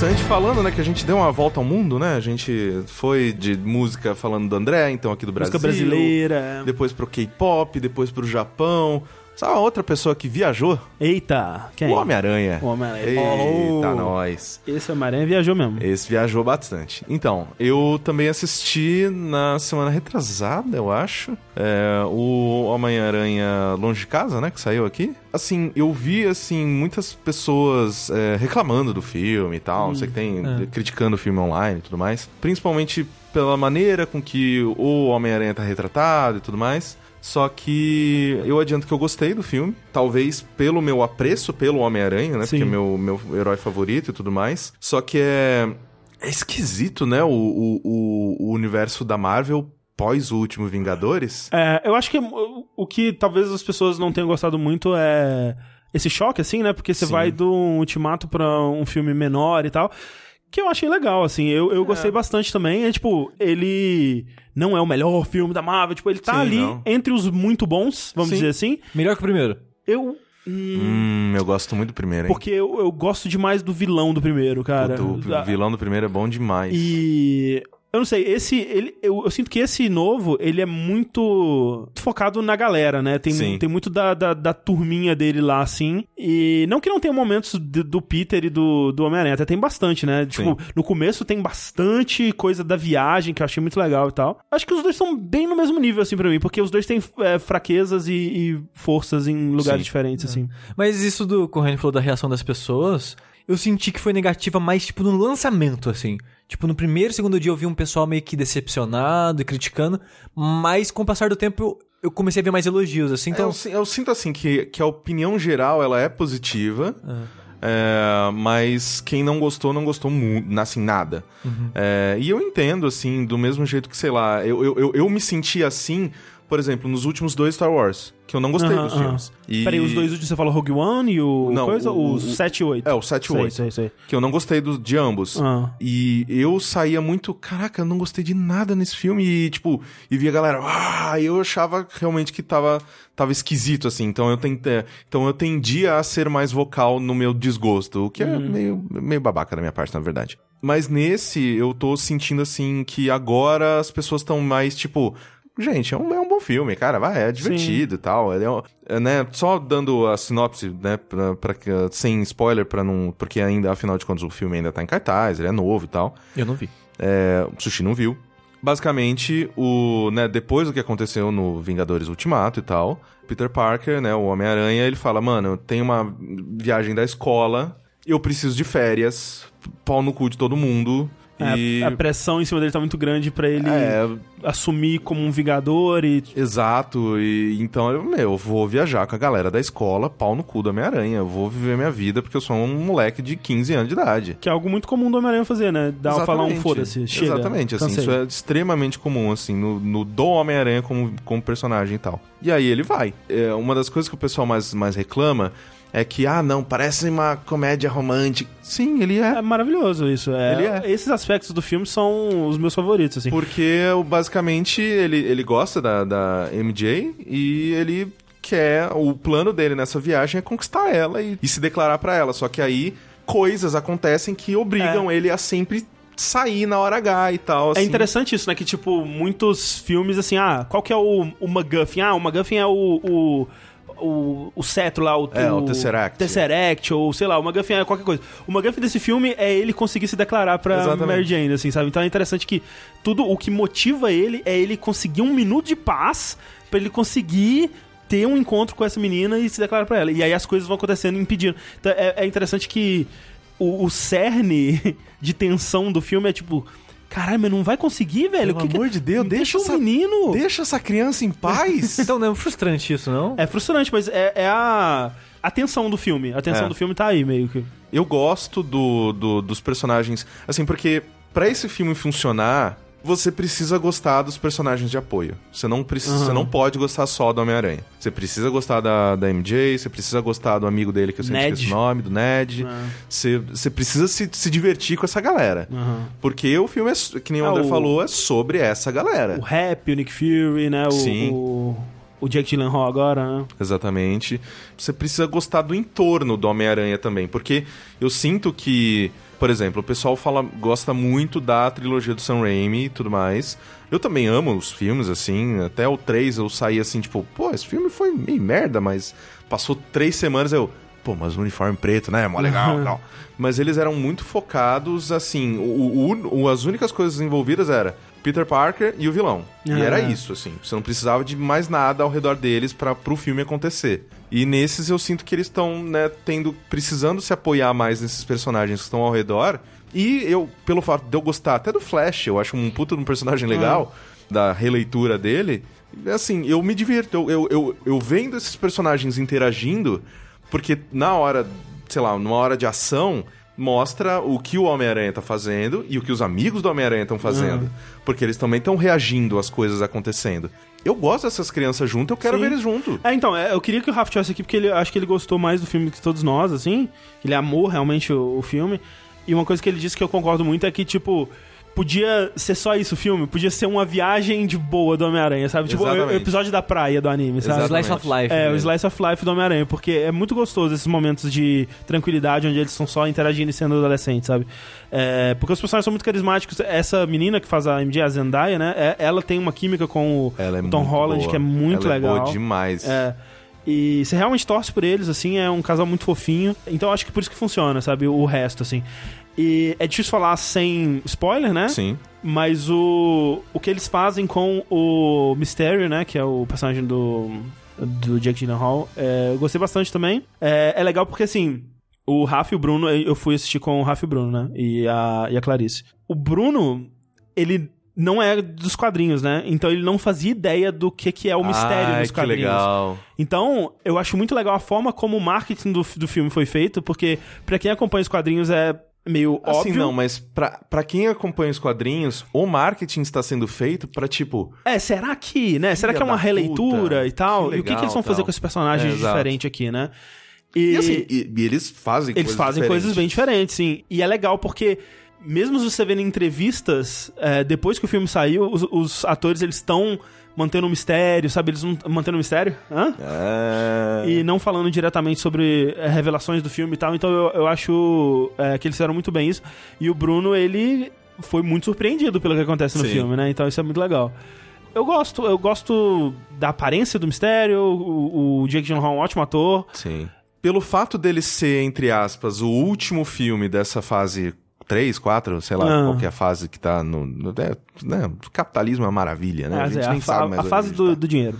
interessante falando, né, que a gente deu uma volta ao mundo, né? A gente foi de música falando do André, então aqui do Brasil. Música brasileira. Depois pro K-pop, depois pro Japão. Sabe uma outra pessoa que viajou? Eita, quem? O Homem-Aranha. O Homem-Aranha. Eita, Oh. nós. Esse Homem-Aranha viajou mesmo. Esse viajou bastante. Então, eu também assisti na semana retrasada, eu acho, é, o Homem-Aranha Longe de Casa, né, que saiu aqui. Assim, eu vi, assim, muitas pessoas é, reclamando do filme e tal, não sei que tem, é. criticando o filme online e tudo mais. Principalmente pela maneira com que o Homem-Aranha tá retratado e tudo mais. Só que eu adianto que eu gostei do filme. Talvez pelo meu apreço pelo Homem-Aranha, né? Sim. Porque é meu, meu herói favorito e tudo mais. Só que é... É esquisito, né? O, o, o, o universo da Marvel pós o último Vingadores. É, eu acho que o, o que talvez as pessoas não tenham gostado muito é esse choque, assim, né? Porque você Sim. vai do Ultimato pra um filme menor e tal. Que eu achei legal, assim. Eu, eu gostei bastante também. É, tipo, ele não é o melhor filme da Marvel. Tipo, ele tá Sim, ali não. entre os muito bons, vamos Sim. dizer assim. Melhor que o primeiro. Eu... Hum, Hum, eu gosto muito do primeiro, hein? porque eu, eu gosto demais do vilão do primeiro, cara. Puta, o Da- vilão do primeiro é bom demais. E... Eu não sei, esse... Ele, eu, eu sinto que esse novo, ele é muito focado na galera, né? Tem, Sim. tem muito da, da, da turminha dele lá, assim. E não que não tenha momentos de- do Peter e do, do Homem-Aranha, até tem bastante, né? Tipo, Sim. no começo tem bastante coisa da viagem, que eu achei muito legal e tal. Acho que os dois são bem no mesmo nível, assim, pra mim. Porque os dois têm é, fraquezas e, e forças em lugares Sim. diferentes, assim. Mas isso do que o Rani falou da reação das pessoas, eu senti que foi negativa mais, tipo, no lançamento, assim. Tipo, no primeiro, segundo dia eu vi um pessoal meio que decepcionado e criticando, mas com o passar do tempo eu, eu comecei a ver mais elogios, assim, então... Eu, si- eu sinto assim que, que a opinião geral ela é positiva, é, mas quem não gostou, não gostou muito, assim, nada. É, e eu entendo, assim, do mesmo jeito que, sei lá, eu, eu, eu, eu me senti assim, por exemplo, nos últimos dois Star Wars, que eu não gostei Aham, dos aham. filmes. E... Peraí, os dois últimos você falou Rogue One e o Não, coisa? o- O, o- sete e oito. É, o sete e Sei, oito. sei, sei. Que eu não gostei do, de ambos. Ah. E eu saía muito, caraca, eu não gostei de nada nesse filme. E, tipo, e via a galera, ah, e eu achava realmente que tava, tava esquisito, assim. Então eu tentei, então eu tendia a ser mais vocal no meu desgosto, o que é meio, meio babaca da minha parte, na verdade. Mas nesse, eu tô sentindo, assim, que agora as pessoas estão mais, tipo... Gente, é um, é um bom filme, cara, vai, é divertido e tal. Ele é, um- é, né, só dando a sinopse, né, pra, pra, que- sem spoiler, pra não, porque ainda, afinal de contas, o filme ainda tá em cartaz, ele é novo e tal. Eu não vi. É, o Sushi não viu. Basicamente, o, né, depois do que aconteceu no Vingadores Ultimato e tal, Peter Parker, né, o Homem-Aranha, ele fala, mano, eu tenho uma viagem da escola, eu preciso de férias, pau no cu de todo mundo. É, e... A pressão em cima dele tá muito grande pra ele É, assumir como um vingador e... exato, e então eu, meu, eu vou viajar com a galera da escola, pau no cu da Homem-Aranha, eu vou viver minha vida porque eu sou um moleque de quinze anos de idade. Que é algo muito comum do Homem-Aranha fazer, né? Dar falar um Exatamente. foda-se, chega. Exatamente, assim, cansei. isso é extremamente comum, assim, no, no do Homem-Aranha como, como personagem e tal. E aí ele vai. É, uma das coisas que o pessoal mais, mais reclama é que, ah, não, parece uma comédia romântica. Sim, ele é. É maravilhoso isso. É, Ele é. Esses aspectos do filme são os meus favoritos, assim. Porque, basicamente, ele, ele gosta da, da M J e ele quer... O plano dele nessa viagem é conquistar ela e, e se declarar pra ela. Só que aí, coisas acontecem que obrigam ele a sempre sair na hora H e tal, assim. É interessante isso, né? Que, tipo, muitos filmes, assim, ah, qual que é o, o MacGuffin? Ah, o MacGuffin é o... o... O, o cetro lá, o, É, o Tesseract. Tesseract, ou sei lá, o MacGuffin é qualquer coisa. O MacGuffin desse filme é ele conseguir se declarar pra Exatamente. Mary Jane, assim, sabe? Então é interessante que tudo o que motiva ele é ele conseguir um minuto de paz pra ele conseguir ter um encontro com essa menina e se declarar pra ela. E aí as coisas vão acontecendo impedindo. Então é, é interessante que o, o cerne de tensão do filme é tipo... Caralho, mas não vai conseguir, velho? Pelo O que que- amor de Deus, deixa o essa- menino... Deixa essa criança em paz. Então não é frustrante isso, não? É frustrante, mas é, é a... A tensão do filme. A tensão É. do filme tá aí, meio que. Eu gosto do, do- dos personagens. Assim, porque pra esse filme funcionar, você precisa gostar dos personagens de apoio. Você não, precisa, Aham. você não pode gostar só do Homem-Aranha. Você precisa gostar da, da M J, você precisa gostar do amigo dele, que eu sempre Ned. esqueço o nome, do Ned. Ah. Você, você precisa se, se divertir com essa galera. Aham. Porque o filme, é, que nem o Ah, André o- falou, é sobre essa galera. O Rap, o Nick Fury, né? O, Sim. o, o Jake Gyllenhaal agora, né? Exatamente. Você precisa gostar do entorno do Homem-Aranha também, porque eu sinto que, Por exemplo, o pessoal fala, gosta muito da trilogia do Sam Raimi e tudo mais. Eu também amo os filmes, assim. Até o três eu saí assim, tipo, pô, esse filme foi meio merda, mas passou três semanas eu... Pô, mas o uniforme preto, né? É mó legal, não. Mas eles eram muito focados, assim... O, o, o, as únicas coisas envolvidas era Peter Parker e o vilão. Ah, e era é. isso, assim. Você não precisava de mais nada ao redor deles para pro filme acontecer. E nesses eu sinto que eles estão, né, tendo... Precisando se apoiar mais nesses personagens que estão ao redor. E eu, pelo fato de eu gostar até do Flash, eu acho um puta de um personagem legal, ah. da releitura dele... Assim, eu me divirto. Eu, eu, eu, eu vendo esses personagens interagindo... Porque na hora, sei lá, numa hora de ação, mostra o que o Homem-Aranha tá fazendo e o que os amigos do Homem-Aranha estão fazendo. Uhum. Porque eles também estão reagindo às coisas acontecendo. Eu gosto dessas crianças juntas, eu quero Sim. ver eles juntos. É, então, eu queria que o Rafa tivesse aqui, porque ele, acho que ele gostou mais do filme que todos nós, assim. Ele amou realmente o, o filme. E uma coisa que ele disse que eu concordo muito é que, tipo... Podia ser só isso o filme, podia ser uma viagem de boa do Homem-Aranha, sabe? Tipo, o, o episódio da praia do anime, sabe? O Slice of Life. É, mesmo. o Slice of Life do Homem-Aranha, porque é muito gostoso esses momentos de tranquilidade onde eles estão só interagindo e sendo adolescentes, sabe? É, porque os personagens são muito carismáticos. Essa menina que faz a M J, a Zendaya, né? É, ela tem uma química com o, ela é o Tom Holland, boa. que é muito ela legal. É boa demais. É. E você realmente torce por eles, assim, é um casal muito fofinho. Então eu acho que por isso que funciona, sabe? O resto, assim. E é difícil falar sem spoiler, né? Sim. Mas o, o que eles fazem com o Mysterio, né? Que é o personagem do, do Jake Gyllenhaal, é, eu gostei bastante também. É, é legal porque, assim, o Rafa e o Bruno, eu fui assistir com o Rafa e o Bruno, né? E a, e a Clarice. O Bruno, ele não é dos quadrinhos, né? Então ele não fazia ideia do que, que é o mistério Ai, dos quadrinhos. Que legal. Então, eu acho muito legal a forma como o marketing do, do filme foi feito, porque pra quem acompanha os quadrinhos é meio assim, óbvio. não, mas pra, pra quem acompanha os quadrinhos, o marketing está sendo feito pra, tipo... É, será que, né? Será que é uma da releitura puta, e tal? que E o que, que legal, eles vão fazer tal. com esses personagens É, exato. diferentes aqui, né? E, assim, e, e eles fazem Eles coisas fazem diferentes. coisas bem diferentes, sim. E é legal porque, mesmo você vendo em entrevistas, é, depois que o filme saiu, os, os atores, eles estão mantendo um mistério, sabe? Eles não mantendo um mistério. Hã? É... E não falando diretamente sobre é, revelações do filme e tal. Então eu, eu acho é, que eles fizeram muito bem isso. E o Bruno, ele foi muito surpreendido pelo que acontece no Sim. filme, né? Então isso é muito legal. Eu gosto, eu gosto da aparência do mistério. O, o Jake Gyllenhaal é um ótimo ator. Sim. Pelo fato dele ser, entre aspas, o último filme dessa fase três, quatro, sei lá, Não. qual que é a fase que tá no... no é, né, capitalismo é uma maravilha, né? É, a gente é, nem a, sabe a, mais a onde fase gente do, tá. do dinheiro.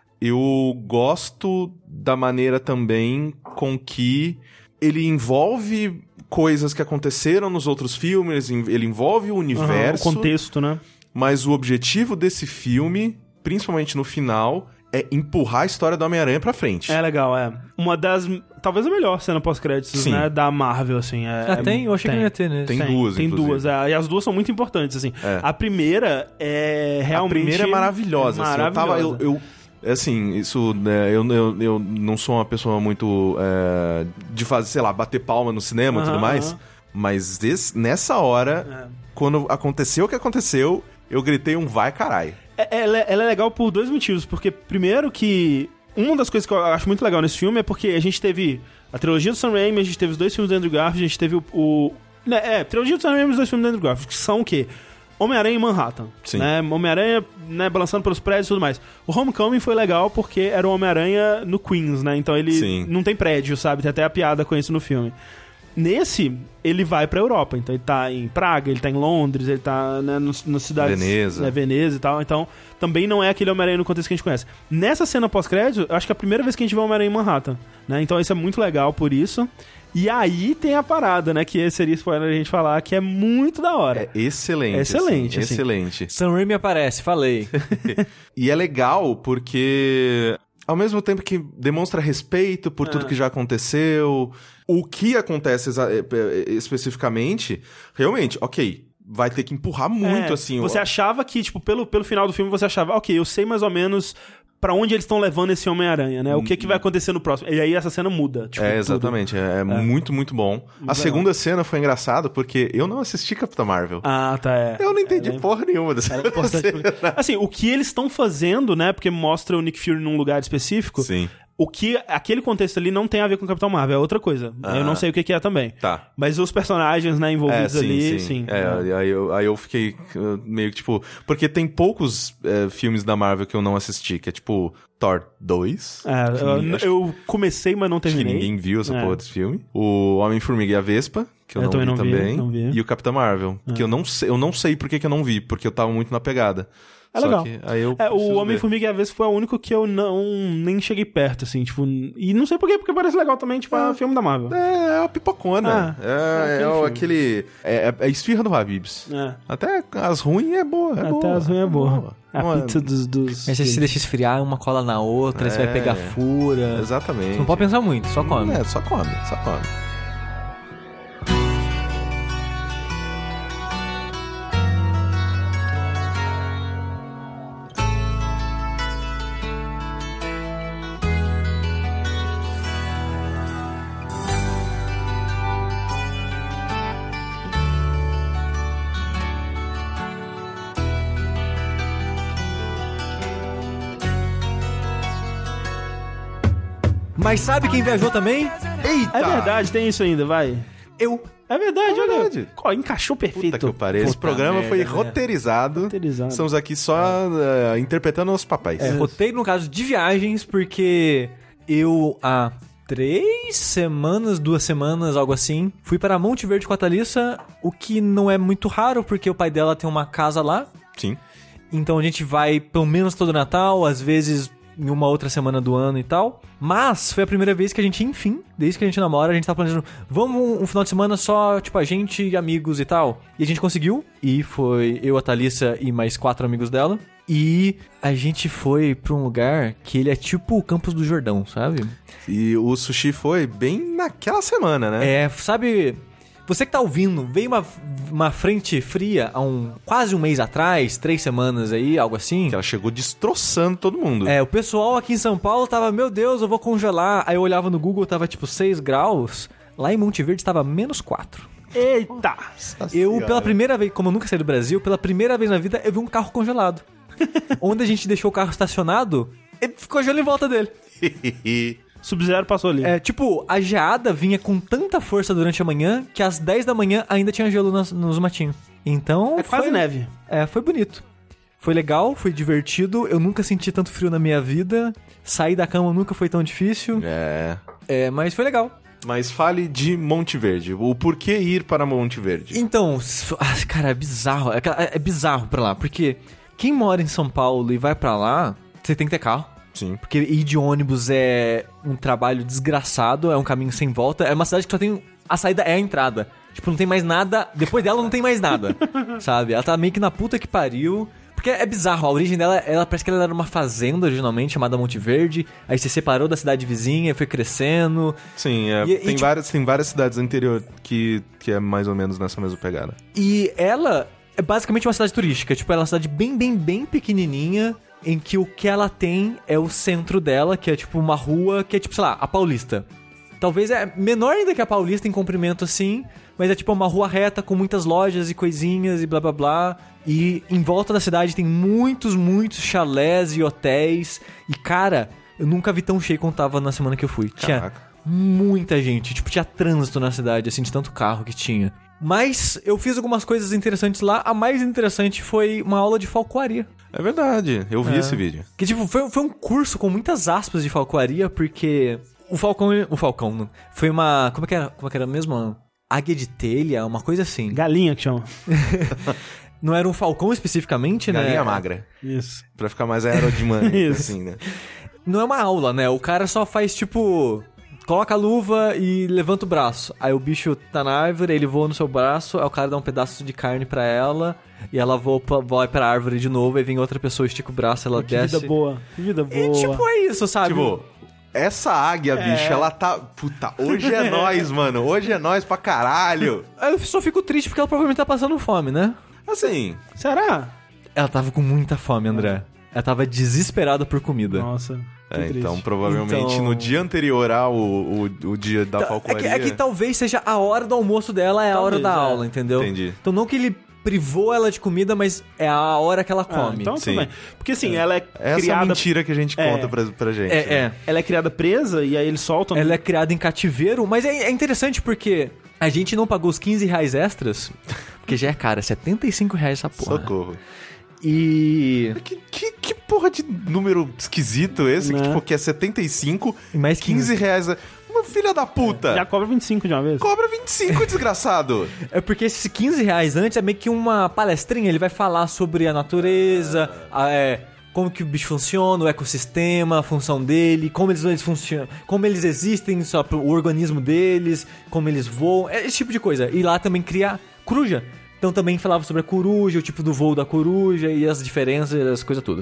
Eu gosto da maneira também com que ele envolve coisas que aconteceram nos outros filmes, ele envolve o universo, Uhum, o contexto, né? mas o objetivo desse filme, principalmente no final, é empurrar a história do Homem-Aranha pra frente. É legal, é. Uma das... Talvez a melhor cena pós-créditos, Sim. né? Da Marvel, assim. É, Ah, é- tem? Eu achei tem. que não ia ter, né? Tem duas, Tem inclusive. duas, é, e as duas são muito importantes, assim. É. A primeira é realmente... A primeira é maravilhosa. é assim, eu tava... Eu, eu, assim, isso... Né, eu, eu, eu não sou uma pessoa muito... É, de fazer, sei lá, bater palma no cinema e Aham, tudo mais. aham. Mas esse, nessa hora, É. quando aconteceu o que aconteceu, eu gritei um vai carai. É- Ela, ela é legal por dois motivos. Porque, primeiro, que uma das coisas que eu acho muito legal nesse filme é porque a gente teve a trilogia do Sam Raimi, a gente teve os dois filmes do Andrew Garfield, a gente teve o... o né, é, a trilogia do Sam Raimi e os dois filmes do Andrew Garfield, que são o quê? Homem-Aranha em Manhattan. Sim. Né? Homem-Aranha, né, balançando pelos prédios e tudo mais. O Homecoming foi legal porque era o Homem-Aranha no Queens, né? Então ele Sim. não tem prédio, sabe? Tem até a piada com isso no filme. Nesse, ele vai pra Europa. Então ele tá em Praga, ele tá em Londres, ele tá, né, no, nas cidades... Veneza. Né, Veneza e tal. Então, também não é aquele Homem-Aranha no contexto que a gente conhece. Nessa cena pós-crédito, eu acho que é a primeira vez que a gente vê o Homem-Aranha em Manhattan. Né? Então isso é muito legal por isso. E aí tem a parada, né? Que seria spoiler a gente falar, que é muito da hora. É excelente. É excelente, assim, assim. Excelente. Sam Raimi aparece, falei. E é legal porque, ao mesmo tempo que demonstra respeito por tudo É. que já aconteceu, o que acontece exa- eh, eh, especificamente, realmente, ok, vai ter que empurrar muito, É, assim. Você o- achava que, tipo, pelo, pelo final do filme, você achava, ok, eu sei mais ou menos pra onde eles estão levando esse Homem-Aranha, né? O que, que vai acontecer no próximo. E aí essa cena muda. Tipo, É, tudo. exatamente. É, é muito, muito bom. a legal. segunda cena foi engraçada porque eu não assisti Capitã Marvel. Ah, tá, é. eu não entendi Ela é- porra nenhuma dessa ela é importante cena. porque- Assim, o que eles estão fazendo, né? Porque mostra o Nick Fury num lugar específico. Sim. O que aquele contexto ali não tem a ver com o Capitão Marvel, é outra coisa. Ah. Eu não sei o que, que é também. Tá. Mas os personagens, né, envolvidos É, sim, ali, sim. sim. É, aí, eu, aí eu fiquei uh, meio que tipo... Porque tem poucos é, filmes da Marvel que eu não assisti, que é tipo Thor dois. É, que eu, ninguém- acho eu comecei, mas não Acho que terminei. ninguém viu essa É. porra desse filme. O Homem-Formiga e a Vespa, que eu, Eu não, também vi não vi, também. não vi. E o Capitão Marvel, que eu não sei, eu não sei por que que eu não vi, porque eu tava muito na pegada. É Só legal. que aí eu É, preciso o ver. Homem-Formiga e a Vespa foi o único que eu não nem cheguei perto, assim, tipo... E não sei por quê, porque parece legal também, tipo, é um filme da Marvel. É, é uma pipocona. Ah, é, é é, o- aquele aquele... É, é, é esfirra do Habib's. É. Até as ruins é boa, é Até boa. as ruins é boa. A Não é- pizza dos... dos... Mas se você deixa esfriar, uma cola na outra, você vai É. pegar fura. Exatamente. Você não pode pensar muito, só come. É, só come, só come. Mas sabe quem viajou também? Eita! É verdade, tem isso ainda, vai. Eu. É verdade, É olha. verdade. Ó, encaixou perfeito. Puta que eu parei. Esse Puta programa merda, foi né? roteirizado. Roteirizado. Estamos aqui só eh, interpretando os papéis. É, roteiro no caso de viagens, porque eu há três semanas, duas semanas, algo assim, fui para Monte Verde com a Thalissa, o que não é muito raro, porque o pai dela tem uma casa lá. Sim. Então a gente vai pelo menos todo Natal, às vezes em uma outra semana do ano e tal. Mas foi a primeira vez que a gente, enfim, desde que a gente namora, a gente tá planejando, vamos um, um final de semana só, tipo, a gente e amigos e tal. E a gente conseguiu, e foi eu, a Thalissa e mais quatro amigos dela. E a gente foi pra um lugar que ele é tipo o Campos do Jordão, sabe? E o sushi foi bem naquela semana, né? É, sabe... Você que tá ouvindo, veio uma, uma frente fria há um, quase um mês atrás, três semanas aí, algo assim. Que ela chegou destroçando todo mundo. É, o pessoal aqui em São Paulo tava, meu Deus, eu vou congelar. Aí eu olhava no Google, tava tipo seis graus. Lá em Monte Verde tava menos quatro. Eita! Eu, pela primeira vez, como eu nunca saí do Brasil, pela primeira vez na vida, eu vi um carro congelado. Onde a gente deixou o carro estacionado, ele ficou gelo em volta dele. Sub-Zero passou ali. É, tipo, a geada vinha com tanta força durante a manhã que às dez da manhã ainda tinha gelo nas- nos matinhos. Então. É quase foi- neve. É, foi bonito. Foi legal, foi divertido. Eu nunca senti tanto frio na minha vida. Sair da cama nunca foi tão difícil. É. É, mas foi legal. Mas fale de Monte Verde. O porquê ir para Monte Verde? Então, s- ah, cara, é bizarro. É, é bizarro pra lá, porque quem mora em São Paulo e vai pra lá, você tem que ter carro. Sim. Porque ir de ônibus é um trabalho desgraçado, é um caminho sem volta. É uma cidade que só tem... A saída é a entrada. Tipo, não tem mais nada... Depois dela não tem mais nada, sabe? Ela tá meio que na puta que pariu. Porque é bizarro, a origem dela, ela parece que ela era uma fazenda originalmente, chamada Monte Verde. Aí se separou da cidade vizinha, foi crescendo. Sim, é, E- e, tem, tipo- várias, tem várias cidades no interior que, que é mais ou menos nessa mesma pegada. E ela é basicamente uma cidade turística. Tipo, ela é uma cidade bem, bem, bem pequenininha, em que o que ela tem é o centro dela, que é tipo uma rua que é tipo, sei lá, a Paulista. Talvez é menor ainda que a Paulista em comprimento assim, mas é tipo uma rua reta com muitas lojas e coisinhas e blá blá blá. E em volta da cidade tem muitos, muitos chalés e hotéis. E cara, eu nunca vi tão cheio quanto tava na semana que eu fui. Tinha Caraca. muita gente, tipo, tinha trânsito na cidade, assim, de tanto carro que tinha. Mas eu fiz algumas coisas interessantes lá. A mais interessante foi uma aula de falcoaria. É verdade, eu vi esse vídeo. Que, tipo, foi, foi um curso com muitas aspas de falcoaria, porque o falcão... O falcão, né? Foi uma... Como é que era, como é que era mesmo? Águia de telha, uma coisa assim. Galinha que chama. Não era um falcão especificamente, né? Galinha magra. Isso. Pra ficar mais aerodinâmico, Isso. assim, né? Não é uma aula, né? O cara só faz, tipo... Coloca a luva e levanta o braço. Aí o bicho tá na árvore, ele voa no seu braço, aí o cara dá um pedaço de carne pra ela, e ela voa pra, voa pra árvore de novo, aí vem outra pessoa, estica o braço, ela Que desce. vida boa. Que vida boa. E, tipo, é isso, sabe? Tipo, essa águia, bicho, ela tá... Puta, hoje é nóis, mano. Hoje é nóis pra caralho. Eu só fico triste porque ela provavelmente tá passando fome, né? Assim, Será? Ela tava com muita fome, André. Ela tava desesperada por comida. Nossa. que é, triste. então provavelmente Então- no dia anterior ao o, o dia da Tá, é, falcoaria... que, é que talvez seja a hora do almoço dela, é a hora Talvez, da é. aula, entendeu? Entendi. Então não que ele privou ela de comida, mas é a hora que ela Ah, come. então Sim. tudo bem. Porque assim, ela é Essa é a criada... mentira que a gente É. conta pra, pra gente. É, é. Ela é criada presa e aí eles soltam... Ela é criada em cativeiro, mas é, é interessante porque a gente não pagou os quinze reais extras, porque já é caro, é setenta e cinco reais essa porra. Socorro. E... Que, que, que porra de número esquisito esse, Né? que, tipo, que é setenta e cinco, E mais quinze reais. Uma filha da puta! Já cobra vinte e cinco de uma vez. Cobra vinte e cinco, desgraçado! É porque esses quinze reais antes é meio que uma palestrinha, ele vai falar sobre a natureza, a- é, como que o bicho funciona, o ecossistema, a função dele, como eles, eles funcionam, como eles existem, só pro- o organismo deles, como eles voam, é esse tipo de coisa. E lá também cria coruja. Então também falava sobre a coruja, o tipo do voo da coruja e as diferenças, as coisas tudo.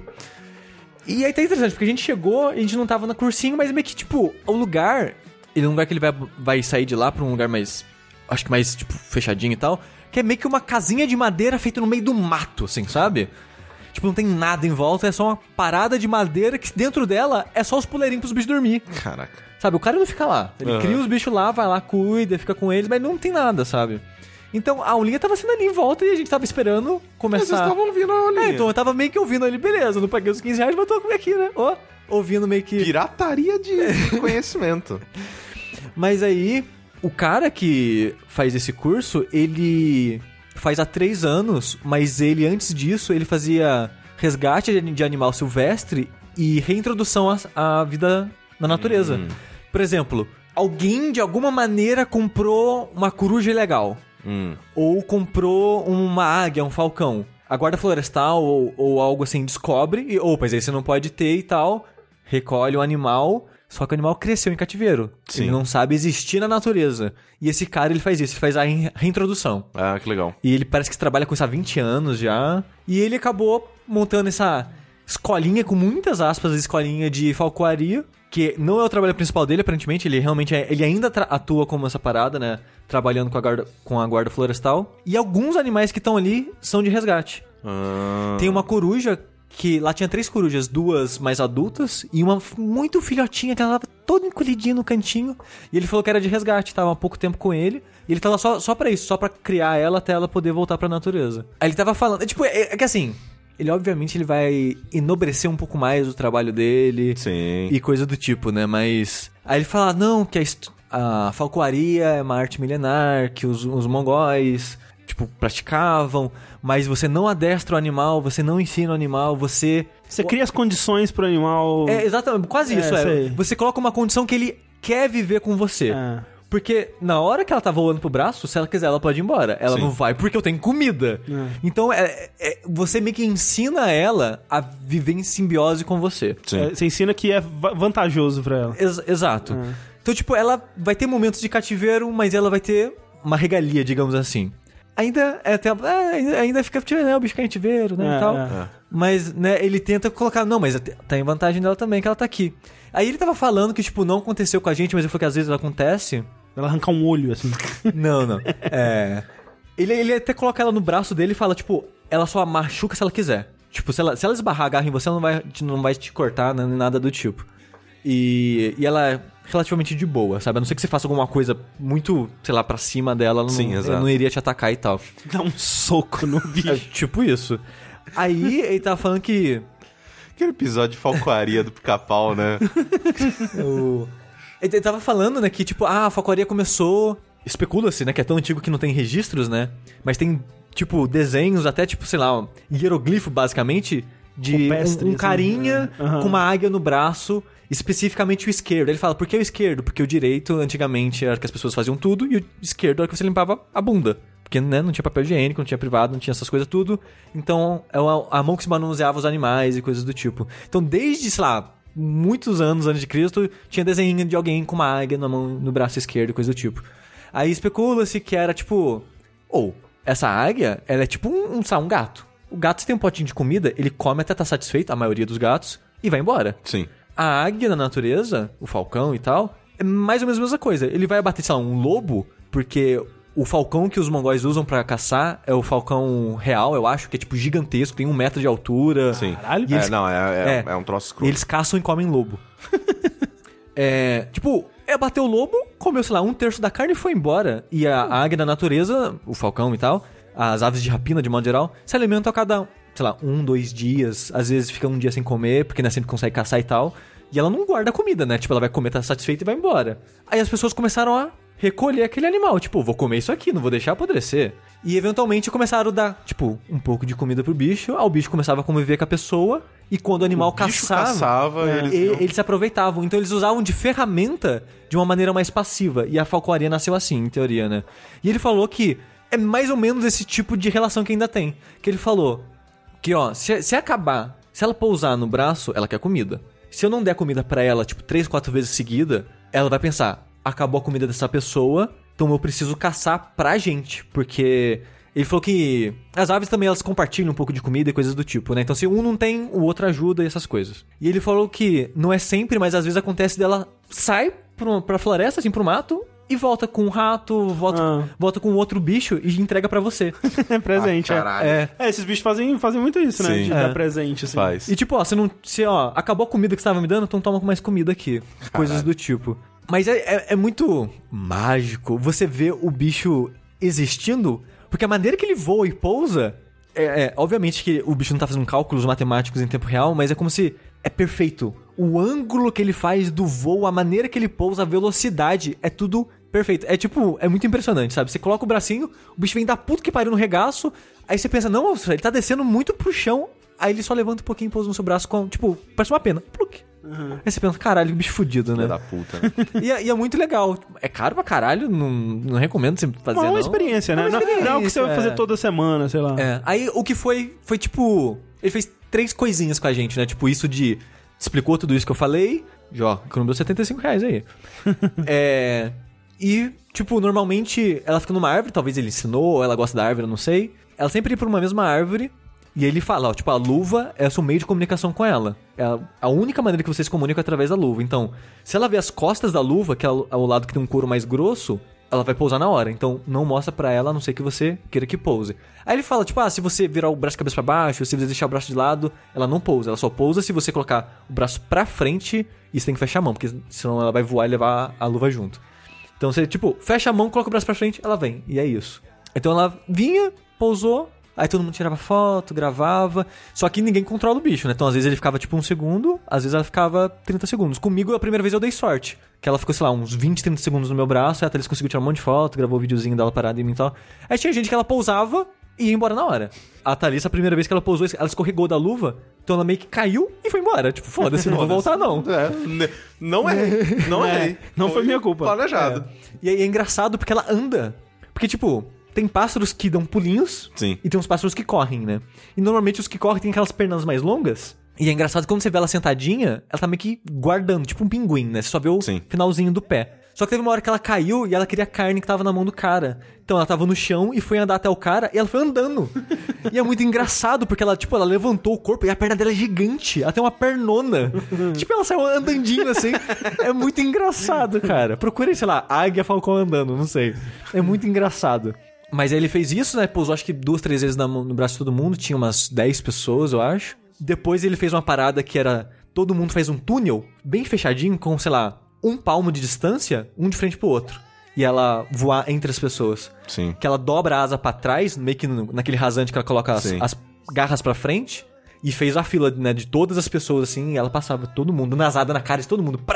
E aí tá interessante, porque a gente chegou, a gente não tava na cursinho, mas meio que, tipo, o lugar... Ele é um lugar que ele vai, vai sair de lá pra um lugar mais... Acho que mais, tipo, fechadinho e tal. Que é meio que uma casinha de madeira feita no meio do mato, assim, sabe? Tipo, não tem nada em volta, é só uma parada de madeira que dentro dela é só os puleirinhos pros bichos dormir. Caraca. Sabe, o cara não fica lá. Ele Uhum. cria os bichos lá, vai lá, cuida, fica com eles, mas não tem nada, sabe? Então, a aulinha tava sendo ali em volta e a gente tava esperando Mas começar... vocês estavam ouvindo a olhinha. É, então eu tava meio que ouvindo ali, beleza, não paguei os quinze reais, mas tô aqui, né? Ó, ouvindo meio que... Pirataria de conhecimento. Mas aí, o cara que faz esse curso, ele faz há três anos, mas ele, antes disso, ele fazia resgate de- de animal silvestre e reintrodução à, à vida na natureza. Hum. Por exemplo, alguém de alguma maneira comprou uma coruja ilegal. Hum. Ou comprou uma águia, um falcão. A guarda florestal ou, ou algo assim descobre e, opa, esse aí você não pode ter e tal. Recolhe o animal, só que o animal cresceu em cativeiro. Sim. Ele não sabe existir na natureza. E esse cara, ele faz isso, ele faz a re- reintrodução. Ah, que legal. E ele parece que trabalha com isso há vinte anos já. E ele acabou montando essa escolinha, com muitas aspas, escolinha de falcoaria, que não é o trabalho principal dele, aparentemente. Ele realmente é, ele ainda tra- atua como essa parada, né? Trabalhando com a guarda, com a guarda florestal. E alguns animais que estão ali são de resgate. Ah. Tem uma coruja que lá tinha três corujas, duas mais adultas e uma f- muito filhotinha que ela tava toda encolhidinha no cantinho. E ele falou que era de resgate, tava há pouco tempo com ele. E ele tava só, só pra isso, só pra criar ela até ela poder voltar pra natureza. Aí ele tava falando, é, tipo, é, é que assim, ele obviamente ele vai enobrecer um pouco mais o trabalho dele. Sim. E coisa do tipo, né? Mas aí ele fala, não, que a, hist- a falcoaria é uma arte milenar, que os, os mongóis, tipo, praticavam, mas você não adestra o animal, você não ensina o animal, você... Você cria as condições pro animal... É, exatamente, quase É, isso, é. sei. Você coloca uma condição que ele quer viver com você. É. Porque na hora que ela tá voando pro braço, se ela quiser, ela pode ir embora. Ela Sim. não vai porque eu tenho comida. É. Então, é, é- você meio que ensina ela a viver em simbiose com você. Sim. É, você ensina que é va- vantajoso pra ela. Ex- exato. É. Então, tipo, ela vai ter momentos de cativeiro, mas ela vai ter uma regalia, digamos assim. Ainda é até. É, ainda- ainda fica, tipo, né, o bicho cativeiro, né? É, e tal. é. Mas, né, ele tenta colocar. Não, mas tem vantagem dela também, que ela tá aqui. Aí ele tava falando que, tipo, não aconteceu com a gente, mas ele falou que às vezes acontece. Ela arrancar um olho, assim. Não, não. É. Ele, ele até coloca ela no braço dele e fala, tipo, ela só machuca se ela quiser. Tipo, se ela, se ela esbarrar a garra em você, ela não vai, não vai te cortar, né, nem nada do tipo. E, e ela é relativamente de boa, sabe? A não ser que você faça alguma coisa muito, sei lá, pra cima dela, ela não, Sim, ela exato. não iria te atacar e tal. Dá um soco no É bicho. tipo isso. Aí ele tava falando que Aquele episódio de falcoaria do pica-pau, né? o... Ele tava falando, né, que tipo, ah, a falcoaria começou... Especula-se, né, que é tão antigo que não tem registros, né? Mas tem, tipo, desenhos, até tipo, sei lá, um hieroglifo, basicamente, de Rupestre, um, um assim, carinha é. Aham. com uma águia no braço, especificamente o esquerdo. Ele fala, por que o esquerdo? Porque o direito, antigamente, era que as pessoas faziam tudo, e o esquerdo era que você limpava a bunda. Porque, né, não tinha papel higiênico, não tinha privado, não tinha essas coisas tudo. Então, é uma- a mão que se manuseava os animais e coisas do tipo. Então, desde, sei lá, muitos anos antes de Cristo, tinha desenho de alguém com uma águia na mão, no braço esquerdo e coisa do tipo. Aí especula-se que era, tipo... Ou, essa águia, ela é tipo um, um, sabe, um gato. O gato, se tem um potinho de comida, ele come até estar satisfeito, a maioria dos gatos, e vai embora. Sim. A águia na natureza, o falcão e tal, é mais ou menos a mesma coisa. Ele vai abater, sei lá, um lobo, porque o falcão que os mongóis usam pra caçar é o falcão real, eu acho, que é tipo gigantesco, tem um metro de altura. Sim. Caralho. E eles- É, não, é, é, É. é um troço E escroto. eles caçam e comem lobo. É, tipo, é bateu o lobo, comeu, sei lá, um terço da carne e foi embora. E a, a águia da natureza, o falcão e tal, as aves de rapina, de modo geral, se alimentam a cada, sei lá, um, dois dias. Às vezes fica um dia sem comer, porque não é sempre consegue caçar e tal. E ela não guarda comida, né? Tipo, ela vai comer, tá satisfeita e vai embora. Aí as pessoas começaram a recolher aquele animal. Tipo, vou comer isso aqui, não vou deixar apodrecer. E eventualmente começaram a dar, tipo, um pouco de comida pro bicho. Aí o bicho começava a conviver com a pessoa. E quando o animal O bicho caçava, caçava, é, eles e- iam- eles se aproveitavam. Então eles usavam de ferramenta de uma maneira mais passiva. E a falcoaria nasceu assim, em teoria, né? E ele falou que é mais ou menos esse tipo de relação que ainda tem. Que ele falou que, ó, se, se acabar, se ela pousar no braço, ela quer comida. Se eu não der comida pra ela, tipo, três, quatro vezes seguida, ela vai pensar, acabou a comida dessa pessoa, então eu preciso caçar pra gente. Porque ele falou que as aves também, elas compartilham um pouco de comida e coisas do tipo, né? Então se um não tem, o outro ajuda e essas coisas. E ele falou que não é sempre, mas às vezes acontece dela sai pra, pra floresta, assim, pro mato, e volta com um rato, volta, Ah. volta com outro bicho e entrega pra você. É presente, Ah, é. caralho. É. É, esses bichos fazem, fazem muito isso, né? Sim. De É. dar presente, assim. Faz. E tipo, ó, você não. Você, ó, acabou a comida que você tava me dando, então toma mais comida aqui. Coisas do tipo. Mas é, é, é muito mágico você ver o bicho existindo, porque a maneira que ele voa e pousa. É, é, obviamente que o bicho não tá fazendo cálculos matemáticos em tempo real, mas é como se. É perfeito. O ângulo que ele faz do voo, a maneira que ele pousa, a velocidade, é tudo perfeito. É tipo, é muito impressionante, sabe? Você coloca o bracinho, o bicho vem dar puto que pariu no regaço, aí você pensa, não, ele tá descendo muito pro chão, aí ele só levanta um pouquinho e pousa no seu braço com, tipo, parece uma pena. Pluk. Uhum. Aí você pensa, caralho, que bicho fudido, Filha né? da puta, né? E, é- e é muito legal. É caro pra caralho, não, não recomendo você fazer, Mas é uma não. experiência, né? É uma Não- Não é algo que você vai experiência, fazer é. toda semana, sei lá. É, aí o que foi, foi tipo... Ele fez três coisinhas com a gente, né? Tipo, isso de... Explicou tudo isso que eu falei. Já, economizou setenta e cinco reais aí. é... E, tipo, normalmente ela fica numa árvore, talvez ele ensinou, ou ela gosta da árvore, eu não sei. Ela sempre ia pra uma mesma árvore. E ele fala, ó, tipo, a luva é o seu meio de comunicação com ela. É a, a única maneira que vocês se comunicam é através da luva. Então, se ela vê as costas da luva, que é o, é o lado que tem um couro mais grosso, ela vai pousar na hora. Então, não mostra pra ela, a não ser que você queira que pouse. Aí ele fala, tipo, ah, se você virar o braço de cabeça pra baixo, se você deixar o braço de lado, ela não pousa. Ela só pousa se você colocar o braço pra frente e você tem que fechar a mão, porque senão ela vai voar e levar a luva junto. Então, você, tipo, fecha a mão, coloca o braço pra frente, ela vem. E é isso. Então, ela vinha, pousou... Aí todo mundo tirava foto, gravava. Só que ninguém controla o bicho, né? Então às vezes ele ficava tipo um segundo, às vezes ela ficava trinta segundos. Comigo, a primeira vez eu dei sorte. Que ela ficou, sei lá, uns vinte, trinta segundos no meu braço. Aí a Thalys conseguiu tirar um monte de foto, gravou o videozinho dela parada em mim e tal. Aí tinha gente que ela pousava e ia embora na hora. A Thalys, a primeira vez que ela pousou, ela escorregou da luva. Então ela meio que caiu e foi embora. Tipo, foda-se, não vou voltar não. É, ne- não errei. Não É, errei. não foi minha culpa. Planejado. E aí é engraçado porque ela anda. Porque, tipo... Tem pássaros que dão pulinhos. Sim. E tem uns pássaros que correm, né? E normalmente os que correm têm aquelas pernas mais longas. E é engraçado que quando você vê ela sentadinha, ela tá meio que guardando, tipo um pinguim, né? Você só vê o Sim. finalzinho do pé. Só que teve uma hora que ela caiu e ela queria a carne que tava na mão do cara. Então ela tava no chão e foi andar até o cara e ela foi andando. E é muito engraçado porque ela, tipo, ela levantou o corpo e a perna dela é gigante. Ela tem uma pernona. Tipo, ela saiu andandinho assim. É muito engraçado, cara. Procurem, sei lá, águia falcão andando, não sei. É muito engraçado. Mas aí ele fez isso, né? Pousou acho que duas, três vezes na mão- no braço de todo mundo. Tinha umas dez pessoas, eu acho. Depois ele fez uma parada que era... Todo mundo faz um túnel bem fechadinho, com, sei lá, um palmo de distância, um de frente pro outro. E ela voar entre as pessoas. Sim. Que ela dobra a asa pra trás, meio que no- naquele rasante que ela coloca as, Sim. as garras pra frente. E fez a fila, né, de todas as pessoas, assim. E ela passava todo mundo, nasada na cara de todo mundo.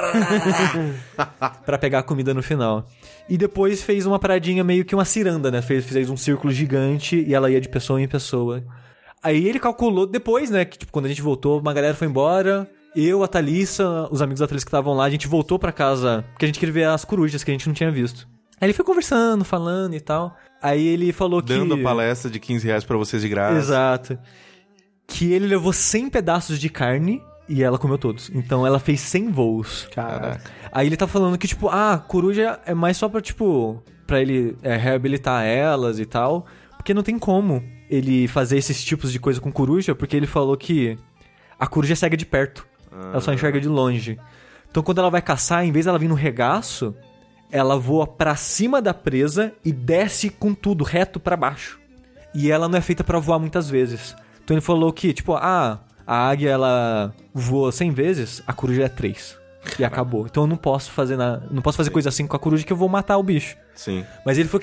Pra pegar a comida no final. E depois fez uma paradinha meio que uma ciranda, né? Fez, fez um círculo gigante e ela ia de pessoa em pessoa. Aí ele calculou depois, né? Que tipo, quando a gente voltou, uma galera foi embora. Eu, a Thalissa, os amigos da Thalissa que estavam lá, a gente voltou pra casa. Porque a gente queria ver as corujas que a gente não tinha visto. Aí ele foi conversando, falando e tal. Aí ele falou que... Dando palestra de quinze reais pra vocês de graça. Exato. Que ele levou cem pedaços de carne e ela comeu todos. Então ela fez cem voos. Caraca. Aí ele tá falando que, tipo, ah, coruja é mais só pra, tipo, pra ele é, reabilitar elas e tal. Porque não tem como ele fazer esses tipos de coisa com coruja, porque ele falou que a coruja é cega de perto. Ah. Ela só enxerga de longe. Então quando ela vai caçar, em vez dela vir no regaço, ela voa pra cima da presa e desce com tudo, reto pra baixo. E ela não é feita pra voar muitas vezes. Então ele falou que, tipo, ah, a águia ela voa cem vezes, a coruja é três. E acabou. Então eu não posso fazer na... não posso fazer coisa assim com a coruja que eu vou matar o bicho. Sim. Mas ele falou que é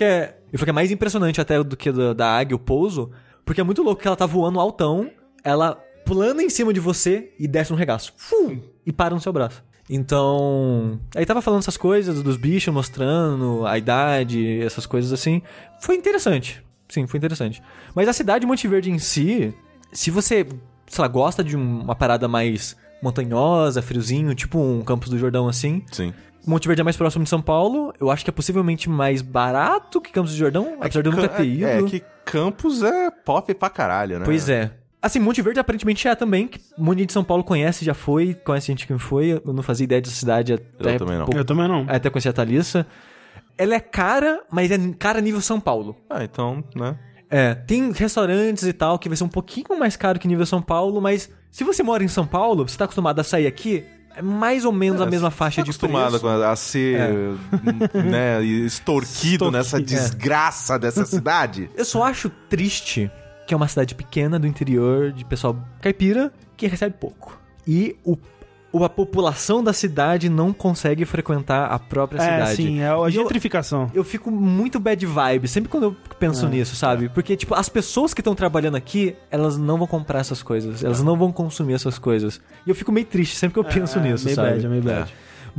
E foi que é mais impressionante até do que da, da águia, o pouso, porque é muito louco que ela tá voando altão, ela plana em cima de você e desce no regaço. Fum, e para no seu braço. Então, aí tava falando essas coisas dos bichos, mostrando a idade, essas coisas assim. Foi interessante. Sim, foi interessante. Mas a cidade de Monte Verde em si, se você, sei lá, gosta de uma parada mais montanhosa, friozinho, tipo um Campos do Jordão assim. Sim. Monte Verde é mais próximo de São Paulo. Eu acho que é possivelmente mais barato que Campos do Jordão, apesar de eu nunca ter ido. É, é que Campos é pop pra caralho, né? Pois é. Assim, Monte Verde aparentemente é também, que um monte de São Paulo conhece, já foi, conhece gente que foi. Eu não fazia ideia dessa cidade até... Eu também não. pouco- Eu também não. Até conheci a Thalissa. Ela é cara, mas é cara nível São Paulo. Ah, então, né? É, tem restaurantes e tal que vai ser um pouquinho mais caro que nível São Paulo, mas se você mora em São Paulo, você tá acostumado a sair aqui, é mais ou menos a mesma faixa de acostumado preço. a ser né, extorquido Extorqui- nessa é. desgraça dessa cidade. Eu só acho triste que é uma cidade pequena do interior, de pessoal caipira, que recebe pouco. E o, o- a população da cidade não consegue frequentar a própria É, cidade. sim, é a E eu- gentrificação. Eu fico muito bad vibe sempre quando eu penso É, nisso, sabe? Porque, tipo, as pessoas que estão trabalhando aqui, elas não vão comprar essas coisas. Elas não vão consumir essas coisas. E eu fico meio triste sempre que eu penso nisso, meio sabe? bad, é meio bad.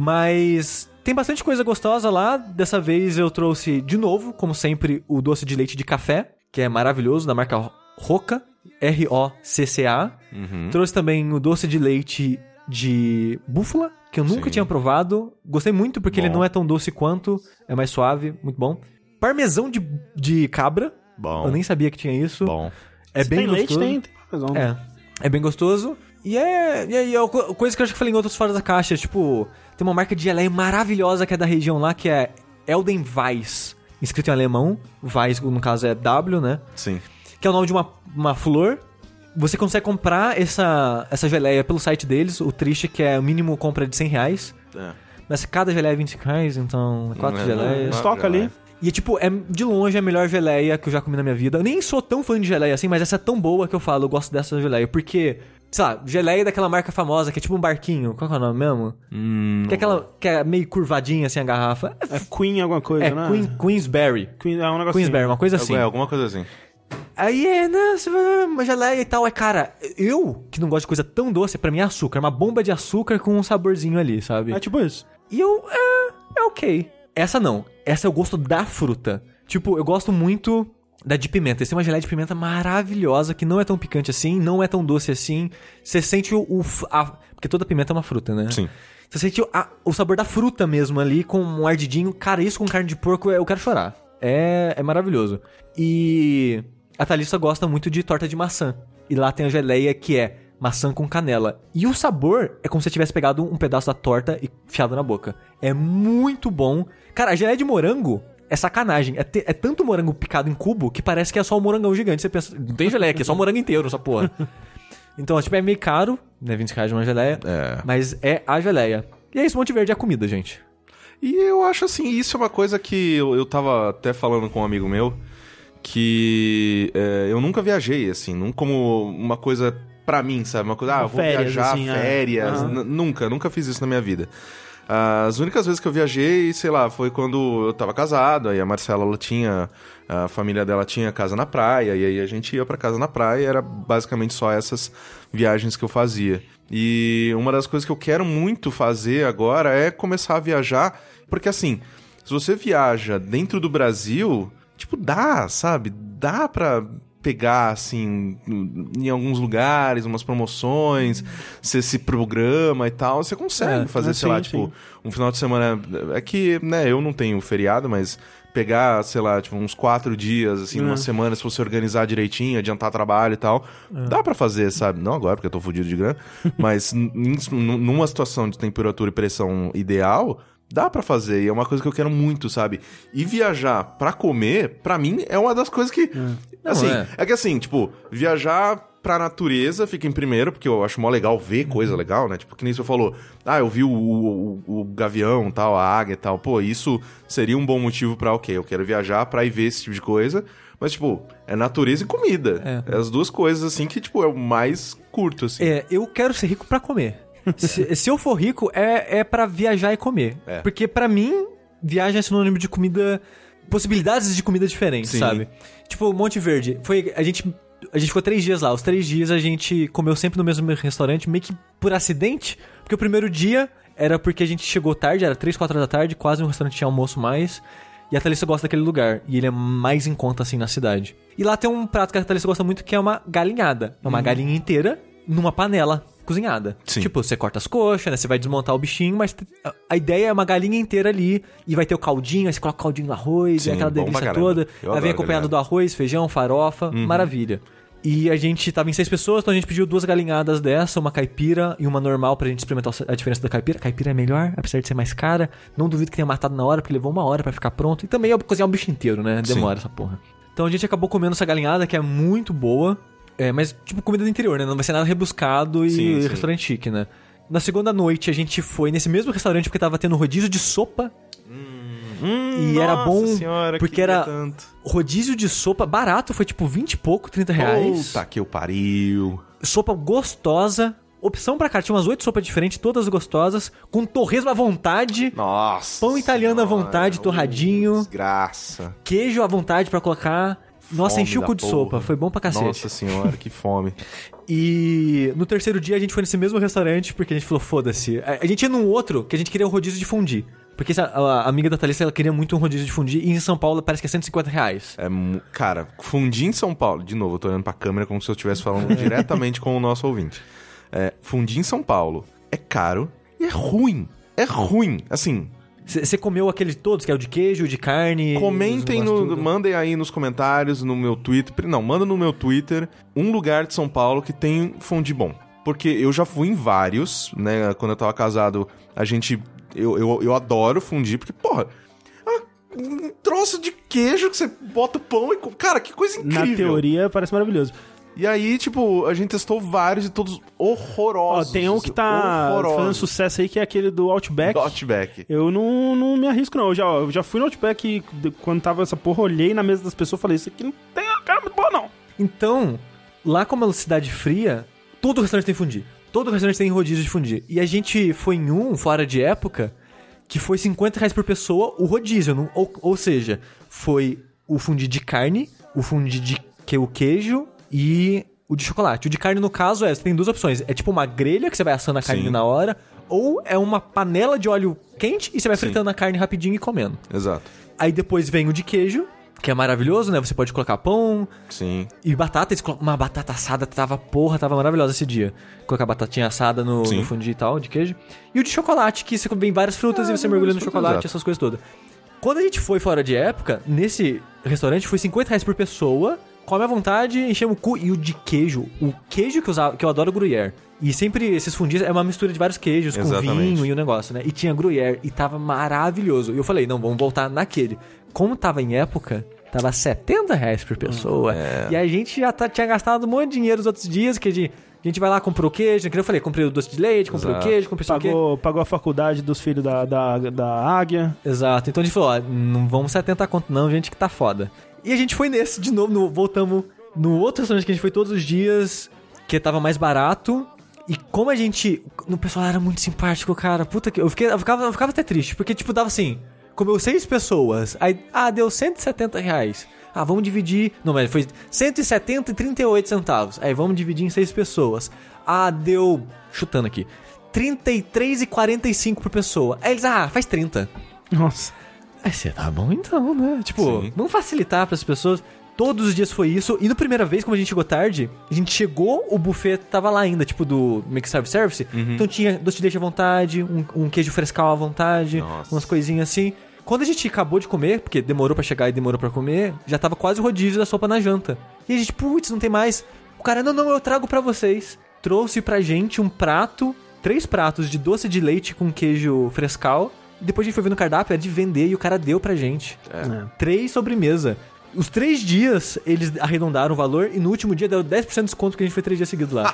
Mas tem bastante coisa gostosa lá. Dessa vez eu trouxe, de novo, como sempre, o doce de leite de café, que é maravilhoso, da marca Roca, R O C C A. Uhum. Trouxe também o doce de leite de búfala, que eu nunca Sim. tinha provado. Gostei muito porque Bom. ele não é tão doce quanto, é mais suave, muito bom. Parmesão de, de cabra, Bom. eu nem sabia que tinha isso. Bom. É Se bem tem leite, gostoso. tem, tem razão. É, é bem gostoso. E é, e é, e é co- coisa que eu acho que eu falei em outros fora da caixa, tipo, tem uma marca de geleia maravilhosa que é da região lá, que é Elden Weiss, escrito em alemão, Weiss no caso é W, né? Sim. Que é o nome de uma, uma flor. Você consegue comprar essa, essa geleia pelo site deles, o triste é que é o mínimo compra de cem reais, É. mas cada geleia é vinte e cinco reais, então é quatro É, geleias. não, Estoca ali. E, tipo, é de longe a melhor geleia que eu já comi na minha vida. Eu nem sou tão fã de geleia assim, mas essa é tão boa que eu falo, eu gosto dessa geleia. Porque, sei lá, geleia daquela marca famosa que é tipo um barquinho. Qual que é o nome mesmo? Hum, Que é aquela que é meio curvadinha assim a garrafa. É Queen alguma coisa, É, né? Queen, Queensberry. Queen é um negócio Queensberry, uma coisa assim. É, alguma coisa assim. Aí é, né, você vai, uma geleia e tal. É, cara, eu, que não gosto de coisa tão doce, pra mim é açúcar. Uma bomba de açúcar com um saborzinho ali, sabe? É tipo isso. E eu, é, é ok. Essa não. Essa eu gosto da fruta. Tipo, eu gosto muito da de pimenta. Eles têm uma geleia de pimenta maravilhosa, que não é tão picante assim, não é tão doce assim. Você sente o... o f- a- porque toda pimenta é uma fruta, né? Sim. Você sente o, a- o sabor da fruta mesmo ali, com um ardidinho. Cara, isso com carne de porco, eu quero chorar. É, é maravilhoso. E a Thalissa gosta muito de torta de maçã. E lá tem a geleia que é maçã com canela. E o sabor é como se você tivesse pegado um pedaço da torta e enfiado na boca. É muito bom. Cara, a geleia de morango é sacanagem. É, te- é tanto morango picado em cubo que parece que é só um morangão gigante. Você pensa, não tem geleia aqui, é só morango inteiro essa porra. Então, tipo, é meio caro, né? vinte reais de uma geleia. É. Mas é a geleia. E é isso, Monte Verde é a comida, gente. E eu acho assim, isso é uma coisa que eu, eu tava até falando com um amigo meu, que é, eu nunca viajei, assim, não como uma coisa pra mim, sabe? Uma coisa, ah, eu vou Férias, viajar, assim, é. férias. Aham. N- Nunca, nunca fiz isso na minha vida. As únicas vezes que eu viajei, sei lá, foi quando eu tava casado, aí a Marcela, ela tinha, a família dela tinha casa na praia, e aí a gente ia pra casa na praia, e era basicamente só essas viagens que eu fazia. E uma das coisas que eu quero muito fazer agora é começar a viajar, porque assim, se você viaja dentro do Brasil, tipo, dá, sabe? Dá pra pegar, assim, em alguns lugares, umas promoções, você se programa e tal, você consegue É, fazer, é, sei lá, sim, tipo, sim. um final de semana... É que, né, eu não tenho feriado, mas pegar, sei lá, tipo, uns quatro dias, assim, numa É. semana, se você organizar direitinho, adiantar trabalho e tal, dá pra fazer, sabe? Não agora, porque eu tô fudido de grana, mas n- n- numa situação de temperatura e pressão ideal... Dá pra fazer, e é uma coisa que eu quero muito, sabe? E viajar pra comer, pra mim, é uma das coisas que... Assim, Não, é. é. que assim, tipo, viajar pra natureza fica em primeiro, porque eu acho mó legal ver coisa legal, né? Tipo, que nem você falou, ah, eu vi o, o, o gavião, tal, a águia e tal. Pô, isso seria um bom motivo pra, ok, eu quero viajar pra ir ver esse tipo de coisa. Mas, tipo, é natureza e comida. É, as duas coisas, assim, que, tipo, é o mais curto, assim. É, eu quero ser rico pra comer. se, se eu for rico, é, é pra viajar e comer. É. Porque pra mim, viagem é sinônimo de comida possibilidades de comida diferentes, Sim. sabe? Tipo, Monte Verde, foi, a gente... A gente ficou três dias lá. Os três dias a gente comeu sempre no mesmo restaurante, meio que por acidente. Porque o primeiro dia era porque a gente chegou tarde, era três, quatro horas da tarde, quase um restaurante tinha almoço mais. E a Thalissa gosta daquele lugar. E ele é mais em conta, assim, na cidade. E lá tem um prato que a Thalissa gosta muito, que é uma galinhada. É uma hum. galinha inteira numa panela cozinhada. Sim. Tipo, você corta as coxas, né? Você vai desmontar o bichinho, mas a ideia é uma galinha inteira ali. E vai ter o caldinho, aí você coloca o caldinho no arroz, Sim, e aquela delícia toda. Aí vem acompanhado do arroz, feijão, farofa. Uhum. Maravilha. E a gente tava em seis pessoas, então a gente pediu duas galinhadas dessa, uma caipira e uma normal pra gente experimentar a diferença da caipira. A caipira é melhor, apesar de ser mais cara. Não duvido que tenha matado na hora, porque levou uma hora pra ficar pronto. E também é cozinhar um bicho inteiro, né? Demora Sim. essa porra. Então a gente acabou comendo essa galinhada, que é muito boa. É, mas tipo comida do interior, né? Não vai ser nada rebuscado e sim, sim. restaurante chique, né? Na segunda noite a gente foi nesse mesmo restaurante porque tava tendo rodízio de sopa. Hum, e era bom senhora, porque era tanto. rodízio de sopa barato, foi tipo vinte e pouco, trinta reais. Puta que o pariu. Sopa gostosa. Opção pra cá, tinha umas oito sopas diferentes, todas gostosas, com torresmo à vontade. Nossa. Pão italiano senhora, à vontade, torradinho. Uh, desgraça. Queijo à vontade pra colocar. Nossa, Fome enchi o cu de porra. sopa, foi bom pra cacete. Nossa senhora, que fome. E no terceiro dia a gente foi nesse mesmo restaurante, porque a gente falou, foda-se. A, a gente ia num outro, que a gente queria um rodízio de fondue. Porque a, a, a amiga da Thalissa, ela queria muito um rodízio de fondue, e em São Paulo parece que é cento e cinquenta reais. É, cara, fondue em São Paulo, de novo, eu tô olhando pra câmera como se eu estivesse falando diretamente com o nosso ouvinte. É, fondue em São Paulo é caro e é ruim. É ruim, assim... Você comeu aquele todos, que é o de queijo, o de carne... Comentem, no, mandem aí nos comentários, no meu Twitter... Não, manda no meu Twitter um lugar de São Paulo que tem fondue bom. Porque eu já fui em vários, né? Quando eu tava casado, a gente... Eu, eu, eu adoro fondue, porque, porra... Um troço de queijo que você bota o pão e... Cara, que coisa incrível! Na teoria, parece maravilhoso. E aí, tipo, a gente testou vários e todos horrorosos. Ó, tem um que tá horrorosos. fazendo sucesso aí, que é aquele do Outback. Do Outback. Eu não, não me arrisco, não. Eu já, eu já fui no Outback e quando tava essa porra, olhei na mesa das pessoas e falei, isso aqui não tem uma cara muito boa, não. Então, lá como é uma cidade fria, todo restaurante tem fondue. Todo restaurante tem rodízio de fondue. E a gente foi em um, fora de época, que foi cinquenta reais por pessoa o rodízio. Não, ou, ou seja, foi o fondue de carne, o fondue de que, o queijo... E o de chocolate. O de carne, no caso, é, você tem duas opções. É tipo uma grelha que você vai assando a carne Sim. na hora, ou é uma panela de óleo quente e você vai Sim. fritando a carne rapidinho e comendo. Exato. Aí depois vem o de queijo, que é maravilhoso, né? Você pode colocar pão Sim. e batata. Eles colocam uma batata assada, tava porra, tava maravilhosa esse dia. Colocar batatinha assada no, no fondue e tal, de queijo. E o de chocolate, que você vem várias frutas ah, e você mergulha no chocolate, exato. essas coisas todas. Quando a gente foi fora de época, nesse restaurante foi cinquenta reais por pessoa... Come à vontade, enchemos o cu. E o de queijo, o queijo que eu, usava, que eu adoro gruyère. E sempre esses fundis é uma mistura de vários queijos, Exatamente. com vinho e o negócio, né? E tinha gruyère e tava maravilhoso. E eu falei, não, vamos voltar naquele. Como tava em época, tava setenta reais por pessoa. É. E a gente já tá, tinha gastado um monte de dinheiro os outros dias, que a gente, a gente vai lá, comprou queijo. Que eu falei, comprei o doce de leite, comprei Exato. o queijo, comprei o quê. Pagou, pagou a faculdade dos filhos da, da, da Águia. Exato. Então a gente falou, ó, não vamos setenta conto não, gente, que tá foda. E a gente foi nesse, de novo, no, voltamos... No outro restaurante que a gente foi todos os dias, que tava mais barato. E como a gente... O pessoal era muito simpático, cara. Puta que... Eu, fiquei, eu, ficava, eu ficava até triste. Porque, tipo, dava assim... Comeu seis pessoas. Aí, ah, deu cento e setenta reais. Ah, vamos dividir... Não, mas foi cento e setenta e trinta e oito centavos. Aí, vamos dividir em seis pessoas. Ah, deu... Chutando aqui. trinta e três reais e quarenta e cinco por pessoa. Aí eles... Ah, faz trinta. Nossa. Aí você tá bom então, né? Tipo, Sim. vamos facilitar pras pessoas... Todos os dias foi isso. E na primeira vez, como a gente chegou tarde, a gente chegou, o buffet tava lá ainda, tipo do Make Serve Service. Uhum. Então tinha doce de leite à vontade, um, um queijo frescal à vontade, Nossa. umas coisinhas assim. Quando a gente acabou de comer, porque demorou pra chegar e demorou pra comer, já tava quase o rodízio da sopa na janta. E a gente, putz, não tem mais. O cara, não, não, eu trago pra vocês. Trouxe pra gente um prato, três pratos de doce de leite com queijo frescal. E depois a gente foi ver no cardápio, é de vender e o cara deu pra gente. É. Três sobremesa. Os três dias, eles arredondaram o valor e no último dia deu dez por cento de desconto porque a gente foi três dias seguidos lá.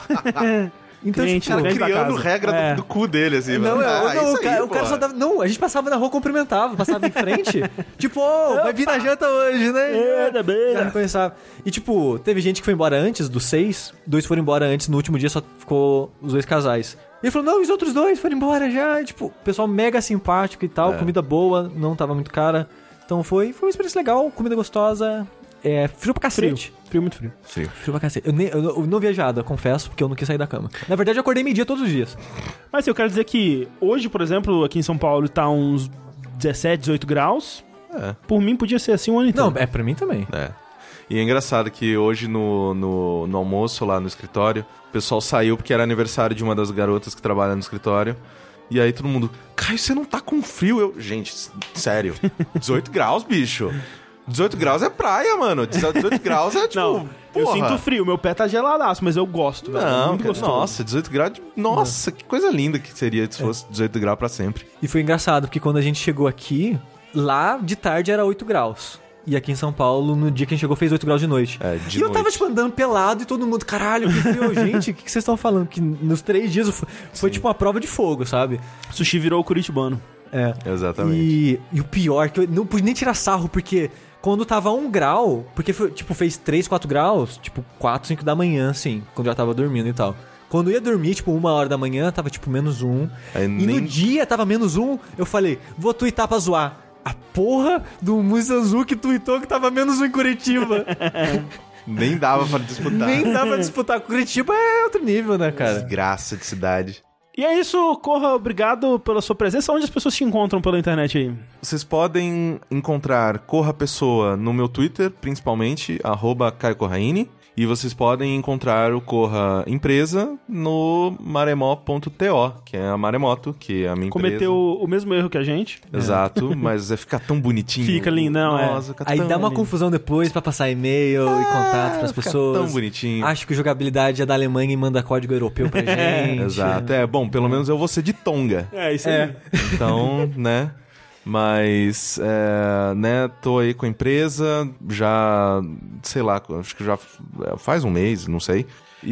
Então, Cliente, tipo, Cara, Vem pra criando casa. regra É. do, do cu dele, assim. não, mano. eu, Ah, não isso o, cara, aí, o cara porra. só dava... Não, a gente passava na rua, cumprimentava, passava em frente. Tipo, ô, vai vir na janta hoje, né? É, da beira. Já reconheçava. E tipo, teve gente que foi embora antes dos seis, dois foram embora antes, no último dia só ficou os dois casais. E ele falou, não, os outros dois foram embora já. E, tipo, pessoal mega simpático e tal, É. comida boa, não tava muito cara. Então foi, foi uma experiência legal, comida gostosa, é, frio pra cacete. Frio, frio muito frio. Sim. Frio pra cacete. Eu, nem, eu, eu não viajado, confesso, porque eu não quis sair da cama. Na verdade, eu acordei meio-dia todos os dias. Mas assim, eu quero dizer que hoje, por exemplo, aqui em São Paulo tá uns dezessete, dezoito graus. É. Por mim podia ser assim um ano inteiro. Não, é pra mim também. É. E é engraçado que hoje no, no, no almoço lá no escritório, o pessoal saiu porque era aniversário de uma das garotas que trabalha no escritório. E aí todo mundo, Caio, você não tá com frio? Eu, gente, sério, dezoito graus, bicho. dezoito graus é praia, mano. dezoito graus é tipo... Não, eu porra. sinto frio, meu pé tá geladaço, mas eu gosto. velho. É Não, muito cara, gostoso. nossa, dezoito graus... de- Nossa, que coisa linda que seria se fosse dezoito graus pra sempre. E foi engraçado, porque quando a gente chegou aqui, lá de tarde era oito graus. E aqui em São Paulo, no dia que a gente chegou, fez oito graus de noite. É, de e eu tava, noite. tipo, andando pelado e todo mundo, caralho, que frio, gente, o que, que vocês estão falando? Que nos três dias foi, foi tipo uma prova de fogo, sabe? Sushi virou o curitibano. É. Exatamente. E, e o pior, que eu não pude nem tirar sarro, porque quando tava um grau, porque foi, tipo, fez três, quatro graus, tipo, quatro, cinco da manhã, assim, quando eu já tava dormindo e tal. Quando eu ia dormir, tipo, uma hora da manhã, tava, tipo, menos um. Aí e nem- no dia tava menos um, eu falei, vou tuitar pra zoar. A porra do Musanzu que tuitou que tava menos um em Curitiba. Nem dava pra disputar. Nem dá pra disputar com Curitiba, é outro nível, né, cara? Desgraça de cidade. E é isso, Corra, obrigado pela sua presença. Onde as pessoas te encontram pela internet aí? Vocês podem encontrar Corra Pessoa no meu Twitter, principalmente, arroba Caio Corraine. E vocês podem encontrar o Corra Empresa no maremó ponto to, que é a Maremoto, que é a minha Cometeu empresa. o mesmo erro que a gente. Exato, mas é ficar tão bonitinho. Fica lindão, é. Nossa, fica Aí tão dá uma lindo. confusão depois pra passar e-mail e contato pras fica pessoas. tão bonitinho. Acho que jogabilidade é da Alemanha e manda código europeu pra gente. Exato, é bom, pelo menos eu vou ser de Tonga. É, isso É. aí. Então, né? Mas, é, né, tô aí com a empresa, já, sei lá, acho que já faz um mês, não sei.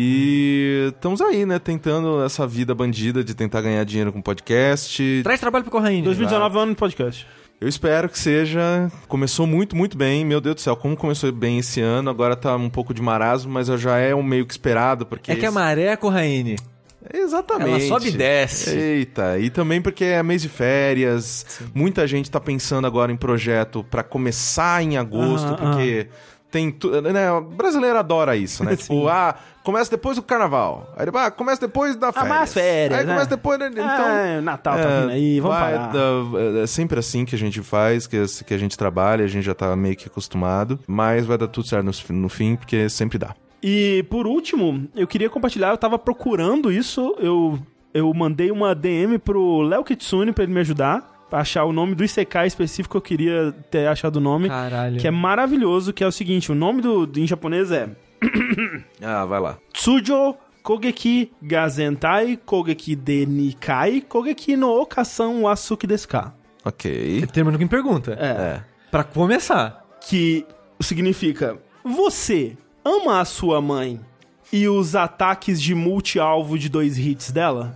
E estamos aí, né, tentando essa vida bandida de tentar ganhar dinheiro com podcast. Traz trabalho pro Corraine. dois mil e dezenove ano de podcast. Eu espero que seja. Começou muito, muito bem. Meu Deus do céu, como começou bem esse ano. Agora tá um pouco de marasmo, mas já é um meio que esperado, porque... É que a maré é Corraine. Exatamente. Ela sobe e desce. Eita, e também porque é mês de férias, Sim. muita gente tá pensando agora em projeto pra começar em agosto, Aham, porque tem... Tu, né, o brasileiro adora isso, né? Tipo, ah, começa depois do carnaval, aí ah, começa depois da férias. Ah, mais férias, Aí né? começa depois... Né? Então, é, Natal tá vindo aí, vamos vai, parar. É sempre assim que a gente faz, que, que a gente trabalha, a gente já tá meio que acostumado, mas vai dar tudo certo no, no fim, porque sempre dá. E, por último, eu queria compartilhar, eu tava procurando isso, eu, eu mandei uma D M pro Léo Kitsune pra ele me ajudar, pra achar o nome do Isekai específico, eu queria ter achado o nome, Caralho. que é maravilhoso, que é o seguinte, o nome do, do em japonês é Ah, vai lá. Tsujo Kogeki Gazentai Kogeki de Nikai Kogeki no Okasan Wasuki desu ka? Ok. Termino com pergunta. É. É. Pra começar. Que significa, você ama a sua mãe e os ataques de multi-alvo de dois hits dela?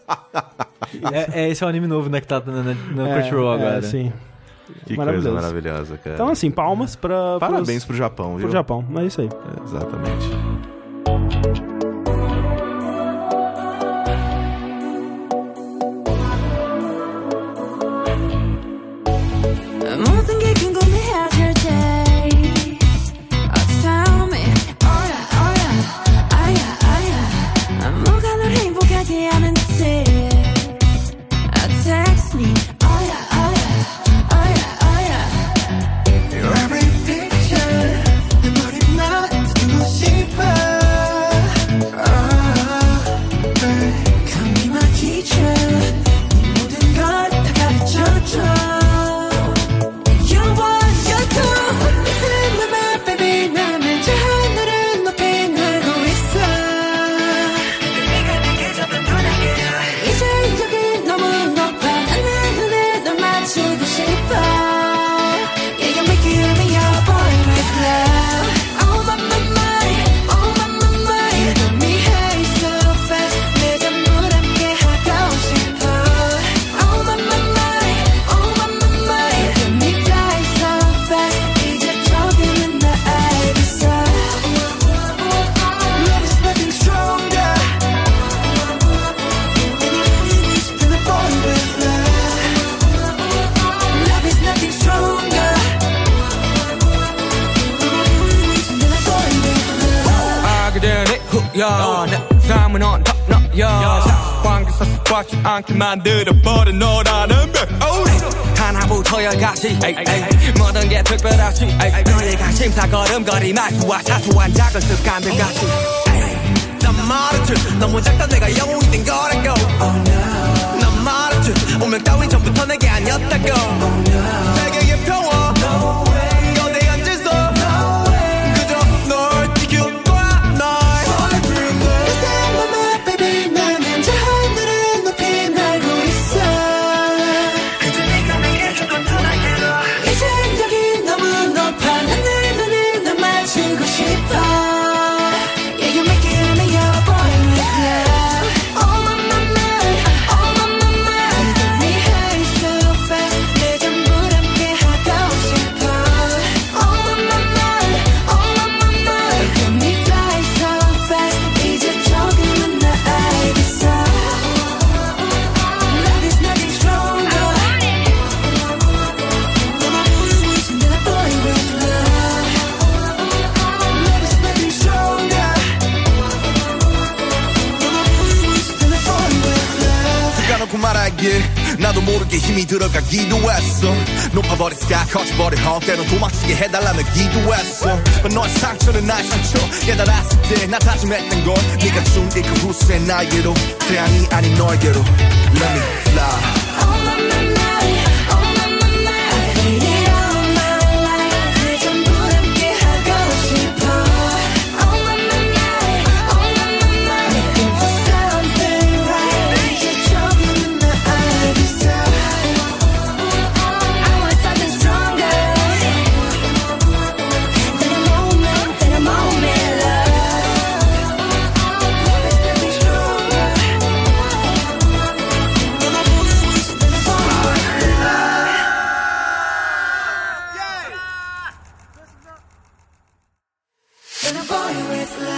é, é, esse é o anime novo, né, que tá no, no, no É, Crunchyroll é, agora. sim. Que Maravilhoso. coisa maravilhosa, cara. Então, assim, palmas pra... Parabéns pros, pro Japão, viu? pro Japão. É isso aí. É, exatamente. 모든 게 궁금해하실 때 Oh tell me Oh yeah oh yeah Ah yeah ah yeah 뭐가 널 행복하게 하는지 Oh text me Oh yeah oh yeah Oh yeah oh yeah Your every picture 내 머리만 듣고 싶어 감은 on top 너여 관계사 꽉지 않게 만들어버린 너라는 백 하나부터야 같이 모든 게 특별하지 너의 관심사 걸음걸이 말투와 사소한 작은 습관들 같이 난 말했지 너무 작다 내가 영웅이 된 거라고 oh, no. 난 말했지 운명 따윈 전부터 내게 아니었다고 oh, no. 세계의 평화 no way. 거대한 질서 no way. 그저 널 지킬 거야 널 그 사람만 baby 나는 저 하늘을 높이 날고 있어 그저 네가 내게 조금 더 날개로 이제 여기 너무 높아 하늘 눈을 널 맞추고 싶어 나도 모르게 힘이 들어가기도 했어 높아버린 sky 커져버린 헛 때론 도망치게 해달라며 기도했어 너의 상처는 나의 상처 깨달았을 때 나 다짐했던 건 네가 준 이 그 후세 나에게로 태양이 아닌 너에게로 Let me fly Boy with love.